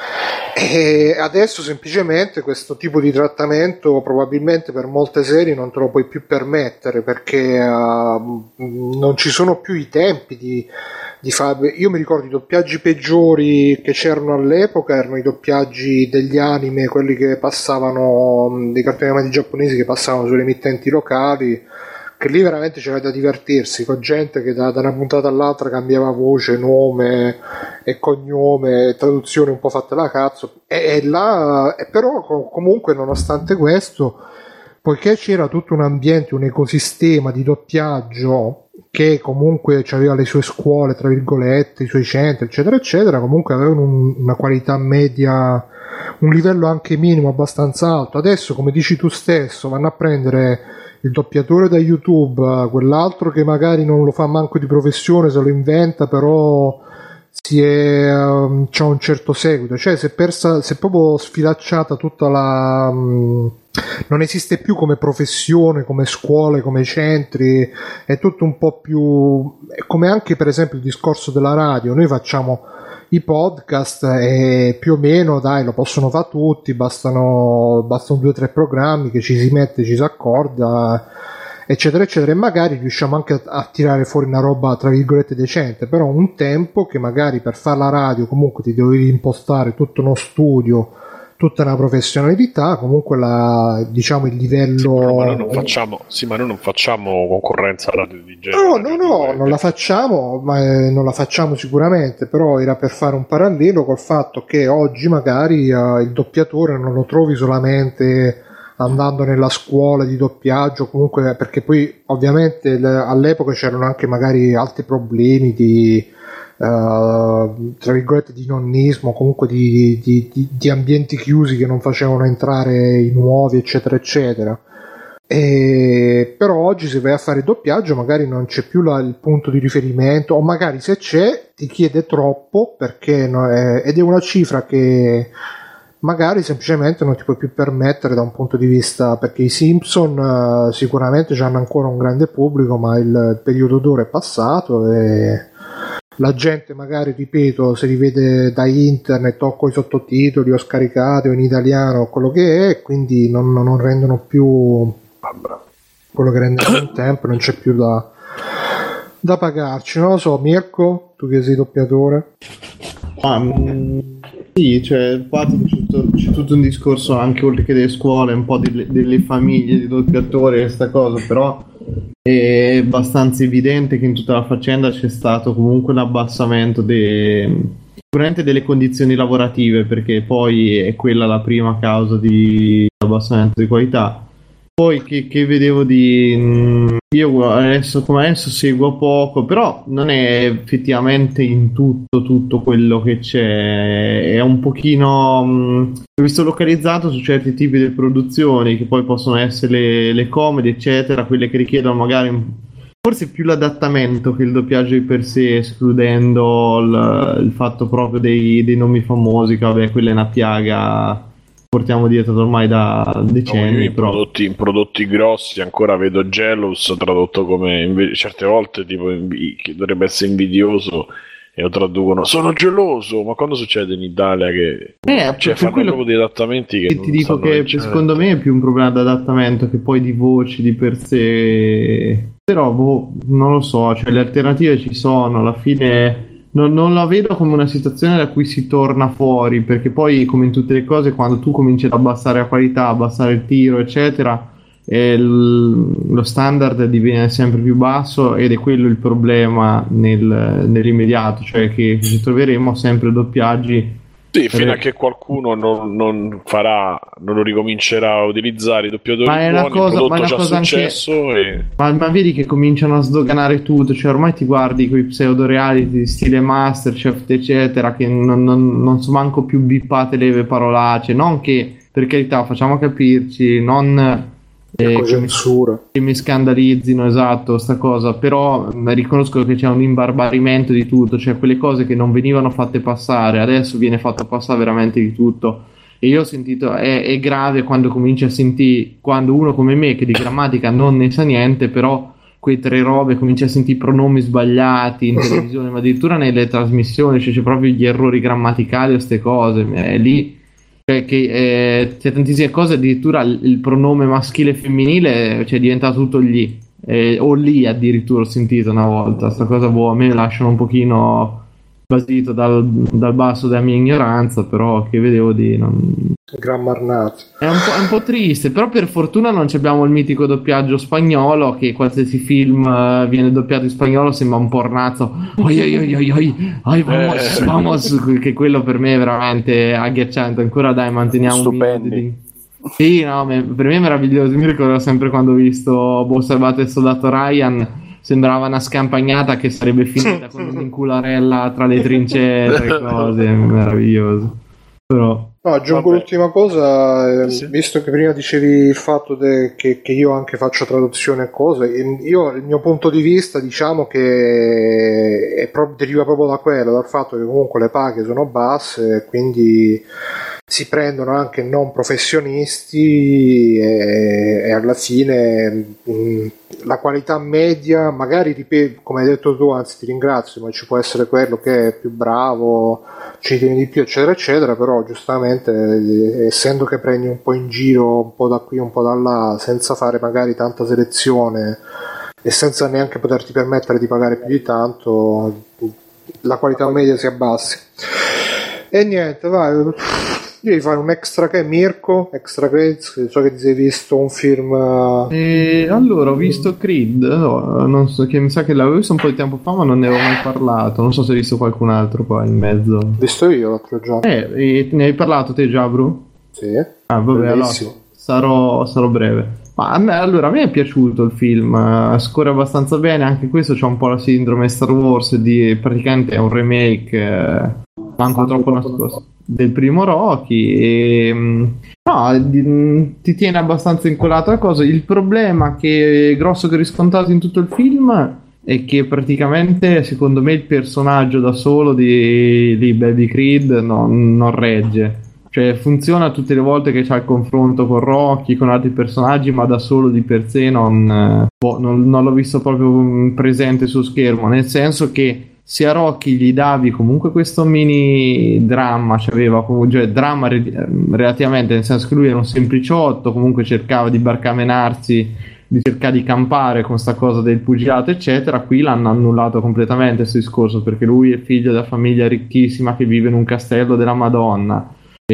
E adesso semplicemente questo tipo di trattamento probabilmente per molte serie non te lo puoi più permettere, perché uh, non ci sono più i tempi di, di fare. Io mi ricordo i doppiaggi peggiori che c'erano all'epoca erano i doppiaggi degli anime, quelli che passavano, dei cartoni animati giapponesi che passavano sulle emittenti locali, che lì veramente c'era da divertirsi, con gente che da, da una puntata all'altra cambiava voce, nome e cognome, traduzione un po' fatta la cazzo, e, e là, e però comunque nonostante questo, poiché c'era tutto un ambiente, un ecosistema di doppiaggio che comunque aveva le sue scuole, tra virgolette, i suoi centri, eccetera, eccetera, comunque avevano un, una qualità media, un livello anche minimo abbastanza alto. Adesso, come dici tu stesso, vanno a prendere il doppiatore da YouTube, quell'altro che magari non lo fa manco di professione, se lo inventa, però si è, um, c'ha un certo seguito, cioè si è persa, si è proprio sfilacciata tutta la um, non esiste più come professione, come scuole, come centri, è tutto un po' più come anche per esempio il discorso della radio. Noi facciamo i podcast e più o meno dai lo possono fare tutti, bastano, bastano due o tre programmi che ci si mette, ci si accorda, eccetera eccetera, e magari riusciamo anche a, a tirare fuori una roba tra virgolette decente. Però un tempo che magari per fare la radio comunque ti dovevi impostare tutto uno studio, tutta una professionalità, comunque la, diciamo il livello... No, ma noi non facciamo, sì, ma noi non facciamo concorrenza alla radio di genere. No, no, no, non la facciamo, ma eh, non la facciamo sicuramente, però era per fare un parallelo col fatto che oggi magari eh, il doppiatore non lo trovi solamente andando nella scuola di doppiaggio, comunque, perché poi ovviamente le, all'epoca c'erano anche magari altri problemi di uh, tra virgolette di nonnismo, comunque di, di, di, di ambienti chiusi che non facevano entrare i nuovi, eccetera eccetera. E però oggi se vai a fare doppiaggio magari non c'è più la, il punto di riferimento, o magari se c'è ti chiede troppo, perché no, è, ed è una cifra che magari semplicemente non ti puoi più permettere da un punto di vista, perché i Simpson uh, sicuramente hanno ancora un grande pubblico, ma il, il periodo d'oro è passato e la gente magari, ripeto, se li vede da internet o coi sottotitoli o scaricati o in italiano o quello che è, quindi non, non rendono più quello che rendevano un tempo, non c'è più da, da pagarci. Non lo so, Mirko, tu che sei doppiatore. Ah, mh, sì, cioè qua c'è tutto, c'è tutto un discorso anche oltre che delle scuole, un po' delle, delle famiglie di doppiatori e questa cosa, però è abbastanza evidente che in tutta la faccenda c'è stato comunque un abbassamento de, sicuramente delle condizioni lavorative, perché poi è quella la prima causa di abbassamento di qualità. Poi che, che vedevo di... mh, io adesso come adesso seguo poco, però non è effettivamente in tutto tutto quello che c'è, è un pochino... mh, ho visto localizzato su certi tipi di produzioni, che poi possono essere le, le comedy, eccetera, quelle che richiedono magari forse più l'adattamento che il doppiaggio di per sé, escludendo il, il fatto proprio dei, dei nomi famosi, che vabbè, quella è una piaga... portiamo dietro ormai da decenni. No, in, però. prodotti, in prodotti grossi ancora vedo Jealous tradotto come inv- certe volte tipo invi- che dovrebbe essere invidioso e lo traducono sono geloso, ma quando succede in Italia che Eh, cioè, per fanno quello proprio degli adattamenti che che non ti dico sanno che vincere. secondo me è più un problema di adattamento che poi di voci di per sé, però boh, non lo so, cioè le alternative ci sono, alla fine non, non la vedo come una situazione da cui si torna fuori, perché poi come in tutte le cose quando tu cominci ad abbassare la qualità, abbassare il tiro eccetera, eh, l- lo standard diviene sempre più basso ed è quello il problema nel, nell'immediato, cioè che ci troveremo sempre doppiaggi. Sì, fino Eh. a che qualcuno non, non farà, non lo ricomincerà a utilizzare i doppiatori Ma è una buoni, cosa- il ma è prodotto una già cosa anche- successo e... Ma, ma vedi che cominciano a sdoganare tutto, cioè ormai ti guardi quei pseudo reality stile Masterchef eccetera, che non, non, non so manco più bippate le parolacce, non che, per carità, facciamo capirci, non eh, Ecco, che, mi, censura. che mi scandalizzino, esatto, sta cosa, però mh, riconosco che c'è un imbarbarimento di tutto, cioè quelle cose che non venivano fatte passare, adesso viene fatto passare veramente di tutto. E io ho sentito, è, è grave quando cominci a sentire, quando uno come me che di grammatica non ne sa niente, però quei tre robe cominci a sentire pronomi sbagliati in televisione, ma addirittura nelle trasmissioni, cioè c'è proprio gli errori grammaticali o queste cose, è lì, cioè che eh, c'è tantissime cose, addirittura il, il pronome maschile e femminile, cioè è diventato tutto gli, eh, o lì addirittura ho sentito una volta, sta cosa boh, a me lasciano un pochino basito dal, dal basso della mia ignoranza, però che vedevo di non... Gran marnati. È un, po', è un po' triste, però per fortuna non abbiamo il mitico doppiaggio spagnolo, che qualsiasi film uh, viene doppiato in spagnolo sembra un pornazzo. Oi oi oi oi oi, oi vamos, Eh. vamos, che quello per me è veramente agghiacciante. Ancora dai, manteniamo Stupendi. un minimo di... Sì, no, me- per me è meraviglioso. Mi ricordo sempre quando ho visto Boh Salvato il soldato Ryan, sembrava una scampagnata che sarebbe finita con un'incularella tra le trincee, tra le cose, meraviglioso. Però... No, aggiungo Vabbè. l'ultima cosa, eh, Sì. visto che prima dicevi il fatto de- che, che io anche faccio traduzione e cose, io il mio punto di vista diciamo che è pro- deriva proprio da quello, dal fatto che comunque le paghe sono basse, quindi si prendono anche non professionisti e, e alla fine mh, la qualità media, magari ripeto, come hai detto tu, anzi ti ringrazio, ma ci può essere quello che è più bravo, ci tieni di più eccetera eccetera, però giustamente eh, essendo che prendi un po' in giro un po' da qui un po' da là senza fare magari tanta selezione e senza neanche poterti permettere di pagare più di tanto, la qualità media si abbassi. E niente, vai, Io devi fare un extra che Mirko, extra credits, so che ti sei visto un film. E allora ho visto Creed, no, non so, che mi sa che l'avevo visto un po' di tempo fa, ma non ne avevo mai parlato. Non so se hai visto qualcun altro qua in mezzo. Ho visto io l'altro giorno. Eh, e ne hai parlato te già, Bru? Sì. Ah, vabbè, allora sarò, sarò breve. Ma a me, allora, a me è piaciuto il film, uh, scorre abbastanza bene, anche questo c'ha un po' la sindrome Star Wars di praticamente è un remake, eh, manco troppo nascosto, del primo Rocky e no, di, ti tiene abbastanza incollato a cosa. Il problema che grosso che ho riscontrato in tutto il film è che praticamente secondo me il personaggio da solo di, di Baby Creed no, non regge. Cioè funziona tutte le volte che c'è il confronto con Rocky, con altri personaggi, ma da solo di per sé non, boh, non, non l'ho visto proprio presente su schermo, nel senso che se a Rocky gli davi comunque questo mini dramma, c'aveva cioè dramma re- relativamente, nel senso che lui era un sempliciotto, comunque cercava di barcamenarsi, di cercare di campare con sta cosa del pugilato eccetera. Qui l'hanno annullato completamente questo discorso, perché lui è figlio della famiglia ricchissima che vive in un castello della Madonna.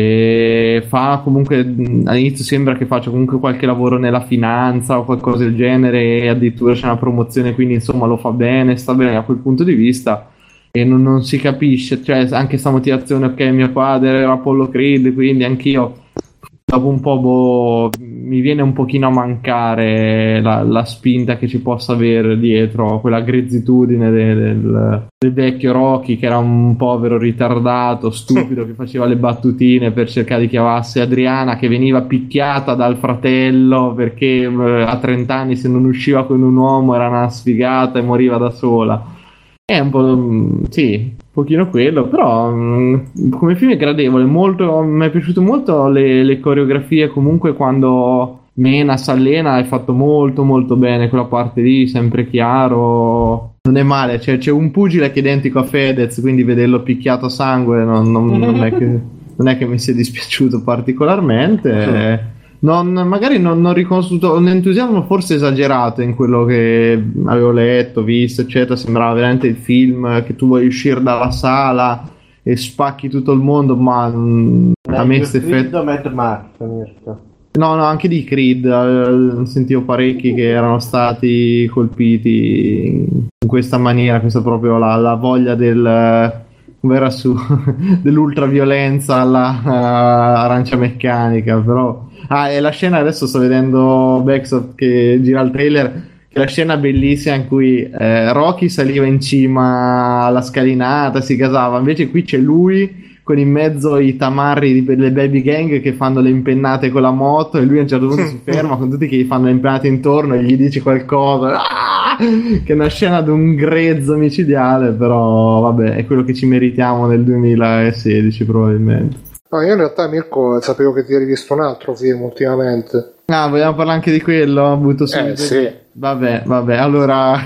E fa comunque all'inizio sembra che faccia comunque qualche lavoro nella finanza o qualcosa del genere e addirittura c'è una promozione, quindi insomma lo fa bene, sta bene da quel punto di vista e non, non si capisce, cioè anche sta motivazione, ok, mio padre era Apollo Creed, quindi anch'io dopo un po' boh, mi viene un pochino a mancare la, la spinta che ci possa avere dietro, quella grezzitudine del, del, del vecchio Rocky che era un povero ritardato, stupido, che faceva le battutine per cercare di chiavarsi Adriana, che veniva picchiata dal fratello perché eh, a trenta anni se non usciva con un uomo era una sfigata e moriva da sola. È un po' sì, un pochino quello, però mh, come film è gradevole, molto, mi è piaciuto molto le, le coreografie, comunque quando Mena si allena è fatto molto molto bene quella parte lì, sempre chiaro, non è male, cioè, c'è un pugile che è identico a Fedez, quindi vederlo picchiato a sangue non, non, non, è, che, non è che mi sia dispiaciuto particolarmente. eh. Non, magari non, non riconosciuto un entusiasmo forse esagerato in quello che avevo letto, visto eccetera, sembrava veramente il film che tu vuoi uscire dalla sala e spacchi tutto il mondo, ma mh, a me questo effetto Mad Max, Mirko. no no anche di Creed eh, sentivo parecchi che erano stati colpiti in questa maniera, questa proprio la, la voglia del come era su dell'ultraviolenza alla uh, arancia meccanica, però ah, e la scena, adesso sto vedendo Backstop che gira il trailer, che la scena bellissima in cui eh, Rocky saliva in cima alla scalinata, si gasava, invece qui c'è lui con in mezzo i tamarri delle baby gang che fanno le impennate con la moto e lui a un certo punto si ferma con tutti che gli fanno le impennate intorno e gli dice qualcosa, ah! Che è una scena di un grezzo micidiale, però vabbè, è quello che ci meritiamo nel duemilasedici probabilmente. No, io in realtà Mirko sapevo che ti eri visto un altro film ultimamente. Ah, vogliamo parlare anche di quello? Butto subito. Eh sì. Vabbè, vabbè, allora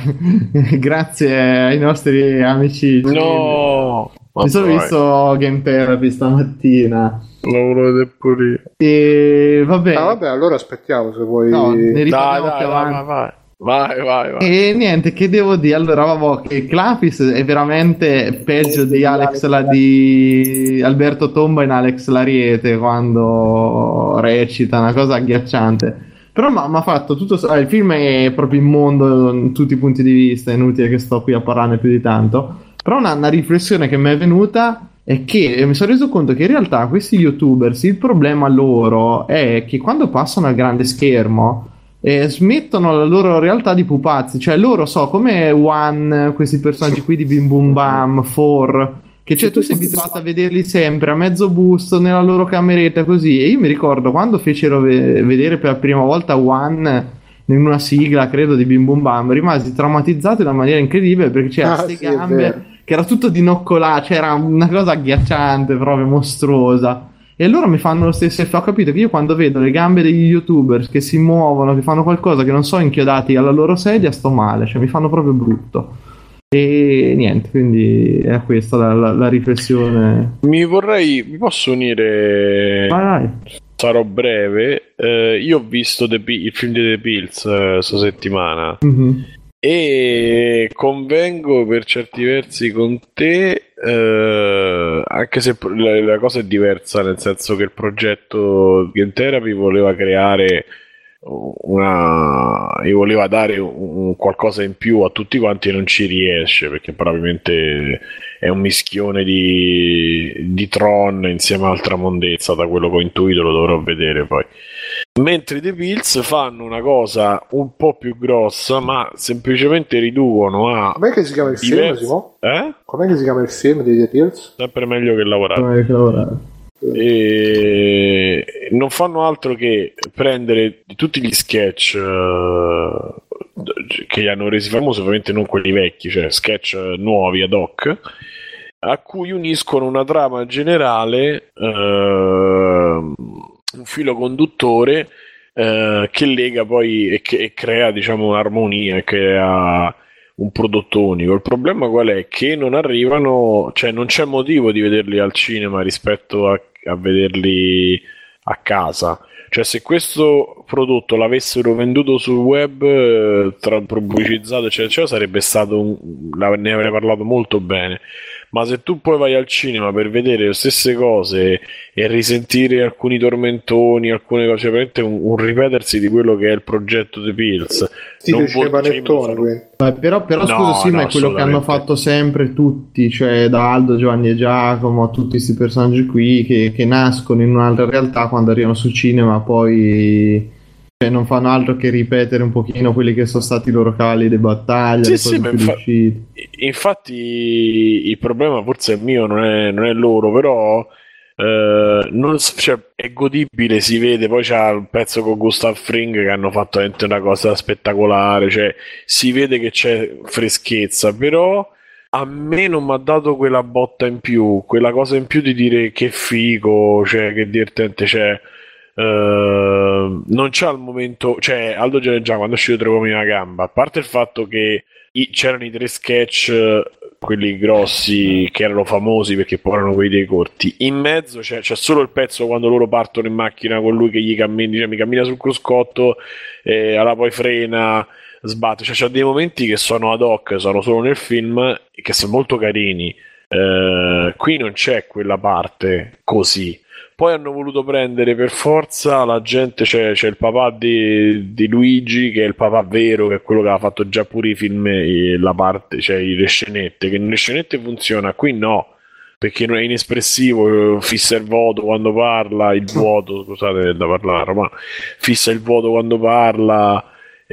grazie ai nostri amici. No! Mi sono visto Game Therapy stamattina. Lo volevo vedere pure io. E vabbè. Ah, vabbè, allora aspettiamo se vuoi. No, ne riparliamo dai, più dai, avanti. vai, vai. Vai, vai, vai. E niente, che devo dire? Allora, vabbè, che Clapis è veramente peggio di Alex la di Alberto Tomba in Alex Lariete quando recita, una cosa agghiacciante. Però mi ha fatto tutto. Ah, il film è proprio immondo in tutti i punti di vista, è inutile che sto qui a parlarne più di tanto. Però una, una riflessione che mi è venuta è che mi sono reso conto che in realtà questi youtubers, il problema loro è che quando passano al grande schermo e smettono la loro realtà di pupazzi, cioè loro so come One, questi personaggi qui di Bim Bum Bam, Four, che cioè tu sei abituato a vederli sempre a mezzo busto nella loro cameretta così, e io mi ricordo quando fecero ve- vedere per la prima volta One in una sigla credo di Bim Bum Bam, rimasi traumatizzato in una maniera incredibile perché c'era Ah, queste sì, gambe che era tutto di noccolà, c'era una cosa agghiacciante proprio mostruosa. E loro mi fanno lo stesso effetto. Ho capito che io quando vedo le gambe degli youtubers che si muovono, che fanno qualcosa che non so inchiodati alla loro sedia, sto male, cioè mi fanno proprio brutto. E niente, quindi è questa la, la, la riflessione. Mi vorrei, mi posso unire? Vai, vai. Sarò breve. Eh, io ho visto The P- il film di The Pills questa eh, settimana. Mm-hmm. E convengo per certi versi con te, eh, anche se la, la cosa è diversa, nel senso che il progetto Game Therapy voleva creare una, e voleva dare un, un qualcosa in più a tutti quanti e non ci riesce, perché probabilmente è un mischione di, di Tron insieme a altra mondezza, da quello che ho intuito, lo dovrò vedere poi. Mentre The Pills fanno una cosa un po' più grossa, ma semplicemente riducono a... Com'è che si chiama il diversi... film, Simo? Eh? Com'è che si chiama il film di The Pills? Sempre meglio che lavorare. Come che lavorare. E non fanno altro che prendere tutti gli sketch uh, che li hanno resi famosi, ovviamente non quelli vecchi, cioè sketch nuovi ad hoc, a cui uniscono una trama generale, uh, un filo conduttore uh, che lega poi e, che, e crea, diciamo, un'armonia, e crea un prodotto unico. Il problema qual è? Che non arrivano, cioè non c'è motivo di vederli al cinema rispetto a, a vederli a casa. Cioè, se questo prodotto l'avessero venduto sul web, tra pubblicizzato eccetera, eccetera, sarebbe stato un, ne avrei parlato molto bene. Ma se tu poi vai al cinema per vedere le stesse cose e risentire alcuni tormentoni, alcune cose, cioè veramente un, un ripetersi di quello che è il progetto The Pills, stile cinepanettone, quindi. Beh, però, però No, scusa, sì, no, ma è quello che hanno fatto sempre tutti, cioè da Aldo, Giovanni e Giacomo, tutti questi personaggi qui che, che nascono in un'altra realtà, quando arrivano sul cinema poi, cioè, non fanno altro che ripetere un pochino quelli che sono stati i loro cavalli di battaglia, Sì, le sì, cose ma più infa- riuscite. infatti il problema forse è mio, non è, non è loro, però eh, non, cioè, è godibile, si vede. Poi c'ha il pezzo con Gustav Fring che hanno fatto veramente una cosa spettacolare, cioè si vede che c'è freschezza, però a me non mi ha dato quella botta in più, quella cosa in più di dire che figo, cioè che divertente c'è. Uh, non c'è al momento, cioè Aldo già quando è uscito Tre uomini a gamba, a parte il fatto che i, c'erano i tre sketch, quelli grossi che erano famosi perché poi erano quelli dei corti, in mezzo c'è, c'è solo il pezzo quando loro partono in macchina con lui che gli cammina, cioè, mi cammina sul cruscotto e allora poi frena, sbatte, cioè c'è dei momenti che sono ad hoc, sono solo nel film e che sono molto carini. Uh, qui non c'è quella parte così. Poi hanno voluto prendere per forza la gente, c'è, c'è il papà di, di Luigi, che è il papà vero, che è quello che ha fatto già pure i film, e la parte, cioè le scenette, che nelle scenette funziona, qui no, perché non è inespressivo, fissa il vuoto quando parla, il vuoto, scusate da parlare, ma fissa il vuoto quando parla,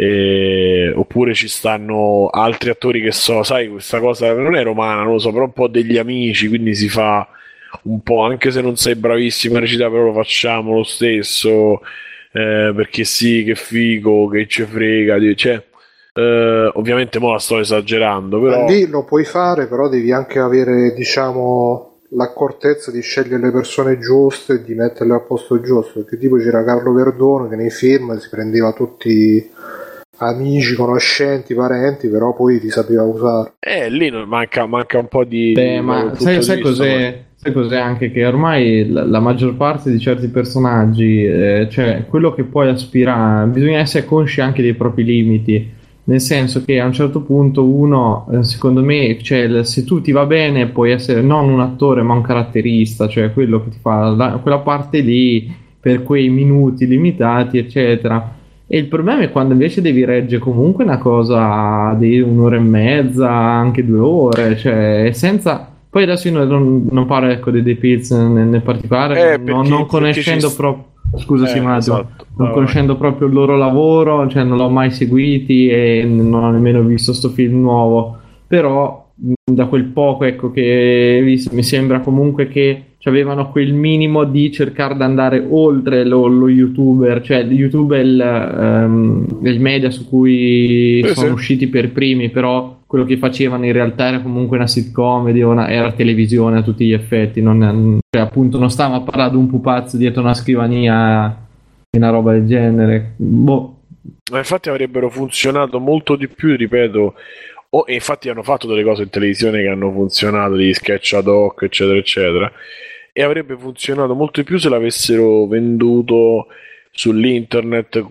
eh, oppure ci stanno altri attori che so, sai, questa cosa non è romana, non lo so, però un po' degli amici, quindi si fa un po', anche se non sei bravissimo a recitare, però lo facciamo lo stesso, eh, perché sì, che figo, che ci frega, cioè, eh, ovviamente mo la sto esagerando, però lì lo puoi fare, però devi anche avere, diciamo, l'accortezza di scegliere le persone giuste e di metterle al posto giusto, perché tipo c'era Carlo Verdone che nei film si prendeva tutti amici, conoscenti, parenti, però poi ti sapeva usare. Eh, lì non manca, manca un po' di... Beh, ma sai, sai cos'è? Sai cos'è anche? Che ormai la, la maggior parte di certi personaggi, eh, cioè quello che puoi aspirare, bisogna essere consci anche dei propri limiti, nel senso che a un certo punto uno, eh, secondo me, cioè, se tu ti va bene puoi essere non un attore ma un caratterista, cioè quello che ti fa la, quella parte lì per quei minuti limitati, eccetera. E il problema è quando invece devi reggere comunque una cosa di un'ora e mezza, anche due ore, cioè senza... Poi adesso io non, non parlo, ecco, dei The Pills nel, nel particolare, eh, non, non conoscendo proprio... Scusa, eh, sì, ma esatto. non oh, conoscendo vai. proprio il loro lavoro, cioè non l'ho mai seguiti e non ho nemmeno visto sto film nuovo, però da quel poco, ecco, che visto, mi sembra comunque che avevano quel minimo di cercare di andare oltre lo, lo youtuber, cioè il YouTube è il, um, il media su cui sì, sono sì. usciti per primi, però quello che facevano in realtà era comunque una sitcom, una, era televisione a tutti gli effetti, non, cioè appunto non stava a parlare di un pupazzo dietro una scrivania e una roba del genere. Boh. Ma infatti avrebbero funzionato molto di più, ripeto. Oh, e infatti hanno fatto delle cose in televisione che hanno funzionato, degli sketch ad hoc, eccetera, eccetera. E avrebbe funzionato molto di più se l'avessero venduto sull'internet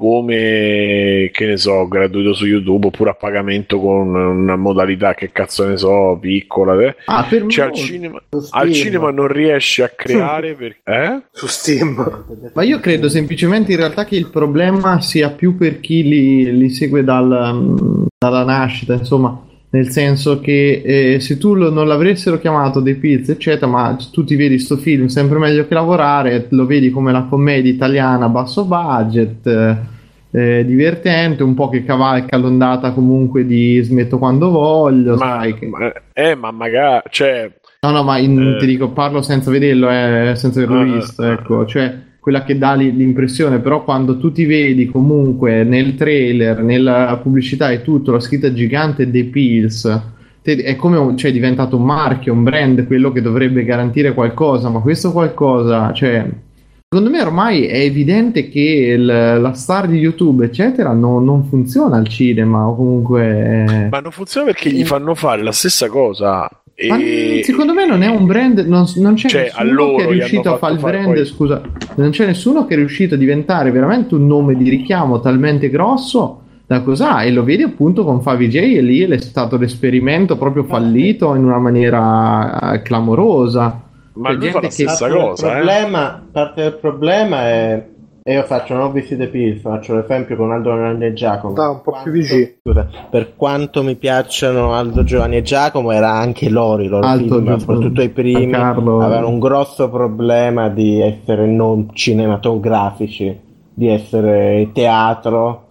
come, che ne so, gratuito su YouTube oppure a pagamento con una modalità che cazzo ne so, piccola, eh. Ah, per cioè me- al cinema, Su al Steam. cinema non riesci a creare per... eh? Su Steam. Ma io credo semplicemente in realtà che il problema sia più per chi li, li segue dal, dalla nascita, insomma, nel senso che eh, se tu lo- non l'avessero chiamato dei Pilz, eccetera, ma tu ti vedi sto film sempre meglio che lavorare, lo vedi come la commedia italiana a basso budget, eh, eh, divertente, un po' che cavalca l'ondata comunque di smetto quando voglio, Ma, sai che... ma- eh, ma magari, cioè, No, no, ma in- Eh. ti dico, parlo senza vederlo, eh, senza averlo Ah, visto, ah, ecco, cioè quella che dà lì l'impressione, però quando tu ti vedi comunque nel trailer, nella pubblicità e tutto, la scritta gigante The Pills, te- è come un- cioè, è diventato un marchio, un brand, quello che dovrebbe garantire qualcosa, ma questo qualcosa, cioè, secondo me ormai è evidente che il- la star di YouTube, eccetera, no- non funziona al cinema, o comunque... eh, ma non funziona perché gli fanno fare la stessa cosa. Ma E... secondo me non è un brand, non, non c'è Cioè, a nessuno loro che è gli riuscito hanno a fare il fatto fare brand, poi- scusa, non c'è nessuno che è riuscito a diventare veramente un nome di richiamo talmente grosso da cos'ha, e lo vedi appunto con Favij, e lì è stato l'esperimento proprio fallito in una maniera eh, clamorosa. Ma C'è lui fa la gente che- stessa Parte del cosa, eh. problema, parte del problema è, e io faccio, non ho visto The Pills, faccio l'esempio con Aldo Giovanni e Giacomo. Da un po' Quanto- più vicino. Scusa, per quanto mi piacciono Aldo Giovanni e Giacomo, era anche loro, i loro Alto, film, Gio- soprattutto i primi, Carlo. avevano un grosso problema di essere non cinematografici, di essere teatro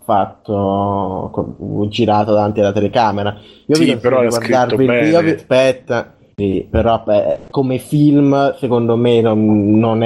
fatto con- girato davanti alla telecamera. Io Sì, vi però consiglio era di guardarvi- scritto bene. io vi- aspetta. Sì, però beh, come film secondo me non, non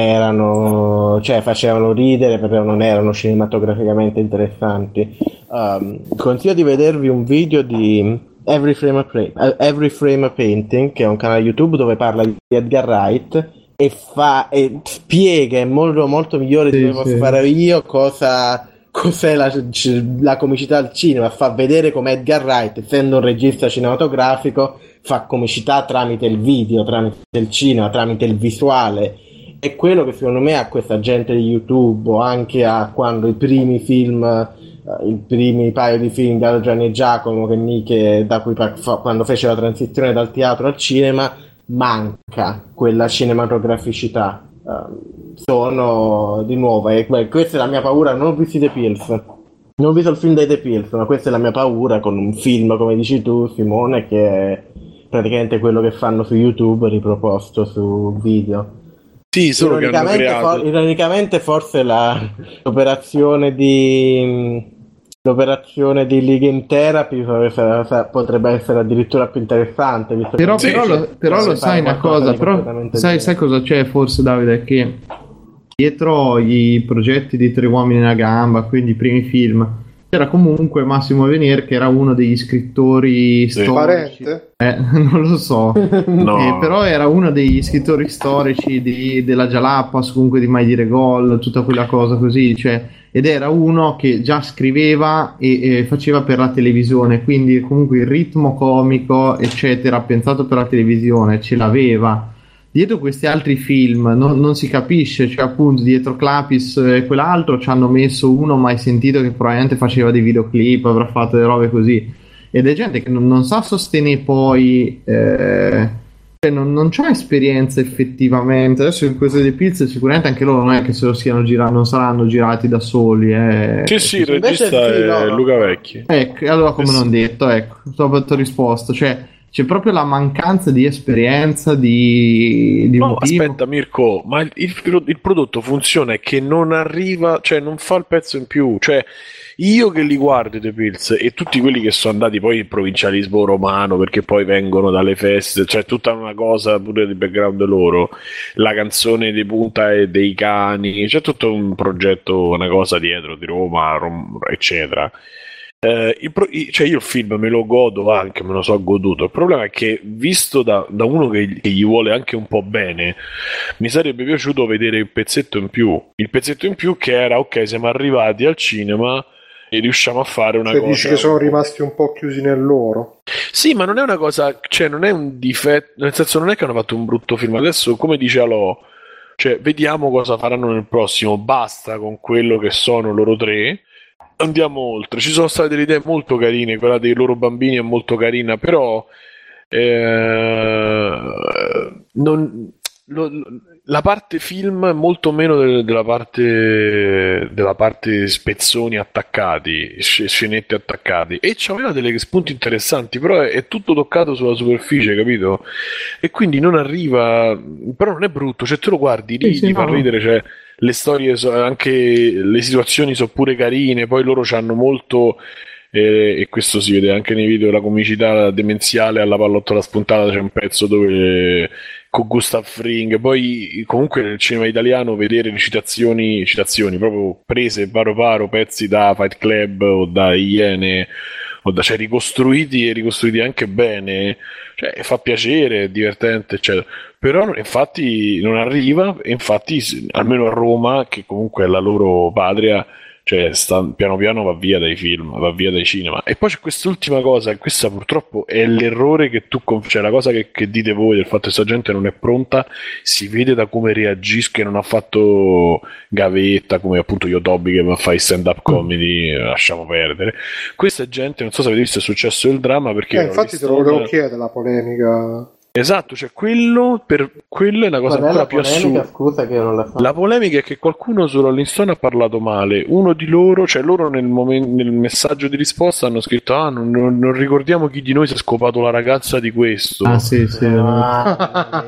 erano, cioè facevano ridere, però non erano cinematograficamente interessanti. Um, consiglio di vedervi un video di Every Frame a, Pra- Every Frame a Painting, che è un canale YouTube dove parla di Edgar Wright e fa e spiega in modo molto migliore Sì, di come posso sì. fare io cosa cos'è la, la comicità al cinema. Fa vedere come Edgar Wright, essendo un regista cinematografico, fa comicità tramite il video, tramite il cinema, tramite il visuale. È quello che secondo me a questa gente di YouTube, o anche a quando i primi film, eh, i primi paio di film di Aldo Giovanni e Giacomo, che, ni- che da cui par- fa- quando fece la transizione dal teatro al cinema, manca quella cinematograficità. Eh, sono di nuovo, e beh, questa è la mia paura. Non ho visto The Pills, non ho visto il film dei The Pills, ma questa è la mia paura con un film, come dici tu, Simone, che è praticamente quello che fanno su YouTube riproposto su video. Sì, solo che hanno Ironicamente, creato... for- ironicamente forse la, l'operazione di l'operazione di Ligue Therapy sa- sa- potrebbe essere addirittura più interessante, visto Però, che però, lo, però lo fare sai una qualcosa cosa, di però completamente sai, sai cosa c'è forse, Davide? Che dietro i progetti di Tre Uomini e una Gamba, quindi i primi film, c'era comunque Massimo Venier, che era uno degli scrittori Sì. storici. Parente? Eh, non lo so. No. Eh, però era uno degli scrittori storici di- della Jalapas, comunque di Mai Dire Gol, tutta quella cosa così, cioè, ed era uno che già scriveva e, e faceva per la televisione, quindi comunque il ritmo comico, eccetera, pensato per la televisione, ce l'aveva. Dietro questi altri film non, non si capisce, cioè appunto dietro Clapis e quell'altro ci hanno messo uno mai sentito che probabilmente faceva dei videoclip, avrà fatto delle robe così, ed è gente che non, non sa sostenere poi, eh, cioè non, non c'ha esperienza effettivamente. Adesso in questo dei Pilz sicuramente anche loro non è che se lo siano girati, non saranno girati da soli, eh. Sì, sì, il Invece regista sì, è no, no. Luca Vecchi. Ecco, e allora come Sì. non detto, ecco, dopo ti ho risposto, cioè c'è proprio la mancanza di esperienza di, di un No, team. aspetta Mirko, ma il, il- il prodotto funziona è che non arriva, cioè non fa il pezzo in più, cioè io che li guardo i The Pills e tutti quelli che sono andati poi in provincialismo romano perché poi vengono dalle feste, cioè tutta una cosa pure di background loro, la canzone di punta e dei cani, c'è tutto un progetto, una cosa dietro di Roma, Rom- eccetera. Eh, il pro- i- cioè io il film me lo godo anche, me lo so goduto. Il problema è che visto da, da uno che, che gli vuole anche un po' bene, mi sarebbe piaciuto vedere il pezzetto in più. Il pezzetto in più che era: ok, siamo arrivati al cinema e riusciamo a fare una Cioè cosa. dici che sono rimasti un po' chiusi nel loro. Sì, ma non è una cosa, cioè non è un difetto, nel senso non è che hanno fatto un brutto film. Adesso, come dice Alò, cioè vediamo cosa faranno nel prossimo, basta con quello che sono loro tre, andiamo oltre. Ci sono state delle idee molto carine, quella dei loro bambini è molto carina, però eh, non, lo, la parte film molto meno de, della parte della parte spezzoni attaccati, scenette attaccati, e c'aveva delle spunti interessanti, però è, è tutto toccato sulla superficie, capito? E quindi non arriva, però non è brutto, cioè tu lo guardi lì, sì, ti sì, fa no. ridere, cioè le storie, so, anche le situazioni sono pure carine, poi loro c'hanno molto, eh, e questo si vede anche nei video, la comicità demenziale alla pallottola spuntata, c'è un pezzo dove con Gustav Fring, poi comunque nel cinema italiano vedere le citazioni, citazioni proprio prese paro paro, pezzi da Fight Club o da Iene, o da, cioè ricostruiti e ricostruiti anche bene, cioè fa piacere, è divertente, eccetera. Però infatti non arriva, e infatti almeno a Roma, che comunque è la loro patria, cioè sta, piano piano va via dai film, va via dai cinema. E poi c'è quest'ultima cosa, e questa purtroppo è l'errore che tu, cioè la cosa che, che dite voi del fatto che questa gente non è pronta, si vede da come reagisce, che non ha fatto gavetta come appunto Yotobi che va a fare stand up comedy, mm. lasciamo perdere. Questa gente, non so se avete visto, è successo il dramma, perché eh, infatti te lo volevo chiedere la polemica. Esatto, cioè quello, per quello è una cosa ancora più assurda. Scusa che io non la so. La polemica è che qualcuno su Rolling Stone ha parlato male. Uno di loro, cioè loro nel, momen- nel messaggio di risposta hanno scritto: ah, non, non, non ricordiamo chi di noi si è scopato la ragazza di questo. Ah, sì, sì. Ah,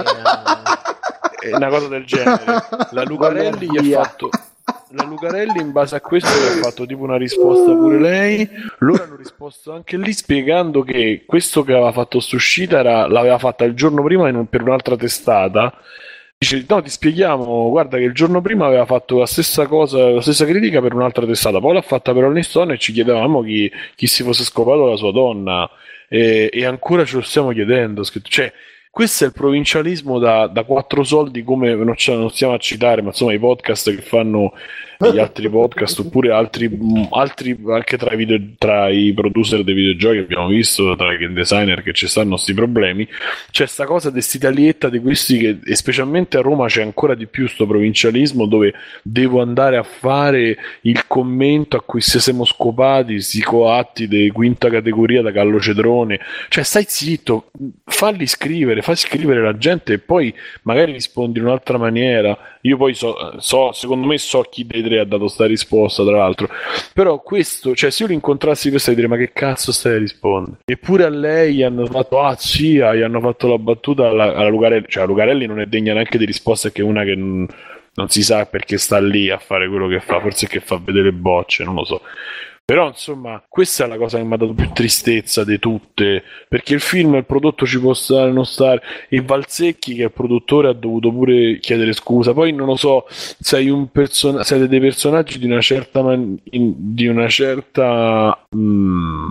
è una cosa del genere. La Lucarelli gli ha fatto. La Lucarelli in base a questo gli ha fatto tipo una risposta pure lei. Loro hanno risposto anche lì spiegando che questo che aveva fatto st'uscita era, l'aveva fatta il giorno prima in un, per un'altra testata. Dice no, ti spieghiamo, guarda che il giorno prima aveva fatto la stessa cosa, la stessa critica per un'altra testata, poi l'ha fatta per Rolling Stone e ci chiedevamo chi, chi si fosse scopato la sua donna, e, e ancora ce lo stiamo chiedendo. Cioè questo è il provincialismo da, da quattro soldi, come non, ce, non stiamo a citare, ma insomma i podcast che fanno gli altri podcast, oppure altri, altri anche tra i, video, tra i producer dei videogiochi abbiamo visto, tra i game designer che ci stanno sti problemi. C'è sta cosa di st'italietta di questi che, e specialmente a Roma c'è ancora di più sto provincialismo, dove devo andare a fare il commento a cui se siamo scopati, sti coatti di quinta categoria da Gallo Cedrone. Cioè stai zitto, falli scrivere, fai scrivere la gente e poi magari rispondi in un'altra maniera. Io poi so, so secondo me so chi dei tre ha dato sta risposta, tra l'altro, però questo, cioè se io l'incontrassi questo di dire ma che cazzo stai a rispondere, eppure a lei hanno fatto ah sì, gli hanno fatto la battuta alla, alla Lucarelli, cioè la Lucarelli non è degna neanche di risposta, che è una che non, non si sa perché sta lì a fare quello che fa, forse che fa vedere bocce, non lo so. Però insomma questa è la cosa che mi ha dato più tristezza di tutte, perché il film, il prodotto ci può stare, non stare, e Valsecchi che è il produttore ha dovuto pure chiedere scusa. Poi non lo so, sei un person- siete dei personaggi di una certa man- in- di una certa mm,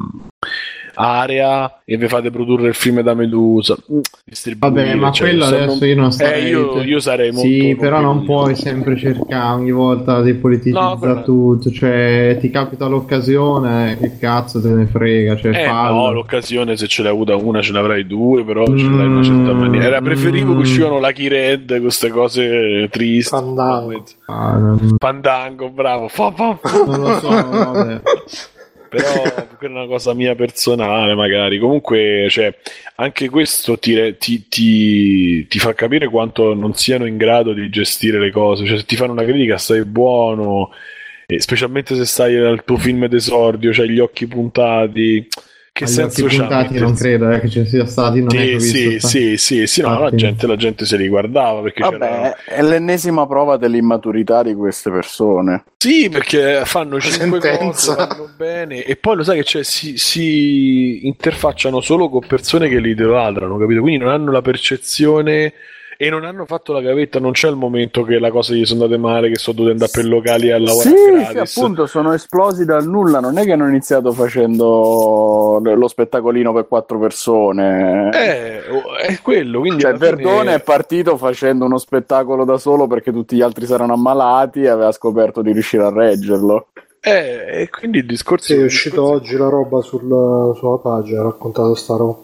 area e vi fate produrre il film da Medusa, vabbè, ma cioè, quello adesso non... io non sarei, eh, io, io sarei molto, sì, molto però non critico. puoi sempre cercare ogni volta di politicizzare no, tutto, cioè ti capita l'occasione, che cazzo te ne frega, cioè eh, fallo. no, l'occasione se ce l'hai avuta una ce l'avrai due, però ce l'hai in una certa maniera. Era preferivo mm. che uscivano Lucky Red, queste cose tristi. Fandango. Ah, non... Pandango, bravo. Fa, fa, fa. non lo so, vabbè. Però quella è una cosa mia personale, magari. Comunque, cioè, anche questo ti, ti, ti, ti fa capire quanto non siano in grado di gestire le cose. Cioè, se ti fanno una critica, stai buono, e specialmente se stai al tuo film d'esordio, c'hai gli occhi puntati. Che Agli senso occhi c'ha? puntati non credo eh, che ci sia stati, non sì, è che ho visto sì, sta... sì, sì, sì, no, la gente, la gente se li guardava perché vabbè, c'era... è l'ennesima prova dell'immaturità di queste persone. Sì, perché fanno cinque sentenza. cose, vanno bene, e poi lo sai che c'è, si, si interfacciano solo con persone che li idolatrano, capito? Quindi non hanno la percezione e non hanno fatto la gavetta, non c'è il momento che la cosa gli sono andate male, che sono dovuti andare per locali a lavorare Sì, gratis. sì, appunto, sono esplosi dal nulla, non è che hanno iniziato facendo lo spettacolino per quattro persone. Eh, è quello, quindi Cioè alla Verdone fine... è partito facendo uno spettacolo da solo perché tutti gli altri si erano ammalati e aveva scoperto di riuscire a reggerlo. Eh, e quindi il discorso... Sì, è il uscito discorso... oggi la roba sul, sulla pagina, ha raccontato sta roba.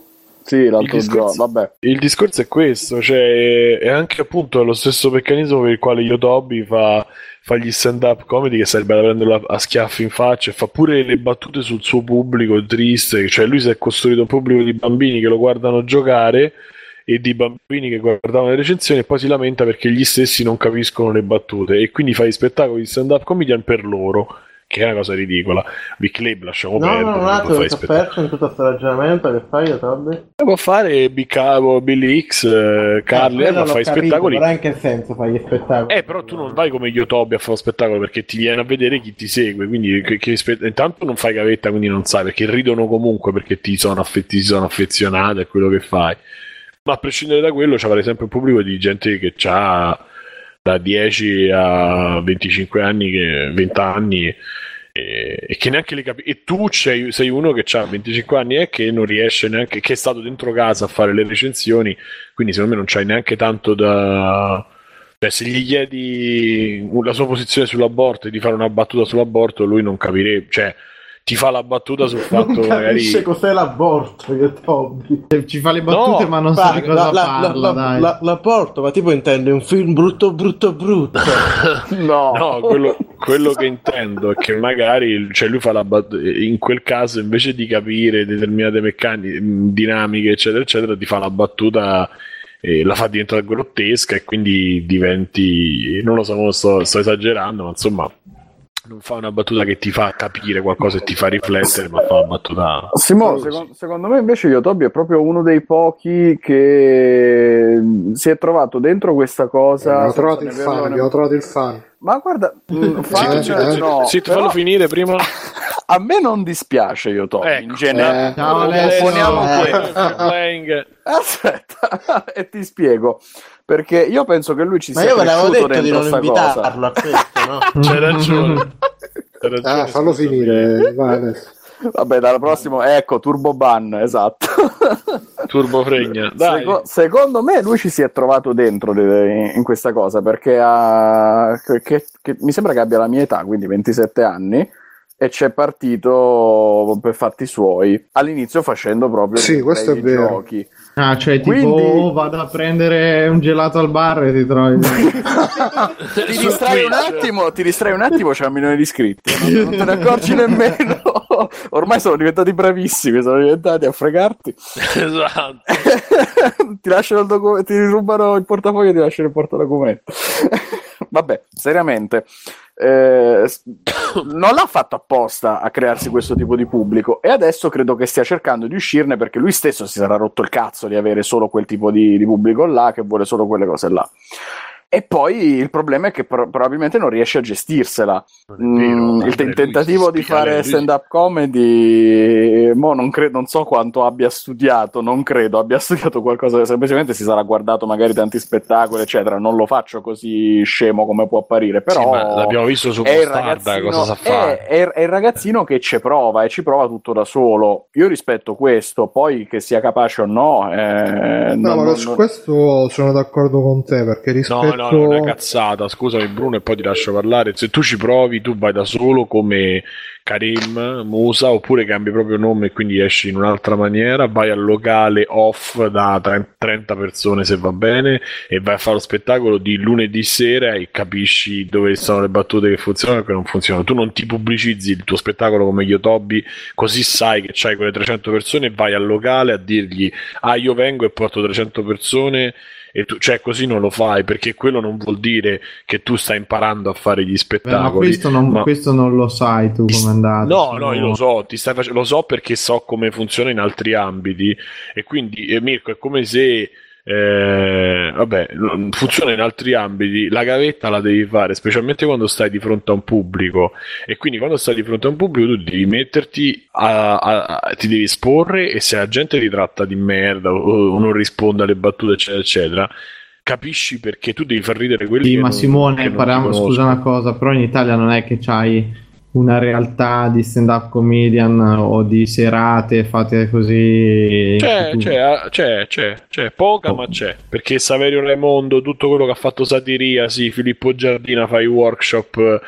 Sì, l'altro Il discorso- giorno, vabbè. Il discorso è questo, cioè è anche appunto lo stesso meccanismo per il quale Yotobi fa, fa gli stand-up comedy, che sarebbe da prenderlo a schiaffi in faccia, e fa pure le battute sul suo pubblico triste, cioè lui si è costruito un pubblico di bambini che lo guardano giocare e di bambini che guardavano le recensioni, e poi si lamenta perché gli stessi non capiscono le battute, e quindi fa gli spettacoli di stand-up comedian per loro, che è una cosa ridicola. Big Club lasciamo No, perdere, no, un non attimo, fai mi sto spettacoli. perso in tutto questo ragionamento che fai, Yotobi? Può fare Big Cavo, Billy X, eh, Carly, Eh, ma fai capito, spettacoli. però in che senso fai gli spettacoli? Eh, però tu non vai come Yotobi a fare lo spettacolo, perché ti viene a vedere chi ti segue, quindi che, che spe- intanto non fai gavetta, quindi non sai, perché ridono comunque perché ti sono, affe- ti sono affezionati a quello che fai. Ma a prescindere da quello, c'avrai sempre un pubblico di gente che ha da dieci a venticinque anni, che, venti anni, e, e che neanche li capisci. E tu sei, sei uno che ha venticinque anni e che non riesce neanche, che è stato dentro casa a fare le recensioni, quindi secondo me non c'hai neanche tanto da... Cioè, se gli chiedi la sua posizione sull'aborto e di fare una battuta sull'aborto, lui non capirebbe, cioè ti fa la battuta sul fatto Non capisce magari... cos'è l'aborto, Yotobi. Ci fa le battute, No, ma non sa di cosa La- la- parla, la- dai. la- L'aborto, ma tipo intende un film brutto brutto brutto. No, No, quello, quello che intendo è che magari, cioè lui fa la bat- in quel caso, invece di capire determinate meccaniche, dinamiche, eccetera, eccetera, ti fa la battuta e la fa diventare grottesca, e quindi diventi, non lo so, non lo sto, sto esagerando, ma insomma non fa una battuta che ti fa capire qualcosa e ti fa riflettere, ma fa una battuta... Simo, secondo, secondo me invece Yotobi è proprio uno dei pochi che si è trovato dentro questa cosa. Abbiamo senza trovato il né averlo fan, né- abbiamo trovato il fan. Ma guarda, mh, fan, Zitto, zitto, no, Sì, ti però fallo finire prima. a me non dispiace Yotobi Ecco. in generale. Eh, Ciao, Alessio. Poniamo Eh. questo. Playing. Aspetta, e ti spiego. Perché io penso che lui ci Ma sia io ve l'avevo cresciuto detto di dentro non sta cosa. invitarlo a questo, no? C'hai ragione. C'hai ragione, Ah, fallo scusa. finire, vai adesso. Vabbè, dalla prossima, ecco, Turbo Ban, esatto. Turbo fregna. Dai. Seco- secondo me lui ci si è trovato dentro de- in questa cosa, perché ha, che, che- che mi sembra che abbia la mia età, quindi ventisette anni, e c'è partito per fatti suoi, all'inizio facendo proprio Sì, dei questo è brevi vero. giochi. Ah, cioè tipo Quindi- oh, vado a prendere un gelato al bar e ti trovi... Ti Su distrai un Twitch. attimo, ti distrai un attimo, c'è un milione di iscritti, non, non te ne accorgi nemmeno. Ormai sono diventati bravissimi, sono diventati a fregarti. Esatto. Ti lasciano il documento, ti rubano il portafoglio e ti lasciano il portadocumento. Vabbè, seriamente, eh, s- non l'ha fatto apposta a crearsi questo tipo di pubblico, e adesso credo che stia cercando di uscirne, perché lui stesso si sarà rotto il cazzo di avere solo quel tipo di, di pubblico là, che vuole solo quelle cose là. E poi il problema è che pro- probabilmente non riesce a gestirsela. Non è vero, Mm, il Andrea, te- lui tentativo si di spiega fare lei, lui si- stand-up comedy, mo non, cre- non so quanto abbia studiato, non credo abbia studiato qualcosa, semplicemente si sarà guardato magari tanti spettacoli, eccetera. Non lo faccio così scemo come può apparire, però Sì, ma l'abbiamo visto su è il Mostarda, ragazzino, cosa sa fare. è, è- è il ragazzino che ci prova e ci prova tutto da solo. Io rispetto questo, poi che sia capace o no, eh, No, non- ma non- su questo sono d'accordo con te, perché No, rispetto... no, è una cazzata, scusami Bruno, e poi ti lascio parlare. Se tu ci provi, tu vai da solo come Karim Musa, oppure cambi proprio nome e quindi esci in un'altra maniera, vai al locale off da trenta persone se va bene, e vai a fare lo spettacolo di lunedì sera e capisci dove sono le battute che funzionano e che non funzionano. Tu non ti pubblicizzi il tuo spettacolo come Yotobi, così sai che c'hai quelle trecento persone e vai al locale a dirgli ah io vengo e porto trecento persone. E tu, cioè così non lo fai, perché quello non vuol dire che tu stai imparando a fare gli Beh, spettacoli. ma questo non, ma- questo non lo sai tu come è andato. No, no, io lo so, ti stai face- lo so perché so come funziona in altri ambiti, e quindi eh, Mirko, è come se eh, vabbè, l- funziona in altri ambiti, la gavetta la devi fare, specialmente quando stai di fronte a un pubblico, e quindi quando stai di fronte a un pubblico tu devi metterti a, a- a- ti devi esporre, e se la gente ti tratta di merda o, o non risponde alle battute eccetera eccetera, capisci perché tu devi far ridere quelli Sì, che ma non, Simone, che non ti parliamo, conoscono. scusa una cosa, però in Italia non è che c'hai una realtà di stand-up comedian o di serate fatte così. C'è, Tu- c'è, ah, c'è, c'è, c'è, poca Oh. ma c'è, perché Saverio Raimondo, tutto quello che ha fatto Satiria, sì, Filippo Giardina fa i workshop,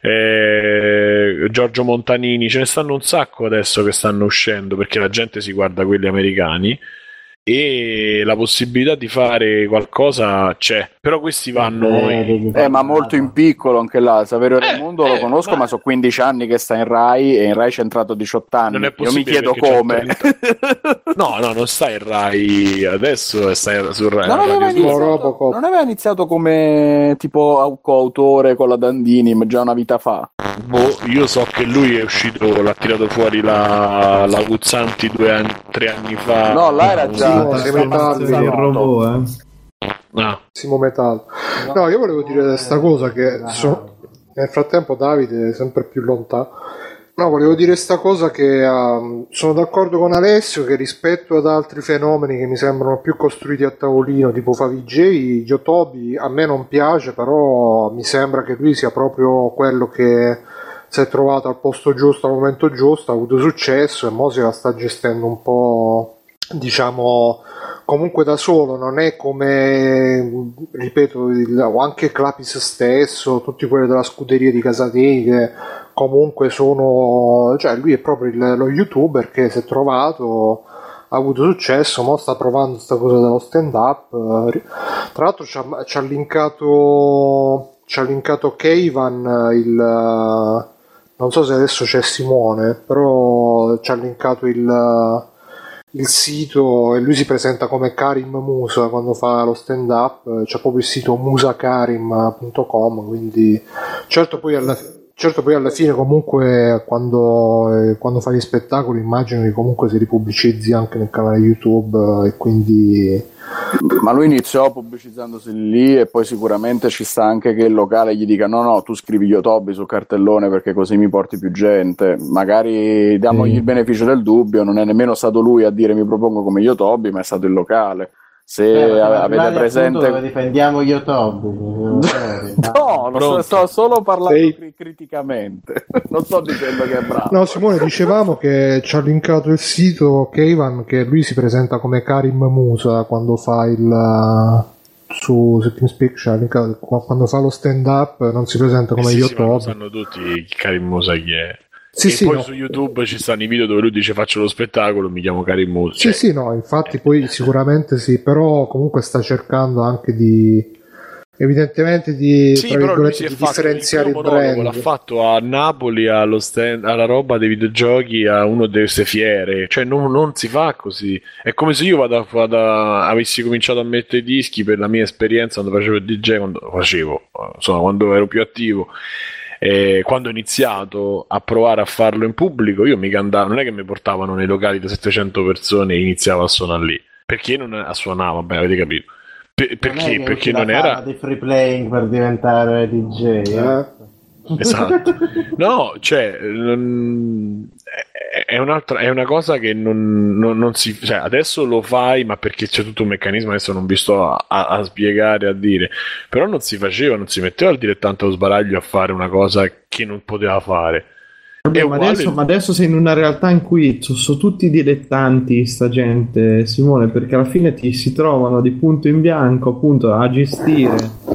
eh, Giorgio Montanini, ce ne stanno un sacco adesso che stanno uscendo, perché la gente si guarda quelli americani, e la possibilità di fare qualcosa c'è, però questi vanno eh, eh ma molto in piccolo anche là. Saverio eh, Raimondo eh, lo conosco, ma... ma sono quindici anni che sta in Rai e in Rai c'è entrato diciotto anni. Non è Io mi chiedo perché come. no no non sta in Rai adesso, sta sul Rai, non, aveva iniziato, non aveva iniziato come tipo coautore con la Dandini già una vita fa. Boh, io so che lui è uscito, l'ha tirato fuori la, la Guzzanti due anni, tre anni fa. No, là era già sì, il robot, eh. No. Simo Metallo. No, io volevo dire questa cosa che so, nel frattempo Davide è sempre più lontano. No, volevo dire sta cosa che um, sono d'accordo con Alessio che rispetto ad altri fenomeni che mi sembrano più costruiti a tavolino, tipo Favij, Yotobi a me non piace, però mi sembra che lui sia proprio quello che si è trovato al posto giusto al momento giusto, ha avuto successo e mo se la sta gestendo un po', diciamo, comunque da solo. Non è come, ripeto, il, o anche Clapis stesso, tutti quelli della scuderia di Casatei che comunque sono, cioè lui è proprio il, lo youtuber che si è trovato, ha avuto successo, mo sta provando questa cosa dello stand up. Tra l'altro ci ha, ci ha linkato ci ha linkato Keivan, il non so se adesso c'è Simone, però ci ha linkato il il sito e lui si presenta come Karim Musa quando fa lo stand up, c'è proprio il sito musakarim punto com, quindi certo poi alla Certo, poi alla fine comunque quando, eh, quando fai gli spettacoli immagino che comunque si ripubblicizzi anche nel canale YouTube, eh, e quindi... Ma lui iniziò pubblicizzandosi lì e poi sicuramente ci sta anche che il locale gli dica no no tu scrivi Yotobi sul cartellone perché così mi porti più gente. Magari diamogli mm. il beneficio del dubbio, non è nemmeno stato lui a dire mi propongo come Yotobi, ma è stato il locale. Se Beh, avete presente dove difendiamo Yotobi. No, no sto solo parlando Sei... cri- criticamente. Non sto dicendo che è bravo. No, Simone, dicevamo che ci ha linkato il sito Keivan, che lui si presenta come Karim Musa quando fa il su Speak, quando fa lo stand up non si presenta come eh sì, Yotobi. Sì, lo sanno tutti Karim Musa chi è. Sì, e sì, poi no. su YouTube ci stanno i video dove lui dice faccio lo spettacolo, mi chiamo Karim Musa. Sì, cioè... sì, no, infatti poi sicuramente sì, però comunque sta cercando anche di evidentemente di, sì, tra virgolette, di differenziare il, il brand. L'ha fatto a Napoli allo stand, alla roba dei videogiochi a uno delle queste fiere, cioè non, non si fa così. È come se io vado, vado avessi cominciato a mettere dischi per la mia esperienza quando facevo il D J, quando facevo insomma quando ero più attivo. E quando ho iniziato a provare a farlo in pubblico, io mica andavo, non è che mi portavano nei locali da settecento persone e iniziavo a suonare lì, perché non a suonare, vabbè, avete capito. Per, perché? Non perché non era di free playing per diventare D J, eh? Esatto. No, cioè non... è un'altra, è una cosa che non, non, non si, cioè adesso lo fai, ma perché c'è tutto un meccanismo, adesso non vi sto a, a, a spiegare, a dire, però non si faceva, non si metteva il dilettante allo sbaraglio a fare una cosa che non poteva fare. Vabbè, ma, adesso, ma adesso sei in una realtà in cui sono tutti dilettanti sta gente, Simone, perché alla fine ti si trovano di punto in bianco appunto a gestire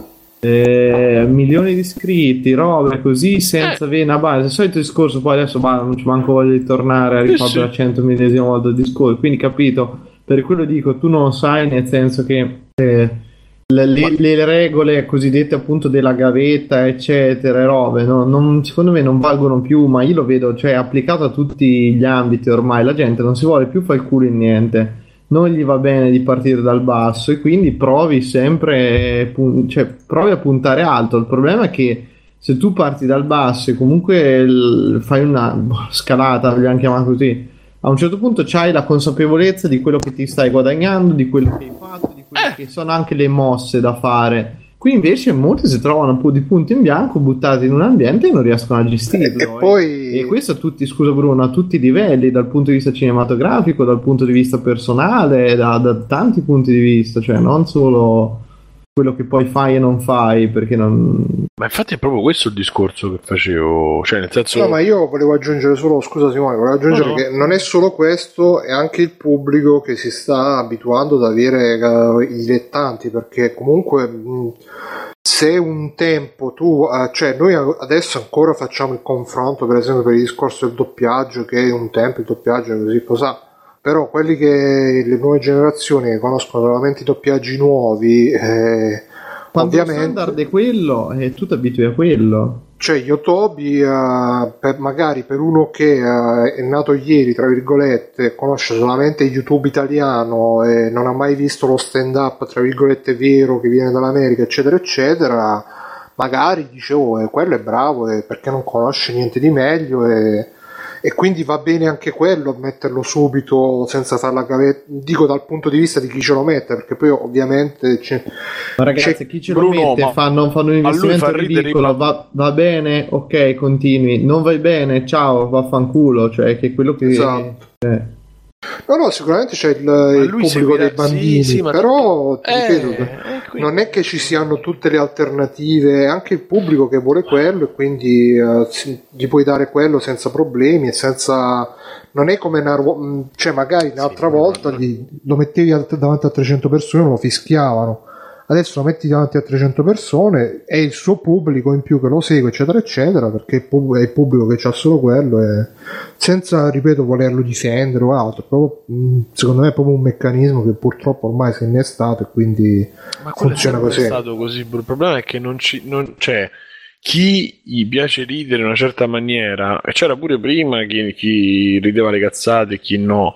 Eh, milioni di iscritti, robe così senza vena base. Il solito discorso, poi adesso bah, non ci manco voglia di tornare a rifare la centomillesima volta il discorso. Quindi capito, per quello dico, tu non sai, nel senso che eh, le, le, le regole cosiddette appunto della gavetta eccetera, robe no, non, secondo me non valgono più, ma io lo vedo, cioè applicato a tutti gli ambiti ormai. La gente non si vuole più fare il culo in niente, non gli va bene di partire dal basso e quindi provi sempre, cioè provi a puntare alto. Il problema è che se tu parti dal basso e comunque fai una scalata, vogliamo chiamare così, a un certo punto c'hai la consapevolezza di quello che ti stai guadagnando, di quello che hai fatto, di quelle eh. che sono anche le mosse da fare. Qui invece molti si trovano un po' di punti in bianco buttati in un ambiente e non riescono a gestirlo. E, e, poi... e questo a tutti, scusa Bruno, a tutti i livelli, dal punto di vista cinematografico, dal punto di vista personale, da, da tanti punti di vista, cioè non solo quello che poi fai e non fai, perché non... Ma infatti è proprio questo il discorso che facevo, cioè nel senso... No, ma io volevo aggiungere solo, scusa Simone, volevo aggiungere no, no. che non è solo questo, è anche il pubblico che si sta abituando ad avere uh, i dilettanti, perché comunque mh, se un tempo tu, uh, cioè noi adesso ancora facciamo il confronto, per esempio per il discorso del doppiaggio, che un tempo il doppiaggio così cosa... però quelli che le nuove generazioni conoscono solamente i doppiaggi nuovi, eh, quando ovviamente lo standard è quello e tu ti abitui a quello. Cioè Yotobi, uh, per, magari per uno che uh, è nato ieri, tra virgolette, conosce solamente YouTube italiano e non ha mai visto lo stand up, tra virgolette, vero che viene dall'America, eccetera eccetera, magari dice oh eh, quello è bravo eh, perché non conosce niente di meglio, e, e quindi va bene anche quello metterlo subito senza farla gavetta, dico dal punto di vista di chi ce lo mette, perché poi ovviamente c'è, ma ragazzi c'è chi ce Bruno, lo mette ma, fanno, fanno un investimento ridicolo, i... va, va bene, ok, continui, non vai bene, ciao, vaffanculo, cioè che è quello che esatto. eh. No, no, sicuramente c'è il, il pubblico seguirà... dei bambini, sì, sì, però ti eh, ripeto, eh, non è che ci siano tutte le alternative, anche il pubblico che vuole quello, e quindi uh, gli puoi dare quello senza problemi e senza... Non è come una... cioè magari un'altra sì, volta gli... lo mettevi davanti a trecento persone e lo fischiavano. Adesso lo metti davanti a trecento persone e il suo pubblico in più che lo segue, eccetera eccetera, perché è il pubblico che c'ha solo quello, e senza, ripeto, volerlo difendere o altro, proprio, secondo me è proprio un meccanismo che purtroppo ormai si è innestato e quindi ma funziona così. È stato così. Il problema è che non ci non c'è chi gli piace ridere in una certa maniera, e c'era pure prima chi, chi rideva le cazzate e chi no.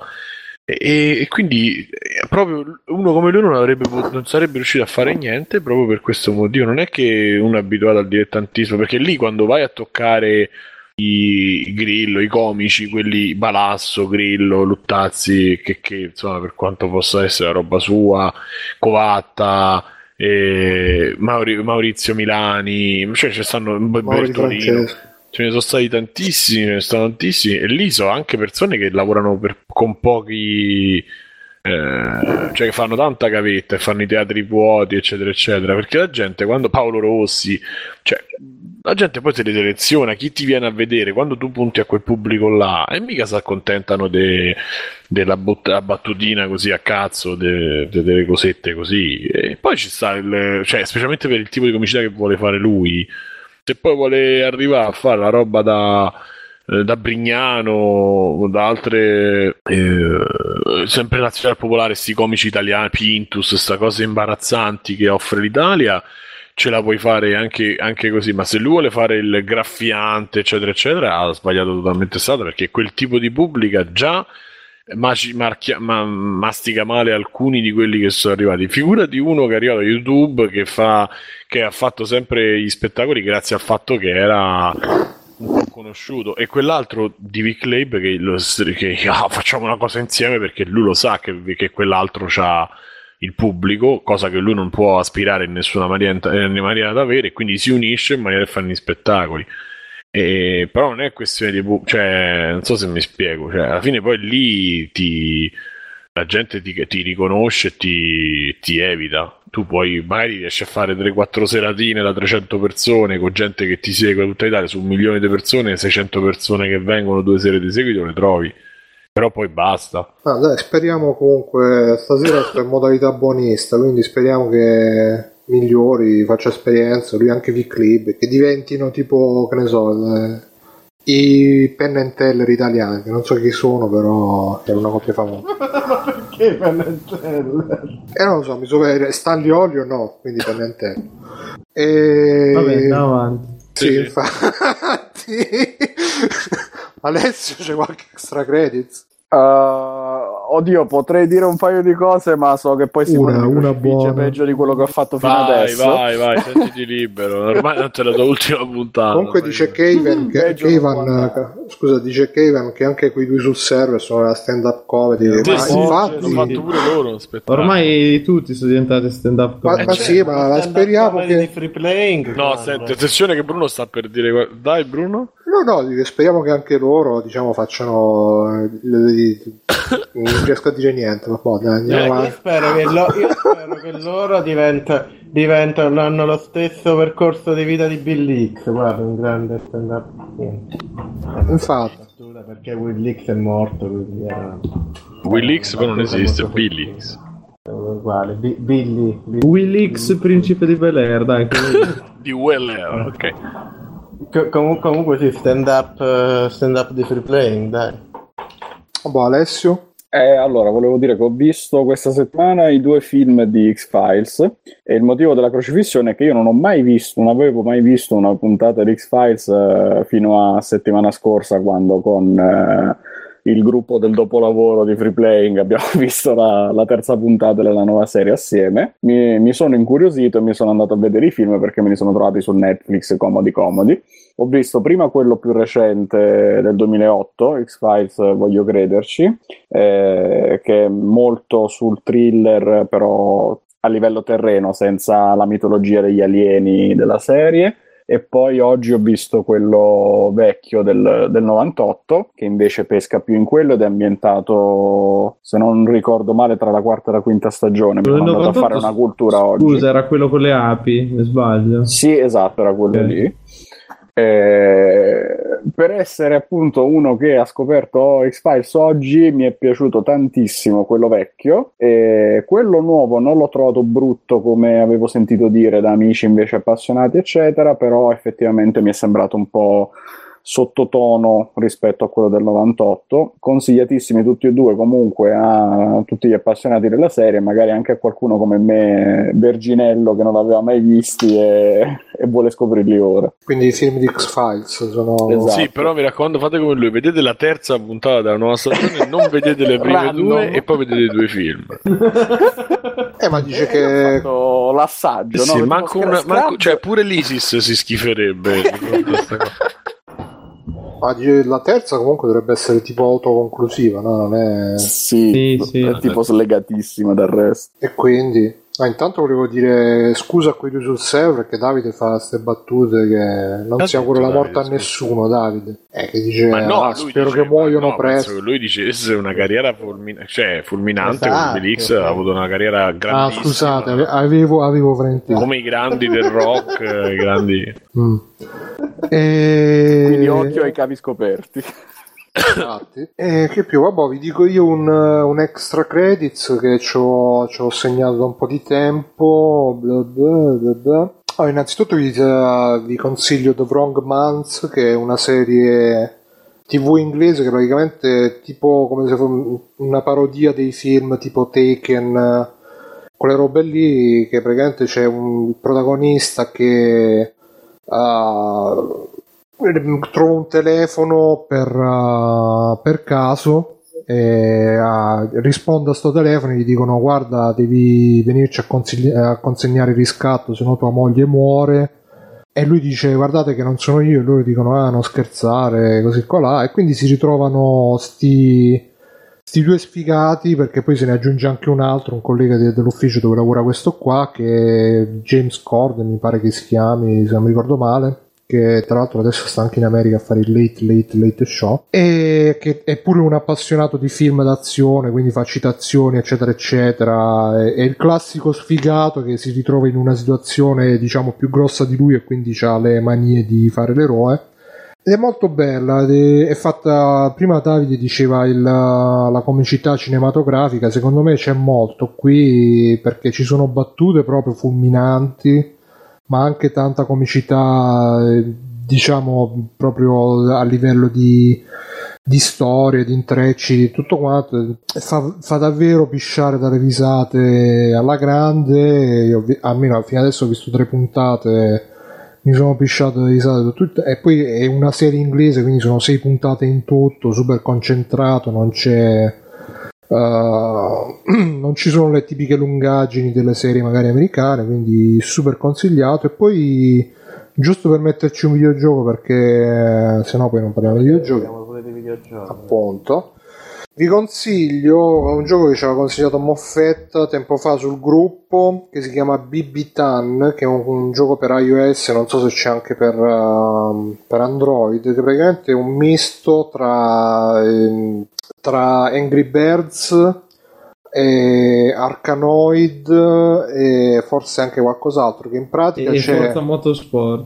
E, e quindi proprio uno come lui non, avrebbe, non sarebbe riuscito a fare niente proprio per questo motivo. Non è che uno è abituato al dilettantismo, perché lì quando vai a toccare i, i Grillo, i comici, quelli Balasso, Grillo, Luttazzi, che, che insomma per quanto possa essere la roba sua, Covatta, eh, Mauri, Maurizio Milani, cioè ci stanno Bertolino, ce ne sono stati tantissimi, ce ne sono tantissimi, e lì sono anche persone che lavorano per, con pochi, eh, cioè che fanno tanta gavetta e fanno i teatri vuoti, eccetera eccetera, perché la gente, quando Paolo Rossi, cioè la gente poi si seleziona chi ti viene a vedere, quando tu punti a quel pubblico là, e mica si accontentano de, della but- battutina così a cazzo, de, de, delle cosette così, e poi ci sta il, cioè specialmente per il tipo di comicità che vuole fare lui. Se poi vuole arrivare a fare la roba da, eh, da Brignano, da altre, eh, sempre Nazionale Popolare, sti comici italiani, Pintus, sta cose imbarazzanti che offre l'Italia, ce la puoi fare anche, anche così. Ma se lui vuole fare il graffiante, eccetera, eccetera, ha sbagliato totalmente strada, perché quel tipo di pubblica già Maci, marchia, ma, mastica male alcuni di quelli che sono arrivati. Figurati uno che è arrivato a YouTube che fa che ha fatto sempre gli spettacoli grazie al fatto che era un po' conosciuto, e quell'altro di Vic Leib che, lo, che ah, facciamo una cosa insieme, perché lui lo sa che, che quell'altro c'ha il pubblico, cosa che lui non può aspirare in nessuna maniera, in maniera da avere, e quindi si unisce in maniera di fare gli spettacoli. E, però non è questione di pu- cioè non so se mi spiego, cioè alla fine poi lì ti la gente ti, ti riconosce e ti, ti evita. Tu poi magari riesci a fare tre quattro seratine da trecento persone con gente che ti segue tutta Italia, su un milione di persone, seicento persone che vengono due sere di seguito le trovi, però poi basta. Ah, dai, speriamo comunque, stasera sto in modalità buonista, quindi speriamo che migliori, faccia esperienza, lui anche Vic Leib, che diventino tipo, che ne so, le, i Penn and Teller italiani, che non so chi sono, però è una coppia famosa. Perché Penn and Teller? Eh non lo so, mi so, Stanley Olio no, quindi Penn and Teller. E... Vabbè, andiamo avanti. Sì, sì, infatti. Alessio, c'è qualche extra credits? Uh, oddio, potrei dire un paio di cose, ma so che poi si una, una buona. peggio di quello che ho fatto fino vai, adesso. Vai, vai, sentiti libero. Ormai non te la do l'ultima puntata. Comunque dice Kevin che, Kevin, scusa, dice Kevin che anche quei due sul server sono la stand up comedy. Sì, ma sì, infatti hanno fatto pure loro. Ormai tutti sono diventati stand up comedy. Ma, ma sì, ma la speriamo che di free playing. No, senti, attenzione che Bruno sta per dire. Dai, Bruno. No, no, speriamo che anche loro, diciamo, facciano. Non riesco a dire niente, ma poi dai, andiamo io, io, spero che lo, io spero che loro diventa, diventano hanno lo stesso percorso di vita di Bill Hicks. Guarda, un grande stand up. Infatti, perché Will Hicks è morto, quindi era... Will Hicks però non esiste, Bill Hicks. Uguale, B- Billy, Billy Will Hicks, principe di Bel Air, dai. Di Well Air, ok. Com- com- comunque sì, stand up, uh, stand up di free playing, dai. boh, Alessio? Eh, allora, volevo dire che ho visto questa settimana i due film di X-Files e il motivo della crocifissione è che io non ho mai visto, non avevo mai visto una puntata di X-Files eh, fino a settimana scorsa, quando con eh, il gruppo del dopolavoro di Free Playing abbiamo visto la, la terza puntata della nuova serie assieme. Mi, mi sono incuriosito e mi sono andato a vedere i film perché me li sono trovati su Netflix comodi comodi. Ho visto prima quello più recente del duemilaotto, X-Files Voglio crederci, eh, che è molto sul thriller però a livello terreno, senza la mitologia degli alieni della serie. E poi oggi ho visto quello vecchio del, del novantotto, che invece pesca più in quello ed è ambientato, se non ricordo male, tra la quarta e la quinta stagione. Mi sono andato a fare una cultura oggi. Scusa, era quello con le api, mi sbaglio? Sì, esatto, era quello okay. lì. Eh, per essere appunto uno che ha scoperto X-Files oggi, mi è piaciuto tantissimo quello vecchio, e quello nuovo non l'ho trovato brutto come avevo sentito dire da amici invece appassionati eccetera, però effettivamente mi è sembrato un po' sottotono rispetto a quello del novantotto. Consigliatissimi tutti e due comunque a tutti gli appassionati della serie, magari anche a qualcuno come me verginello che non l'aveva mai visti e, e vuole scoprirli ora. Quindi i film di X-Files sono... Esatto. Sì, però mi raccomando, fate come lui, vedete la terza puntata della nuova stagione, non vedete le prime Random. due e poi vedete i due film. Eh, ma dice che... Ho l'assaggio, Sì, no? manco una, manco, cioè pure l'ISIS si schiferebbe di fronte a questa cosa. Ma la terza comunque dovrebbe essere tipo autoconclusiva, no? Non è... Sì, Sì, sì. è tipo slegatissima dal resto. E quindi... Ah, intanto volevo dire scusa a quelli sul server perché Davide fa queste battute che non si augura la morte a nessuno, Davide. Eh, che dice, Ma no, ah, lui spero dice, che muoiono no, presto. penso che lui dicesse una carriera fulmin- cioè, fulminante, Esatto, come Felix sì. ha avuto una carriera Ah, grandissima. scusate, ave- avevo, avevo frainteso. Come i grandi del rock, i grandi... Mm. E... Quindi occhio ai cavi scoperti. Infatti. E che più, vabbè, vi dico io un, un extra credits che ci ho segnato da un po' di tempo. Bla bla bla bla. Oh, innanzitutto vi, uh, vi consiglio The Wrong Month, che è una serie tivù inglese che praticamente è tipo come se fosse una parodia dei film tipo Taken, quelle robe lì, che praticamente c'è un protagonista che uh, trova un telefono per, uh, per caso e uh, risponde a sto telefono e gli dicono guarda devi venirci a, consigli- a consegnare il riscatto se no tua moglie muore, e lui dice guardate che non sono io, e loro dicono ah non scherzare così colà, e quindi si ritrovano sti, sti due sfigati, perché poi se ne aggiunge anche un altro, un collega de- dell'ufficio dove lavora questo qua, che è James Corden mi pare che si chiami, se non mi ricordo male, che tra l'altro adesso sta anche in America a fare il Late Late Late Show, e che è pure un appassionato di film d'azione, quindi fa citazioni eccetera eccetera, è, è il classico sfigato che si ritrova in una situazione diciamo più grossa di lui e quindi ha le manie di fare l'eroe, ed è molto bella, è fatta, prima Davide diceva il, la comicità cinematografica, secondo me c'è molto qui perché ci sono battute proprio fulminanti, ma anche tanta comicità, diciamo proprio a livello di, di storie, di intrecci, tutto quanto. Fa, fa davvero pisciare dalle risate alla grande. Io, almeno fino adesso ho visto tre puntate, mi sono pisciato dalle risate tutte, e poi è una serie inglese, quindi sono sei puntate in tutto, super concentrato, non c'è Uh, non ci sono le tipiche lungaggini delle serie magari americane, quindi super consigliato. E poi giusto per metterci un videogioco, perché se no poi non parliamo di videogiochi, appunto, vi consiglio un gioco che ci aveva consigliato Moffetta tempo fa sul gruppo, che si chiama B B Tan, che è un, un gioco per iOS, non so se c'è anche per, uh, per Android, che praticamente è un misto tra ehm, tra Angry Birds e Arkanoid e forse anche qualcos'altro, che in pratica e c'è Forza Motorsport.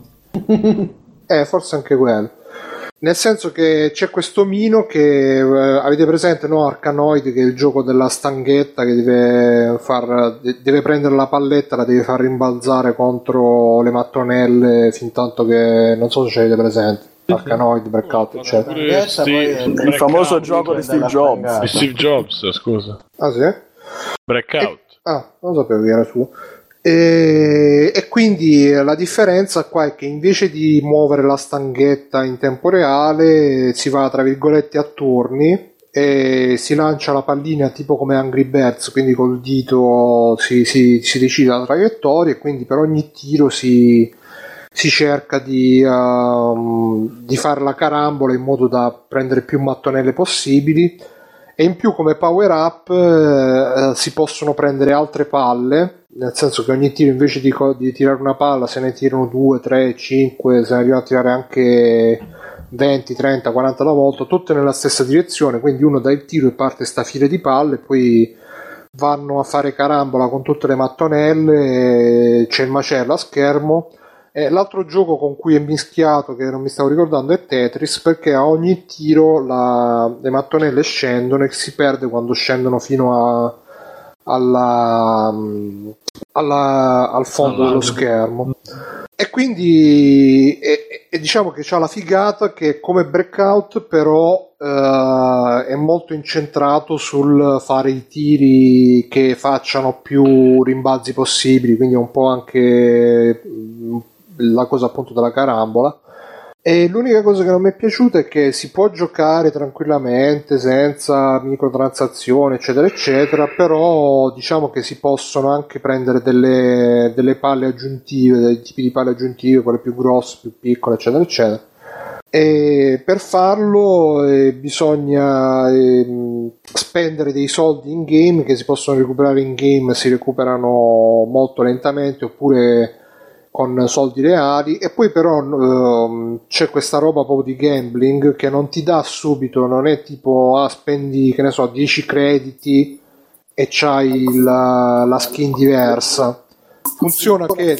eh forse anche quello, nel senso che c'è questo mino che eh, avete presente, no? Arkanoid, che è il gioco della stanghetta che deve far deve prendere la palletta, la deve far rimbalzare contro le mattonelle fin tanto che, non so se ce l'avete presente. Arkanoid, Breakout, eccetera. Pure Steve- Il Breakout, famoso gioco di Steve Jobs. di Steve Jobs, scusa. Ah sì? Breakout. Ah, non sapevo che era su. E, e quindi la differenza qua è che invece di muovere la stanghetta in tempo reale si va tra virgolette a turni e si lancia la pallina tipo come Angry Birds, quindi col dito si, si, si decide la traiettoria e quindi per ogni tiro si, si cerca di, uh, di fare la carambola in modo da prendere più mattonelle possibili. E in più come power up eh, si possono prendere altre palle, nel senso che ogni tiro invece di, di tirare una palla se ne tirano due, tre, cinque, se ne arrivano a tirare anche venti, trenta, quaranta alla volta, tutte nella stessa direzione, quindi uno dà il tiro e parte sta fila di palle, poi vanno a fare carambola con tutte le mattonelle, c'è il macello a schermo. E l'altro gioco con cui è mischiato, che non mi stavo ricordando, è Tetris, perché a ogni tiro la, le mattonelle scendono e si perde quando scendono fino a, alla, alla, al fondo dello schermo. E quindi e, e diciamo che c'ha la figata che come Breakout però eh, è molto incentrato sul fare i tiri che facciano più rimbalzi possibili, quindi è un po' anche la cosa appunto della carambola. E l'unica cosa che non mi è piaciuta è che si può giocare tranquillamente senza microtransazioni eccetera eccetera, però diciamo che si possono anche prendere delle, delle palle aggiuntive, dei tipi di palle aggiuntive, quelle più grosse, più piccole eccetera eccetera, e per farlo eh, bisogna eh, spendere dei soldi in game che si possono recuperare in game, si recuperano molto lentamente oppure con soldi reali, e poi però ehm, c'è questa roba proprio di gambling che non ti dà subito, non è tipo ah spendi che ne so dieci crediti e c'hai la, la skin diversa. Funziona che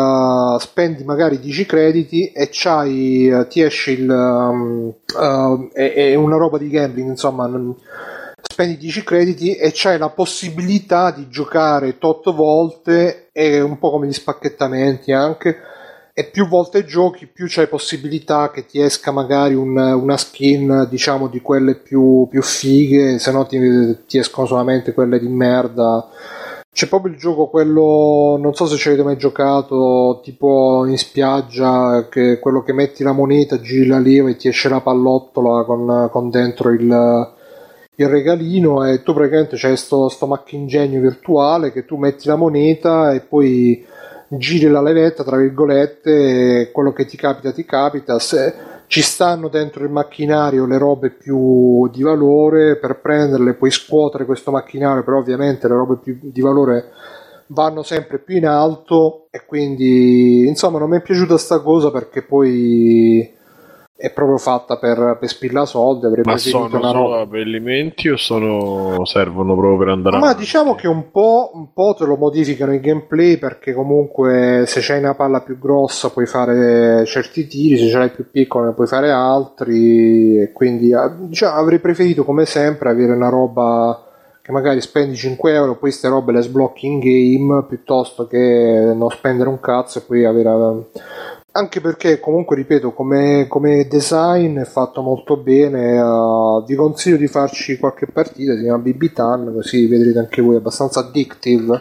uh, spendi magari dieci crediti e c'hai uh, ti esce il um, uh, è, è una roba di gambling, insomma, non, spendi dieci crediti e c'hai la possibilità di giocare tot volte, è un po' come gli spacchettamenti anche, e più volte giochi più c'hai possibilità che ti esca magari un, una skin diciamo di quelle più, più fighe, se no ti, ti escono solamente quelle di merda. C'è proprio il gioco quello, non so se ci avete mai giocato, tipo in spiaggia, che quello che metti la moneta, giri la leva e ti esce la pallottola con, con dentro il il regalino, e tu praticamente c'hai sto, sto macchinegno virtuale che tu metti la moneta e poi giri la levetta tra virgolette e quello che ti capita ti capita. Se ci stanno dentro il macchinario le robe più di valore, per prenderle puoi scuotere questo macchinario, però ovviamente le robe più di valore vanno sempre più in alto, e quindi insomma non mi è piaciuta sta cosa perché poi è proprio fatta per, per spilla soldi. Avrei Ma preferito sono una solo roba. abbellimenti o sono servono proprio per andare Ma avanti? diciamo che un po', un po' te lo modificano il gameplay, perché comunque se c'hai una palla più grossa puoi fare certi tiri, se ce l'hai più piccola ne puoi fare altri, e quindi diciamo, avrei preferito come sempre avere una roba che magari spendi cinque euro, poi ste robe le sblocchi in game, piuttosto che non spendere un cazzo e poi avere... Anche perché comunque ripeto come, come design è fatto molto bene. Uh, vi consiglio di farci qualche partita, si chiama B B Tan, così vedrete anche voi, è abbastanza addictive.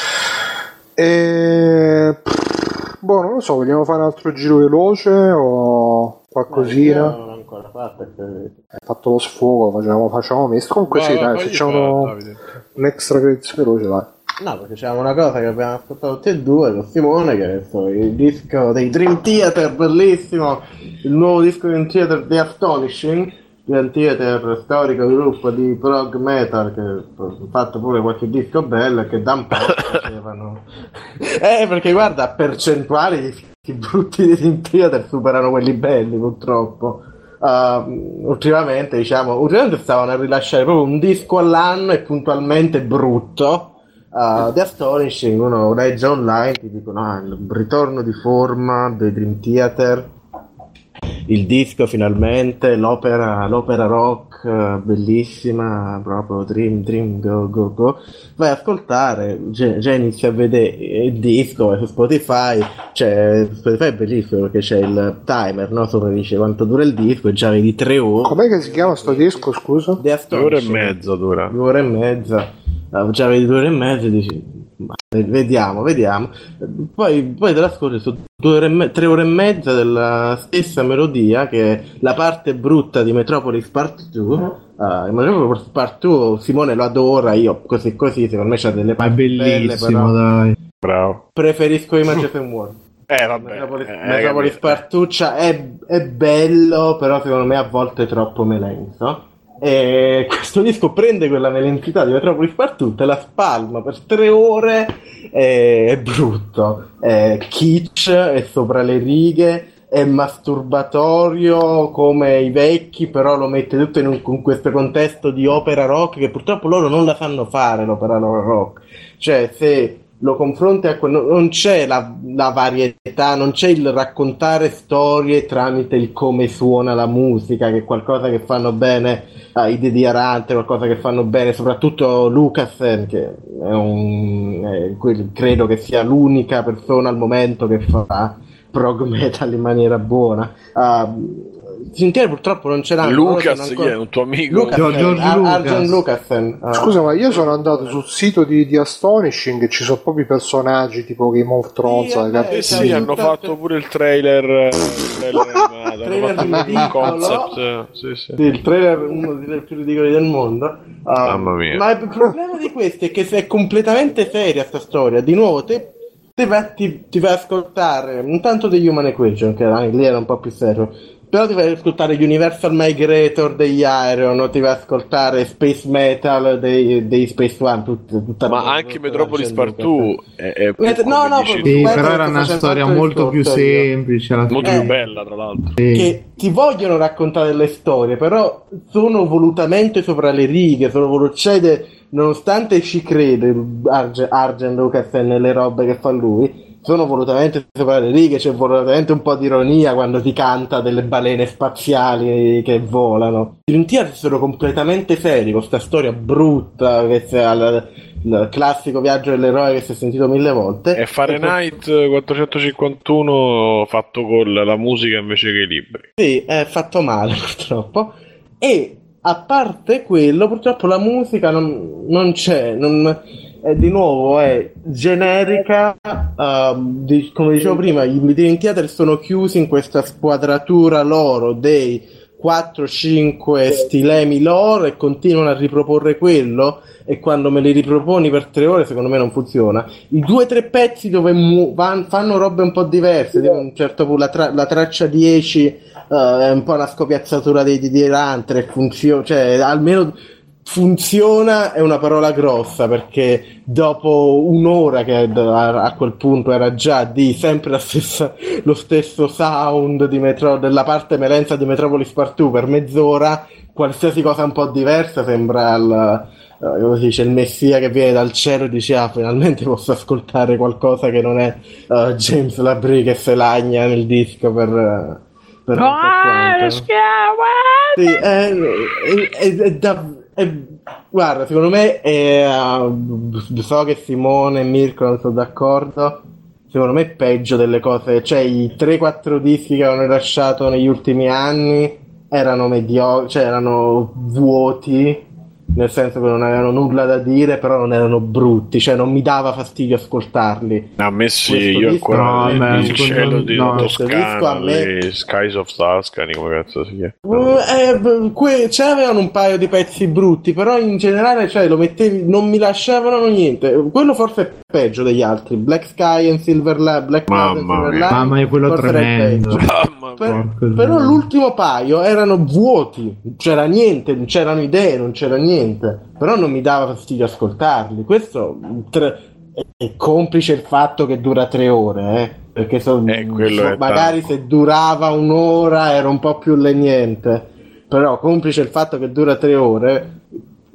E... boh, non lo so, vogliamo fare un altro giro veloce o qualcosina? No, non ho ancora fatto, hai fatto lo sfogo, facciamo, facciamo messo. Comunque Va, sì, va, dai, fagli facciamo fa, Davide. un extra credits veloce, dai. no, perché c'è una cosa che abbiamo ascoltato tutti e due con Simone, che è adesso il disco dei Dream Theater, bellissimo, il nuovo disco di Dream Theater The Astonishing, Dream Theater, storico gruppo di prog metal che ha fatto pure qualche disco bello e che da un po' facevano eh perché guarda, percentuali di fighi brutti di Dream Theater superano quelli belli purtroppo. Uh, ultimamente diciamo ultimamente stavano a rilasciare proprio un disco all'anno e puntualmente brutto. Uh, The Astonishing, uno legge online, ti dicono ah, il ritorno di forma dei Dream Theater, il disco finalmente, l'opera, l'opera rock eh, bellissima, proprio Dream Dream Go Go Go. Vai ad ascoltare, già, già inizi a vedere il disco, vai su Spotify, cioè Spotify è bellissimo perché c'è il timer, no? Sopra dice quanto dura il disco e già vedi tre ore. Com'è che si chiama sto disco, scusa? Due ore e mezza dura. Due ore e mezza, uh, già vedi due ore e mezza e dici ma, vediamo, vediamo. Poi, poi te l'ascolti su due ore e me- tre ore e mezza della stessa melodia, che è la parte brutta di Metropolis Part due. Uh, Metropolis Part due Simone lo adora, io così così, secondo me c'ha delle Ma è parti belle, bellissimo, però dai. Bravo. preferisco Imagine and World. Eh vabbè. Metropolis, eh, Metropolis capito. Partuccia è, è bello, però secondo me a volte è troppo melenso. E questo disco prende quella melentità di Metropolis Partuccia e la spalma per tre ore. E è brutto, è kitsch, è sopra le righe, è masturbatorio come i vecchi, però lo mette tutto in, un, in questo contesto di opera rock che purtroppo loro non la sanno fare, l'opera rock. Cioè, se lo confronti a quello, non c'è la, la varietà, non c'è il raccontare storie tramite il come suona la musica, che è qualcosa che fanno bene uh, i Didi Arante, qualcosa che fanno bene soprattutto Lucasen, che è un è, quel, credo che sia l'unica persona al momento che fa prog metal in maniera buona. Uh, Sintiere purtroppo non ce l'hanno. Lucas, ancora... chi è un tuo amico? Lucas, George Ar- Lucas. Arjen Lucasen. Uh, Scusa, ma io sono andato sul sito di, di Astonishing e ci sono proprio i personaggi tipo Game of Thrones. Sì, hai vabbè, capito? Eh sì, hanno tutta- fatto pure il trailer, il trailer animato, Trailer hanno fatto ridicolo. un concept. Sì, sì. Sì, il trailer è uno dei più ridicoli del mondo. Uh, Mamma mia. Ma il problema di questo è che se è completamente seria sta storia, di nuovo te, te vai, ti, ti vai a ascoltare intanto degli Human Equation, che anche lì era un po' più serio, però ti vai ad ascoltare gli Universal Migrator degli Iron, o ti vai ad ascoltare Space Metal dei, dei Space One, tut, tutta Ma tutta- anche tutta Metropolis la Part gente. due è, è più, Met- no, come no, dici proprio- tu, Sì, Guarda però che era sto una facendo storia tanto molto più discorso io. semplice alla molto fine. più bella tra l'altro. Sì. Che ti vogliono raccontare delle storie, però sono volutamente sopra le righe, sono volu- cioè de- nonostante ci crede Arge- Arjen Lucasen nelle robe che fa lui, sono volutamente sopra le righe, c'è volutamente un po' di ironia quando ti canta delle balene spaziali che volano. I Frontier sono completamente seri con sta storia brutta, che sia il, il classico viaggio dell'eroe che si è sentito mille volte. È Fahrenheit quattrocentocinquantuno fatto con la musica invece che i libri. Sì, è fatto male purtroppo. E a parte quello, purtroppo la musica non, non c'è, non, è, di nuovo è generica. Uh, di, come dicevo prima, i Dream Theater sono chiusi in questa squadratura loro dei quattro cinque stilemi loro e continuano a riproporre quello, e quando me li riproponi per tre ore secondo me non funziona. I due o tre pezzi dove mu- van- fanno robe un po' diverse, tipo un certo punto la, tra- la traccia dieci uh, è un po' una scopiazzatura dei di Hunter, funziona, cioè almeno funziona è una parola grossa, perché dopo un'ora che a, a quel punto era già di sempre la stessa, lo stesso sound di metro, della parte melenza di Metropolis Part due per mezz'ora, qualsiasi cosa un po' diversa sembra il, uh, come si dice, il messia che viene dal cielo e dice ah finalmente posso ascoltare qualcosa che non è uh, James Labrie che se lagna nel disco per, uh, per non so quanto. Sì, è, è, è, è da Eh, guarda, secondo me è, uh, so che Simone e Mirko non sono d'accordo, secondo me è peggio delle cose, cioè i tre quattro dischi che avevano rilasciato negli ultimi anni erano mediocri, cioè erano vuoti, nel senso che non avevano nulla da dire, però non erano brutti, cioè non mi dava fastidio ascoltarli. A me sì, Questo io disco- ancora no, il beh, cielo secondo- di no, questo disco a Toscana, me- di Skies of Tuscany, come cazzo si chiama? Uh, eh, b- que- c'avevano un paio di pezzi brutti, però in generale, cioè, lo mettevi, non mi lasciavano niente. Quello forse è peggio degli altri. Black Sky and Silver Line, Black Cloud and Mamma Silver mia. Line, Mamma mia, quello forse era il tremendo. peggio. Mamma Per- mia. Porco però Dio. l'ultimo paio erano vuoti, c'era niente, non c'erano idee, non c'era niente, però non mi dava fastidio ascoltarli. Questo tre- è, è complice il fatto che dura tre ore, eh, perché so- Eh, quello so- è magari tanto. se durava un'ora era un po' più leniente, però complice il fatto che dura tre ore.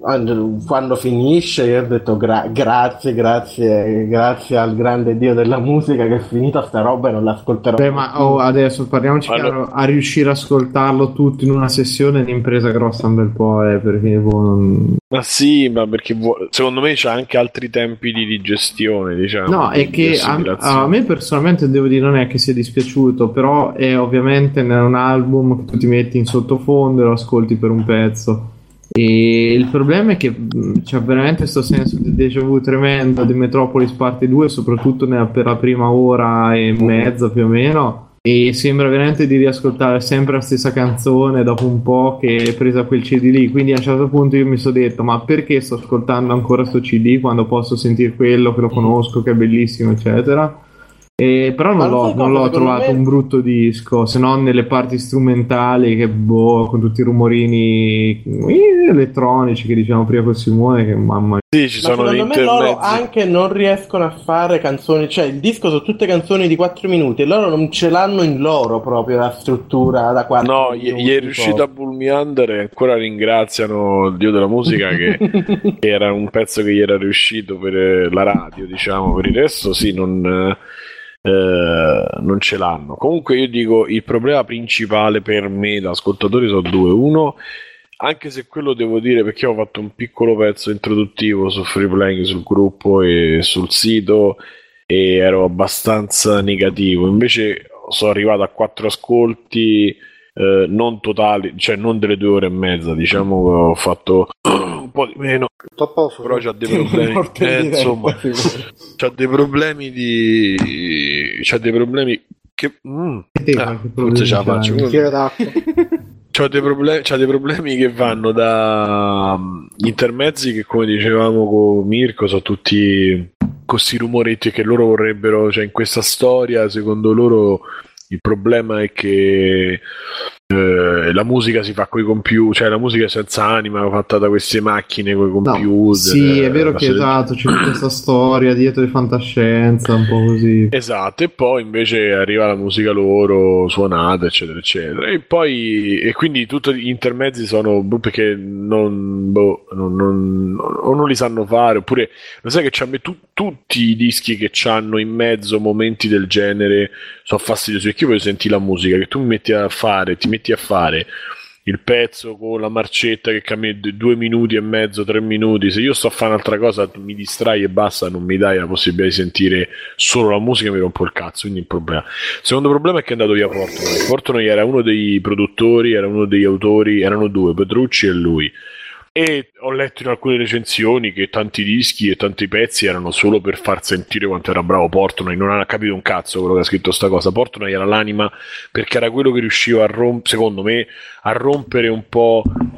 quando finisce io ho detto gra- grazie, grazie, grazie al grande dio della musica che è finita sta roba e non l'ascolterò. Beh, ma oh, adesso parliamoci allora... chiaro, a riuscire a ascoltarlo tutto in una sessione è un'impresa grossa un bel po', eh, perché boh, non... Ma sì, ma perché vuole... secondo me c'ha anche altri tempi di digestione, diciamo. No, è che a, a me personalmente devo dire non è che sia dispiaciuto, però è ovviamente in un album che tu ti metti in sottofondo e lo ascolti per un pezzo. E il problema è che mh, c'è veramente questo senso di déjà vu tremendo di Metropolis parte due, soprattutto nella, per la prima ora e mezza più o meno, e sembra veramente di riascoltare sempre la stessa canzone dopo un po' che è presa quel C D lì. Quindi a un certo punto io mi sono detto ma perché sto ascoltando ancora sto C D quando posso sentire quello che lo conosco, che è bellissimo eccetera. Eh, però non l'ho, non l'ho trovato me... un brutto disco, se non nelle parti strumentali che boh, con tutti i rumorini elettronici che diciamo prima con Simone, che mamma mia. Sì, ci ma sono secondo me loro anche non riescono a fare canzoni, cioè il disco sono tutte canzoni di quattro minuti e loro non ce l'hanno in loro proprio la struttura da quattro no, minuti. No, gli è riuscito a Bull Me Under e ancora ringraziano il dio della musica che, che era un pezzo che gli era riuscito per la radio, diciamo. Per il resto sì, non... Eh, non ce l'hanno. Comunque io dico il problema principale per me da ascoltatore sono due. Uno, anche se quello devo dire perché ho fatto un piccolo pezzo introduttivo su Free Playing sul gruppo e sul sito e ero abbastanza negativo, invece sono arrivato a quattro ascolti eh, non totali, cioè non delle due ore e mezza, diciamo che ho fatto un po' di meno, però c'ha dei problemi eh, insomma c'ha dei problemi di c'ha dei problemi che mm, ah, forse ce la faccio c'ha dei, problemi, c'ha dei problemi che vanno da um, gli intermezzi che come dicevamo con Mirko sono tutti questi rumoretti che loro vorrebbero, cioè in questa storia secondo loro il problema è che eh, la musica si fa coi computer, cioè la musica senza anima fatta da queste macchine coi computer. No, sì, è vero che esatto, c'è questa storia dietro di fantascienza, un po' così. Esatto, e poi invece arriva la musica loro suonata, eccetera, eccetera. E poi e quindi tutti gli intermezzi sono boh, perché non, boh, non, non, o non li sanno fare, oppure lo sai che c'ha tu, tutti i dischi che c'hanno in mezzo momenti del genere sono fastidiosi, perché io voglio sentire la musica che tu mi metti a fare, ti metti a fare il pezzo con la marcetta che cammina due minuti e mezzo, tre minuti. Se io sto a fare un'altra cosa mi distrai e basta, non mi dai la possibilità di sentire solo la musica, mi rompo il cazzo. Quindi il problema, il secondo problema è che è andato via Portnoy. Portnoy era uno dei produttori, era uno degli autori, erano due, Petrucci e lui. E ho letto in alcune recensioni che tanti dischi e tanti pezzi erano solo per far sentire quanto era bravo Portnoy. Non ha capito un cazzo quello che ha scritto sta cosa. Portnoy era l'anima perché era quello che riusciva a rompere, secondo me, a rompere un po'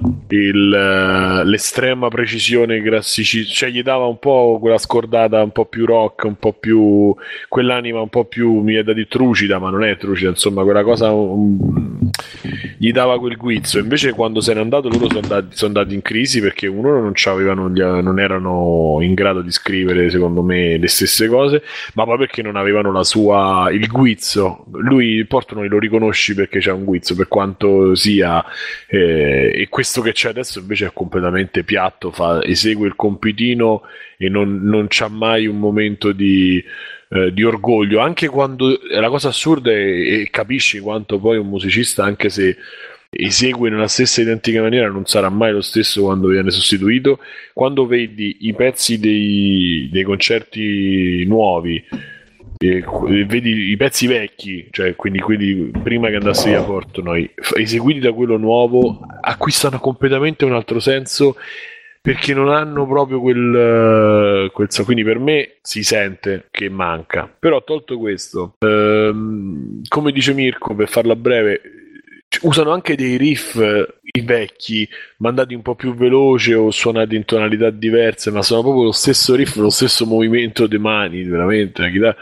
il, l'estrema precisione classici, cioè gli dava un po' quella scordata un po' più rock, un po' più quell'anima un po' più, mi è da dire trucida, ma non è trucida, insomma quella cosa um, gli dava quel guizzo. Invece quando se n'è andato loro sono andati, sono andati in crisi perché uno non c'avevano, non erano in grado di scrivere secondo me le stesse cose, ma poi perché non avevano la sua, il guizzo. Lui Portnoy lo riconosci perché c'è un guizzo, per quanto sia eh, e questo che c'è adesso invece è completamente piatto, fa, esegue il compitino e non, non c'ha mai un momento di eh, di orgoglio, anche quando la cosa assurda è, e capisci quanto poi un musicista, anche se esegue nella stessa identica maniera, non sarà mai lo stesso quando viene sostituito. Quando vedi i pezzi dei, dei concerti nuovi e vedi i pezzi vecchi, cioè quindi quelli prima che andasse via Portnoy, eseguiti da quello nuovo, acquistano completamente un altro senso perché non hanno proprio quel, quel quindi per me si sente che manca. Però tolto questo, ehm, come dice Mirko, per farla breve, usano anche dei riff i vecchi mandati un po' più veloce o suonati in tonalità diverse, ma sono proprio lo stesso riff, lo stesso movimento delle mani, veramente la chitarra.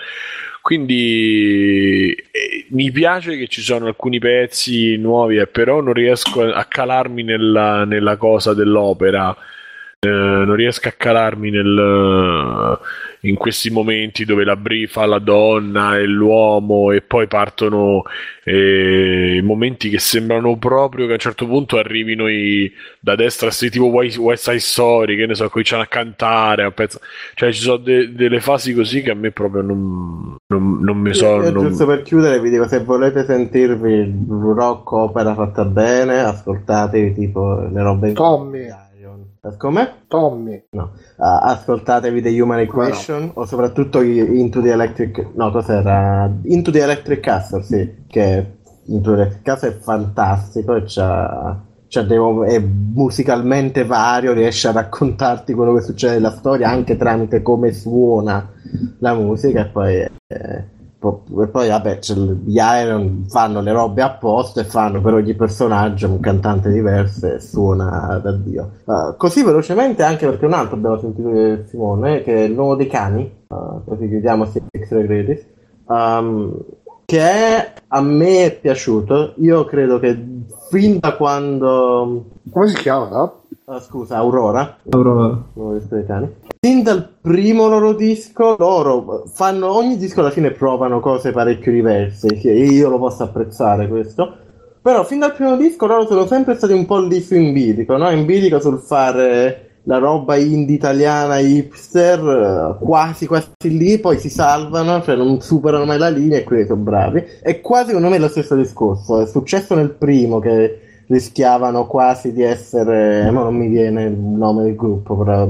Quindi eh, mi piace che ci sono alcuni pezzi nuovi, eh, però non riesco a, a calarmi nella, nella cosa dell'opera. Eh, non riesco a calarmi nel, in questi momenti dove la Bri fa la donna e l'uomo e poi partono eh, momenti che sembrano proprio che a un certo punto arrivino i, da destra sti tipo West Side Story, che ne so, cominciano a cantare a pezzo. Cioè ci sono de- delle fasi così che a me proprio non, non, non mi sono non... Giusto per chiudere vi dico, se volete sentirvi il rock opera fatta bene, ascoltatevi tipo le robe Tommy. Come? Tommy. No. Uh, ascoltatevi The Human Equation, no. O soprattutto Into the Electric, no, cos'era? Into the Electric Castle, sì, che Into the Electric Castle è fantastico e c'ha, c'ha dei, è musicalmente vario, riesce a raccontarti quello che succede nella storia anche tramite come suona la musica e poi eh, e poi vabbè, cioè, gli Iron fanno le robe apposta e fanno per ogni personaggio un cantante diverso e suona da Dio. Uh, così velocemente, anche perché un altro abbiamo sentito di Simone, che è il nuovo dei cani, uh, così chiudiamo Six Regretti, um, che è, a me è piaciuto. Io credo che fin da quando... Come si chiama? Uh, scusa, Aurora. Aurora. Nuovo disco dei cani. Fin dal primo loro disco, loro fanno, ogni disco alla fine provano cose parecchio diverse, e io lo posso apprezzare questo, però fin dal primo disco loro sono sempre stati un po' lì su in bilico, no? In bilico sul fare la roba indie italiana hipster, quasi quasi lì, poi si salvano, cioè non superano mai la linea e quelli sono bravi. E quasi secondo me è lo stesso discorso, è successo nel primo che rischiavano quasi di essere, ma non mi viene il nome del gruppo, però...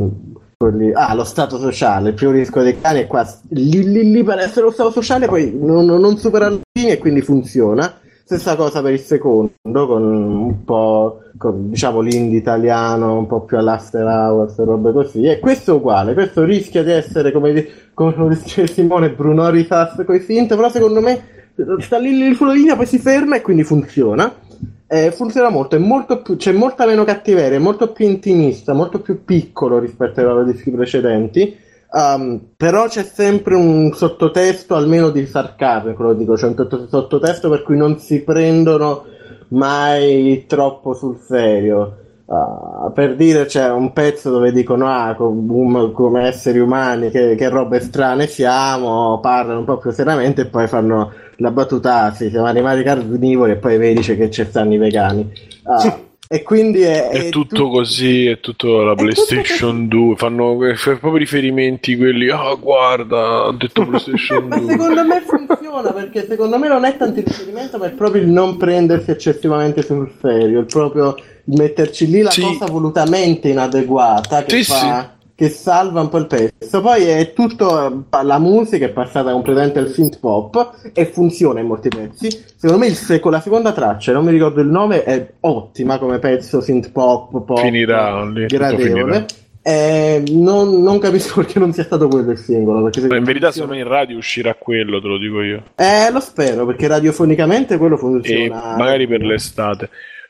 Ah, lo stato sociale, il primo disco dei cani è qua lì, lì, lì per essere lo stato sociale, poi non, non supera la linea e quindi funziona. Stessa cosa per il secondo, con un po' con, diciamo l'indie italiano, un po' più all'after hours e robe così. E questo è uguale, questo rischia di essere come, come lo dice Simone, Bruno Risas coi synth, però secondo me sta lì, lì sulla linea, poi si ferma e quindi funziona. Eh, funziona molto, è molto più, c'è molta meno cattiveria, è molto più intimista, molto più piccolo rispetto ai loro dischi precedenti, um, però c'è sempre un sottotesto almeno di sarcasmo, quello dico, c'è un sottotesto per cui non si prendono mai troppo sul serio. Uh, per dire, c'è un pezzo dove dicono ah, com- come esseri umani che, che robe strane siamo, parlano un po' più seriamente e poi fanno la battuta, sì, siamo animali carnivori e poi vedi che ci stanno i vegani. Uh, sì. E quindi è, è, è tutto tu- così, è tutto la è PlayStation tutto due, fanno proprio riferimenti quelli, ah oh, guarda, ho detto PlayStation ma due. secondo me funziona, perché secondo me non è tanto il riferimento, ma è proprio il non prendersi eccessivamente sul serio, il proprio metterci lì la sì. cosa volutamente inadeguata che sì, fa... sì. che salva un po' il pezzo. Poi è tutto, la musica è passata completamente al synth pop e funziona in molti pezzi. Secondo me il seco, la seconda traccia, non mi ricordo il nome, è ottima come pezzo synth pop, pop finirà lì, gradevole. Eh, non, non capisco perché non sia stato quello il singolo, perché in verità funziona... secondo me in radio uscirà quello, te lo dico io. Eh, lo spero, perché radiofonicamente quello funziona. E magari per l'estate.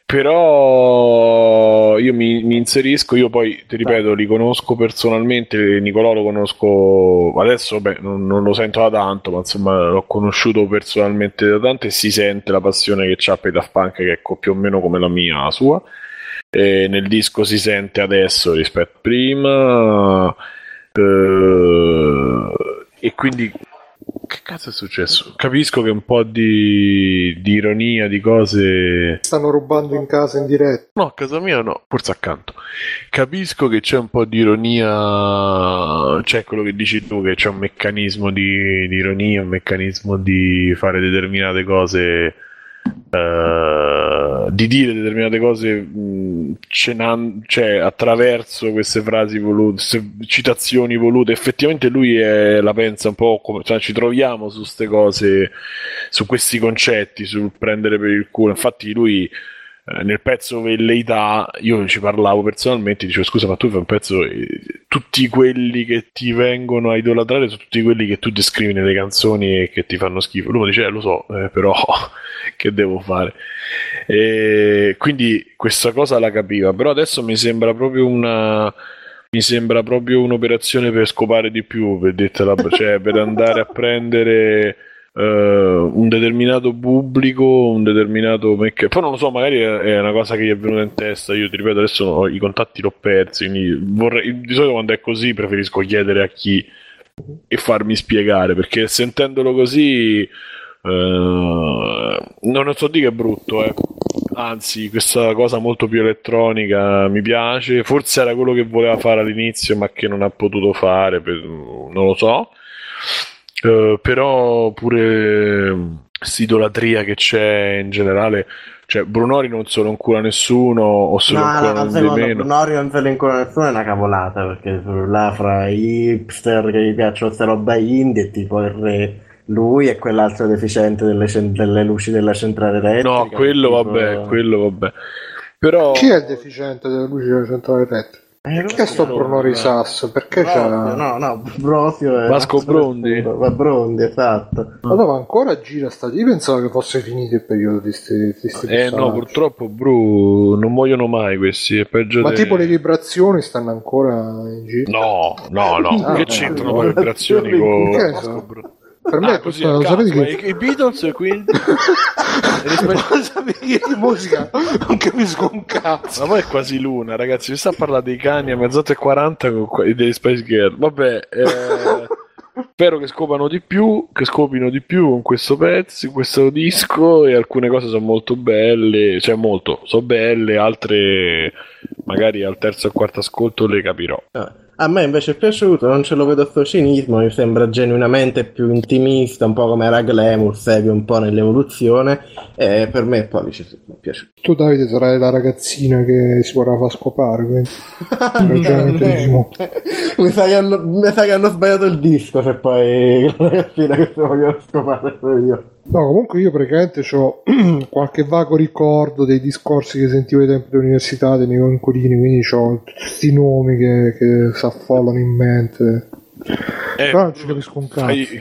Però io mi, mi inserisco, io poi ti ripeto, li conosco personalmente, Nicolò lo conosco adesso, beh, non, non lo sento da tanto, ma insomma l'ho conosciuto personalmente da tanto e si sente la passione che c'ha per i Daft Punk, che è più o meno come la mia, la sua. E nel disco si sente adesso rispetto a prima, eh, e quindi che cazzo è successo? Capisco che un po' di, di ironia, di cose... Stanno rubando in casa in diretta. No, a casa mia no, forse accanto. Capisco che c'è un po' di ironia, c'è quello che dici tu, che c'è un meccanismo di, di ironia, un meccanismo di fare determinate cose... Uh, di dire determinate cose mh, cenan- cioè attraverso queste frasi volute, queste citazioni volute. Effettivamente lui è, la pensa un po' come, cioè, ci troviamo su queste cose, su questi concetti, sul prendere per il culo. Infatti lui eh, nel pezzo Velleità, io ci parlavo personalmente, dicevo scusa, ma tu fai un pezzo, eh, tutti quelli che ti vengono a idolatrare sono tutti quelli che tu descrivi nelle canzoni e che ti fanno schifo. Lui mi dice eh, lo so, eh, però che devo fare? E quindi questa cosa la capiva, però adesso mi sembra proprio una mi sembra proprio un'operazione per scopare di più, per dirtela, cioè per andare a prendere uh, un determinato pubblico, un determinato mecca... poi non lo so, magari è una cosa che gli è venuta in testa. Io ti ripeto, adesso no, i contatti l'ho persi, quindi vorrei, di solito quando è così preferisco chiedere a chi e farmi spiegare, perché sentendolo così Uh, non so dire che è brutto, eh. Anzi, questa cosa molto più elettronica mi piace. Forse era quello che voleva fare all'inizio, ma che non ha potuto fare, per, non lo so. Uh, però pure quest'idolatria che c'è in generale. Cioè, Brunori non se lo incula nessuno, o se lo No, no, inculano non di secondo meno. Brunori non se lo incula nessuno, è una cavolata, perché là fra i hipster che gli piacciono queste roba indie, tipo il re, lui e quell'altro deficiente delle, cen- delle luci della centrale elettrica. No, quello tipo... vabbè, quello vabbè. Però... Chi è il deficiente delle luci della centrale elettrica? Eh, Chi è sto Bruno Risas? Perché Brosio, c'è... no, no, Brosio è Vasco Brondi. Va Brondi, esatto. Ma dove ancora gira sta... Io pensavo che fosse finito il periodo di sti, di sti Eh no, personaggi. purtroppo Bru non muoiono mai questi, è peggio Ma de- tipo le vibrazioni stanno ancora in giro? No, no, no, Ah, che no, c'entrano no. con le vibrazioni con Che Vasco so? Bru? Per me Ah, è così tutta... a Lo caso, sapete ma che... i, i Beatles quindi Sapete che di musica non capisco un cazzo. ma poi è quasi l'una, ragazzi, mi sta a parlare dei cani a mezz'otto e quaranta con qua- e dei Spice Girl. Vabbè, eh, spero che scopano di più, che scopino di più con questo pezzo, in questo disco, e alcune cose sono molto belle, cioè molto, sono belle, altre magari al terzo e quarto ascolto le capirò. A me invece è piaciuto, non ce lo vedo sto cinismo, mi sembra genuinamente più intimista, un po' come era Glamour, segue un po' nell'evoluzione, e per me poi mi è piaciuto. Tu Davide sarai la ragazzina che si vorrà far scopare, quindi... ragionamento mi, sa che hanno, mi sa che hanno sbagliato il disco, se poi la ragazzina che si vogliono scopare sono io. No, comunque io praticamente ho qualche vago ricordo dei discorsi che sentivo ai tempi dell'università, dei miei coinquilini, quindi ho tutti questi nomi che, che si affollano in mente. Eh, Però non ci capisco un cazzo. Fai...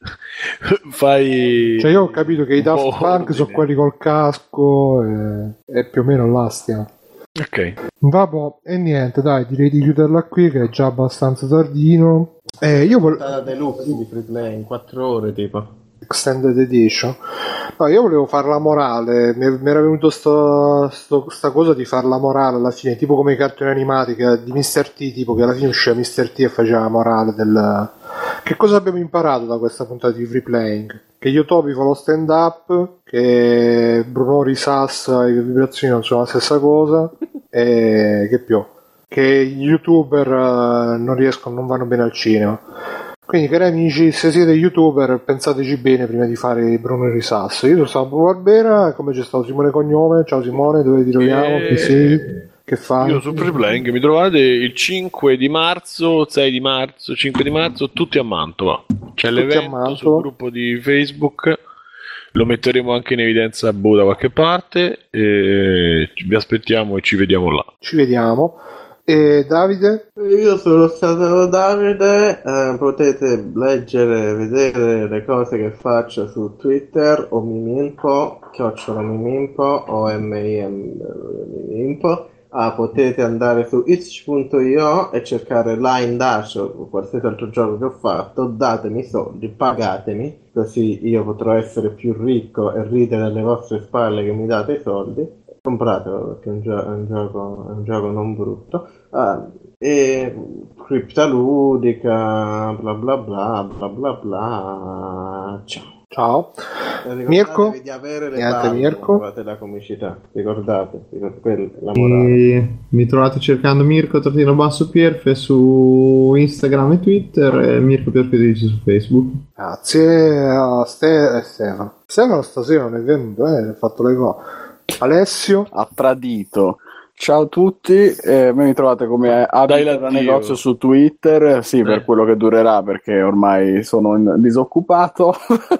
fai... Cioè io ho capito che i un po' Daft Punk ordine. sono quelli col casco e, e più o meno là stiamo. Ok. Vabbè, e niente, dai, direi di chiuderla qui che è già abbastanza tardino. Eh, io volevo... La deluxe di Free Play in quattro ore tipo. Extended Edition. No, io volevo fare la morale, mi, mi era venuto sto, sto, sta cosa di fare la morale alla fine, tipo come i cartoni animati che, di mister T, tipo che alla fine usciva mister T e faceva la morale del... Che cosa abbiamo imparato da questa puntata di Free Playing? Che Yotobi fa lo stand up, che Bruno Risas e le vibrazioni non sono la stessa cosa, e che più? Che gli youtuber uh, non riescono, non vanno bene al cinema. Quindi, cari amici, se siete youtuber, pensateci bene prima di fare Bruno Risasso. Io sono stato Bruno Barbera, come c'è stato Simone Cognome. Ciao Simone, dove ti troviamo? E... Chi sei? Che fai? Io su Free Playing mi trovate il cinque di marzo, sei di marzo, cinque di marzo, tutti a Mantova. C'è Tutti a l'evento Mantova. sul gruppo di Facebook, lo metteremo anche in evidenza a boh da qualche parte, e vi aspettiamo e ci vediamo là. Ci vediamo. E Davide? Io sono stato Davide, eh, potete leggere, vedere le cose che faccio su Twitter o Mimimpo, chiocciola Mimimpo o M I M Mimimpo. Ah, potete andare su itch punto io e cercare Line Dash o qualsiasi altro gioco che ho fatto, datemi soldi, pagatemi, così io potrò essere più ricco e ridere alle vostre spalle che mi date i soldi. Compratelo perché è un, gio- è un gioco è un gioco non brutto. Ah, e criptaludica bla bla bla bla bla bla. Ciao. Ciao. Ricordatevi Mirko? di avere le Niente, palle Mirko? quando fate la comicità. Ricordate, ricordate quella è la morale. E mi trovate cercando Mirko Trattino Basso Pierfe su Instagram e Twitter e Mirko Pierfedici su Facebook. Grazie a Ste- Stefano. Stefano stasera non è venuto, eh, ha fatto le cose. Alessio? Ha tradito. Ciao a tutti, eh, me mi trovate come Dai abito da l'addio. negozio su Twitter, sì, Eh. per quello che durerà perché ormai sono in- disoccupato.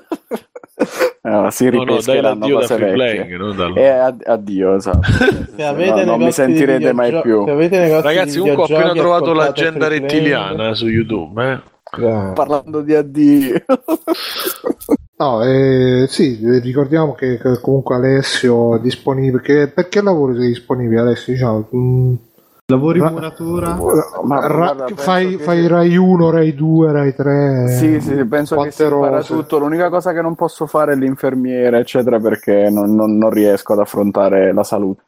Eh, si No, no, dai ripescheranno l'addio da cose Free vecchie. Playing, non da E ad- addio, esatto. Se avete No, non mi negozi di sentirete mai videogio- più. se avete negozi Ragazzi, di comunque ho appena videogiochi, trovato ascoltate l'agenda Free Playing. rettiliana su YouTube, eh. Ah. Parlando di addio. No, eh, sì, ricordiamo che, che comunque Alessio è disponibile. Che, perché lavoro sei disponibile, Alessio? Diciamo, mm, Lavori in Ra- muratura? Ma ra- guarda, penso fai, che fai sì. Rai uno, Rai due, Rai tre. Sì, sì, penso che Quante si impara rose. tutto. L'unica cosa che non posso fare è l'infermiera, eccetera, perché non, non- non riesco ad affrontare la salute.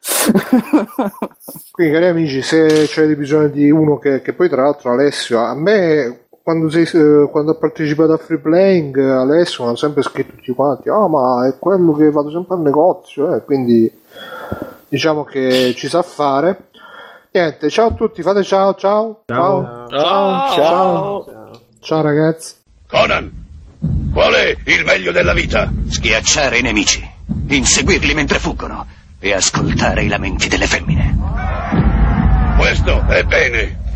Quindi, cari amici, se c'è bisogno di uno che, che poi, tra l'altro, Alessio, a me quando, sei, eh, quando ho partecipato a Free Playing, Alessio mi hanno sempre scritto tutti quanti, ah, ma è quello che vado sempre al negozio, eh, quindi diciamo che ci sa fare. Niente, ciao a tutti, fate ciao, ciao, ciao, Ciao. ciao, ciao, ciao, ciao ragazzi. Conan, qual è il meglio della vita? Schiacciare i nemici, inseguirli mentre fuggono e ascoltare i lamenti delle femmine. Questo è bene.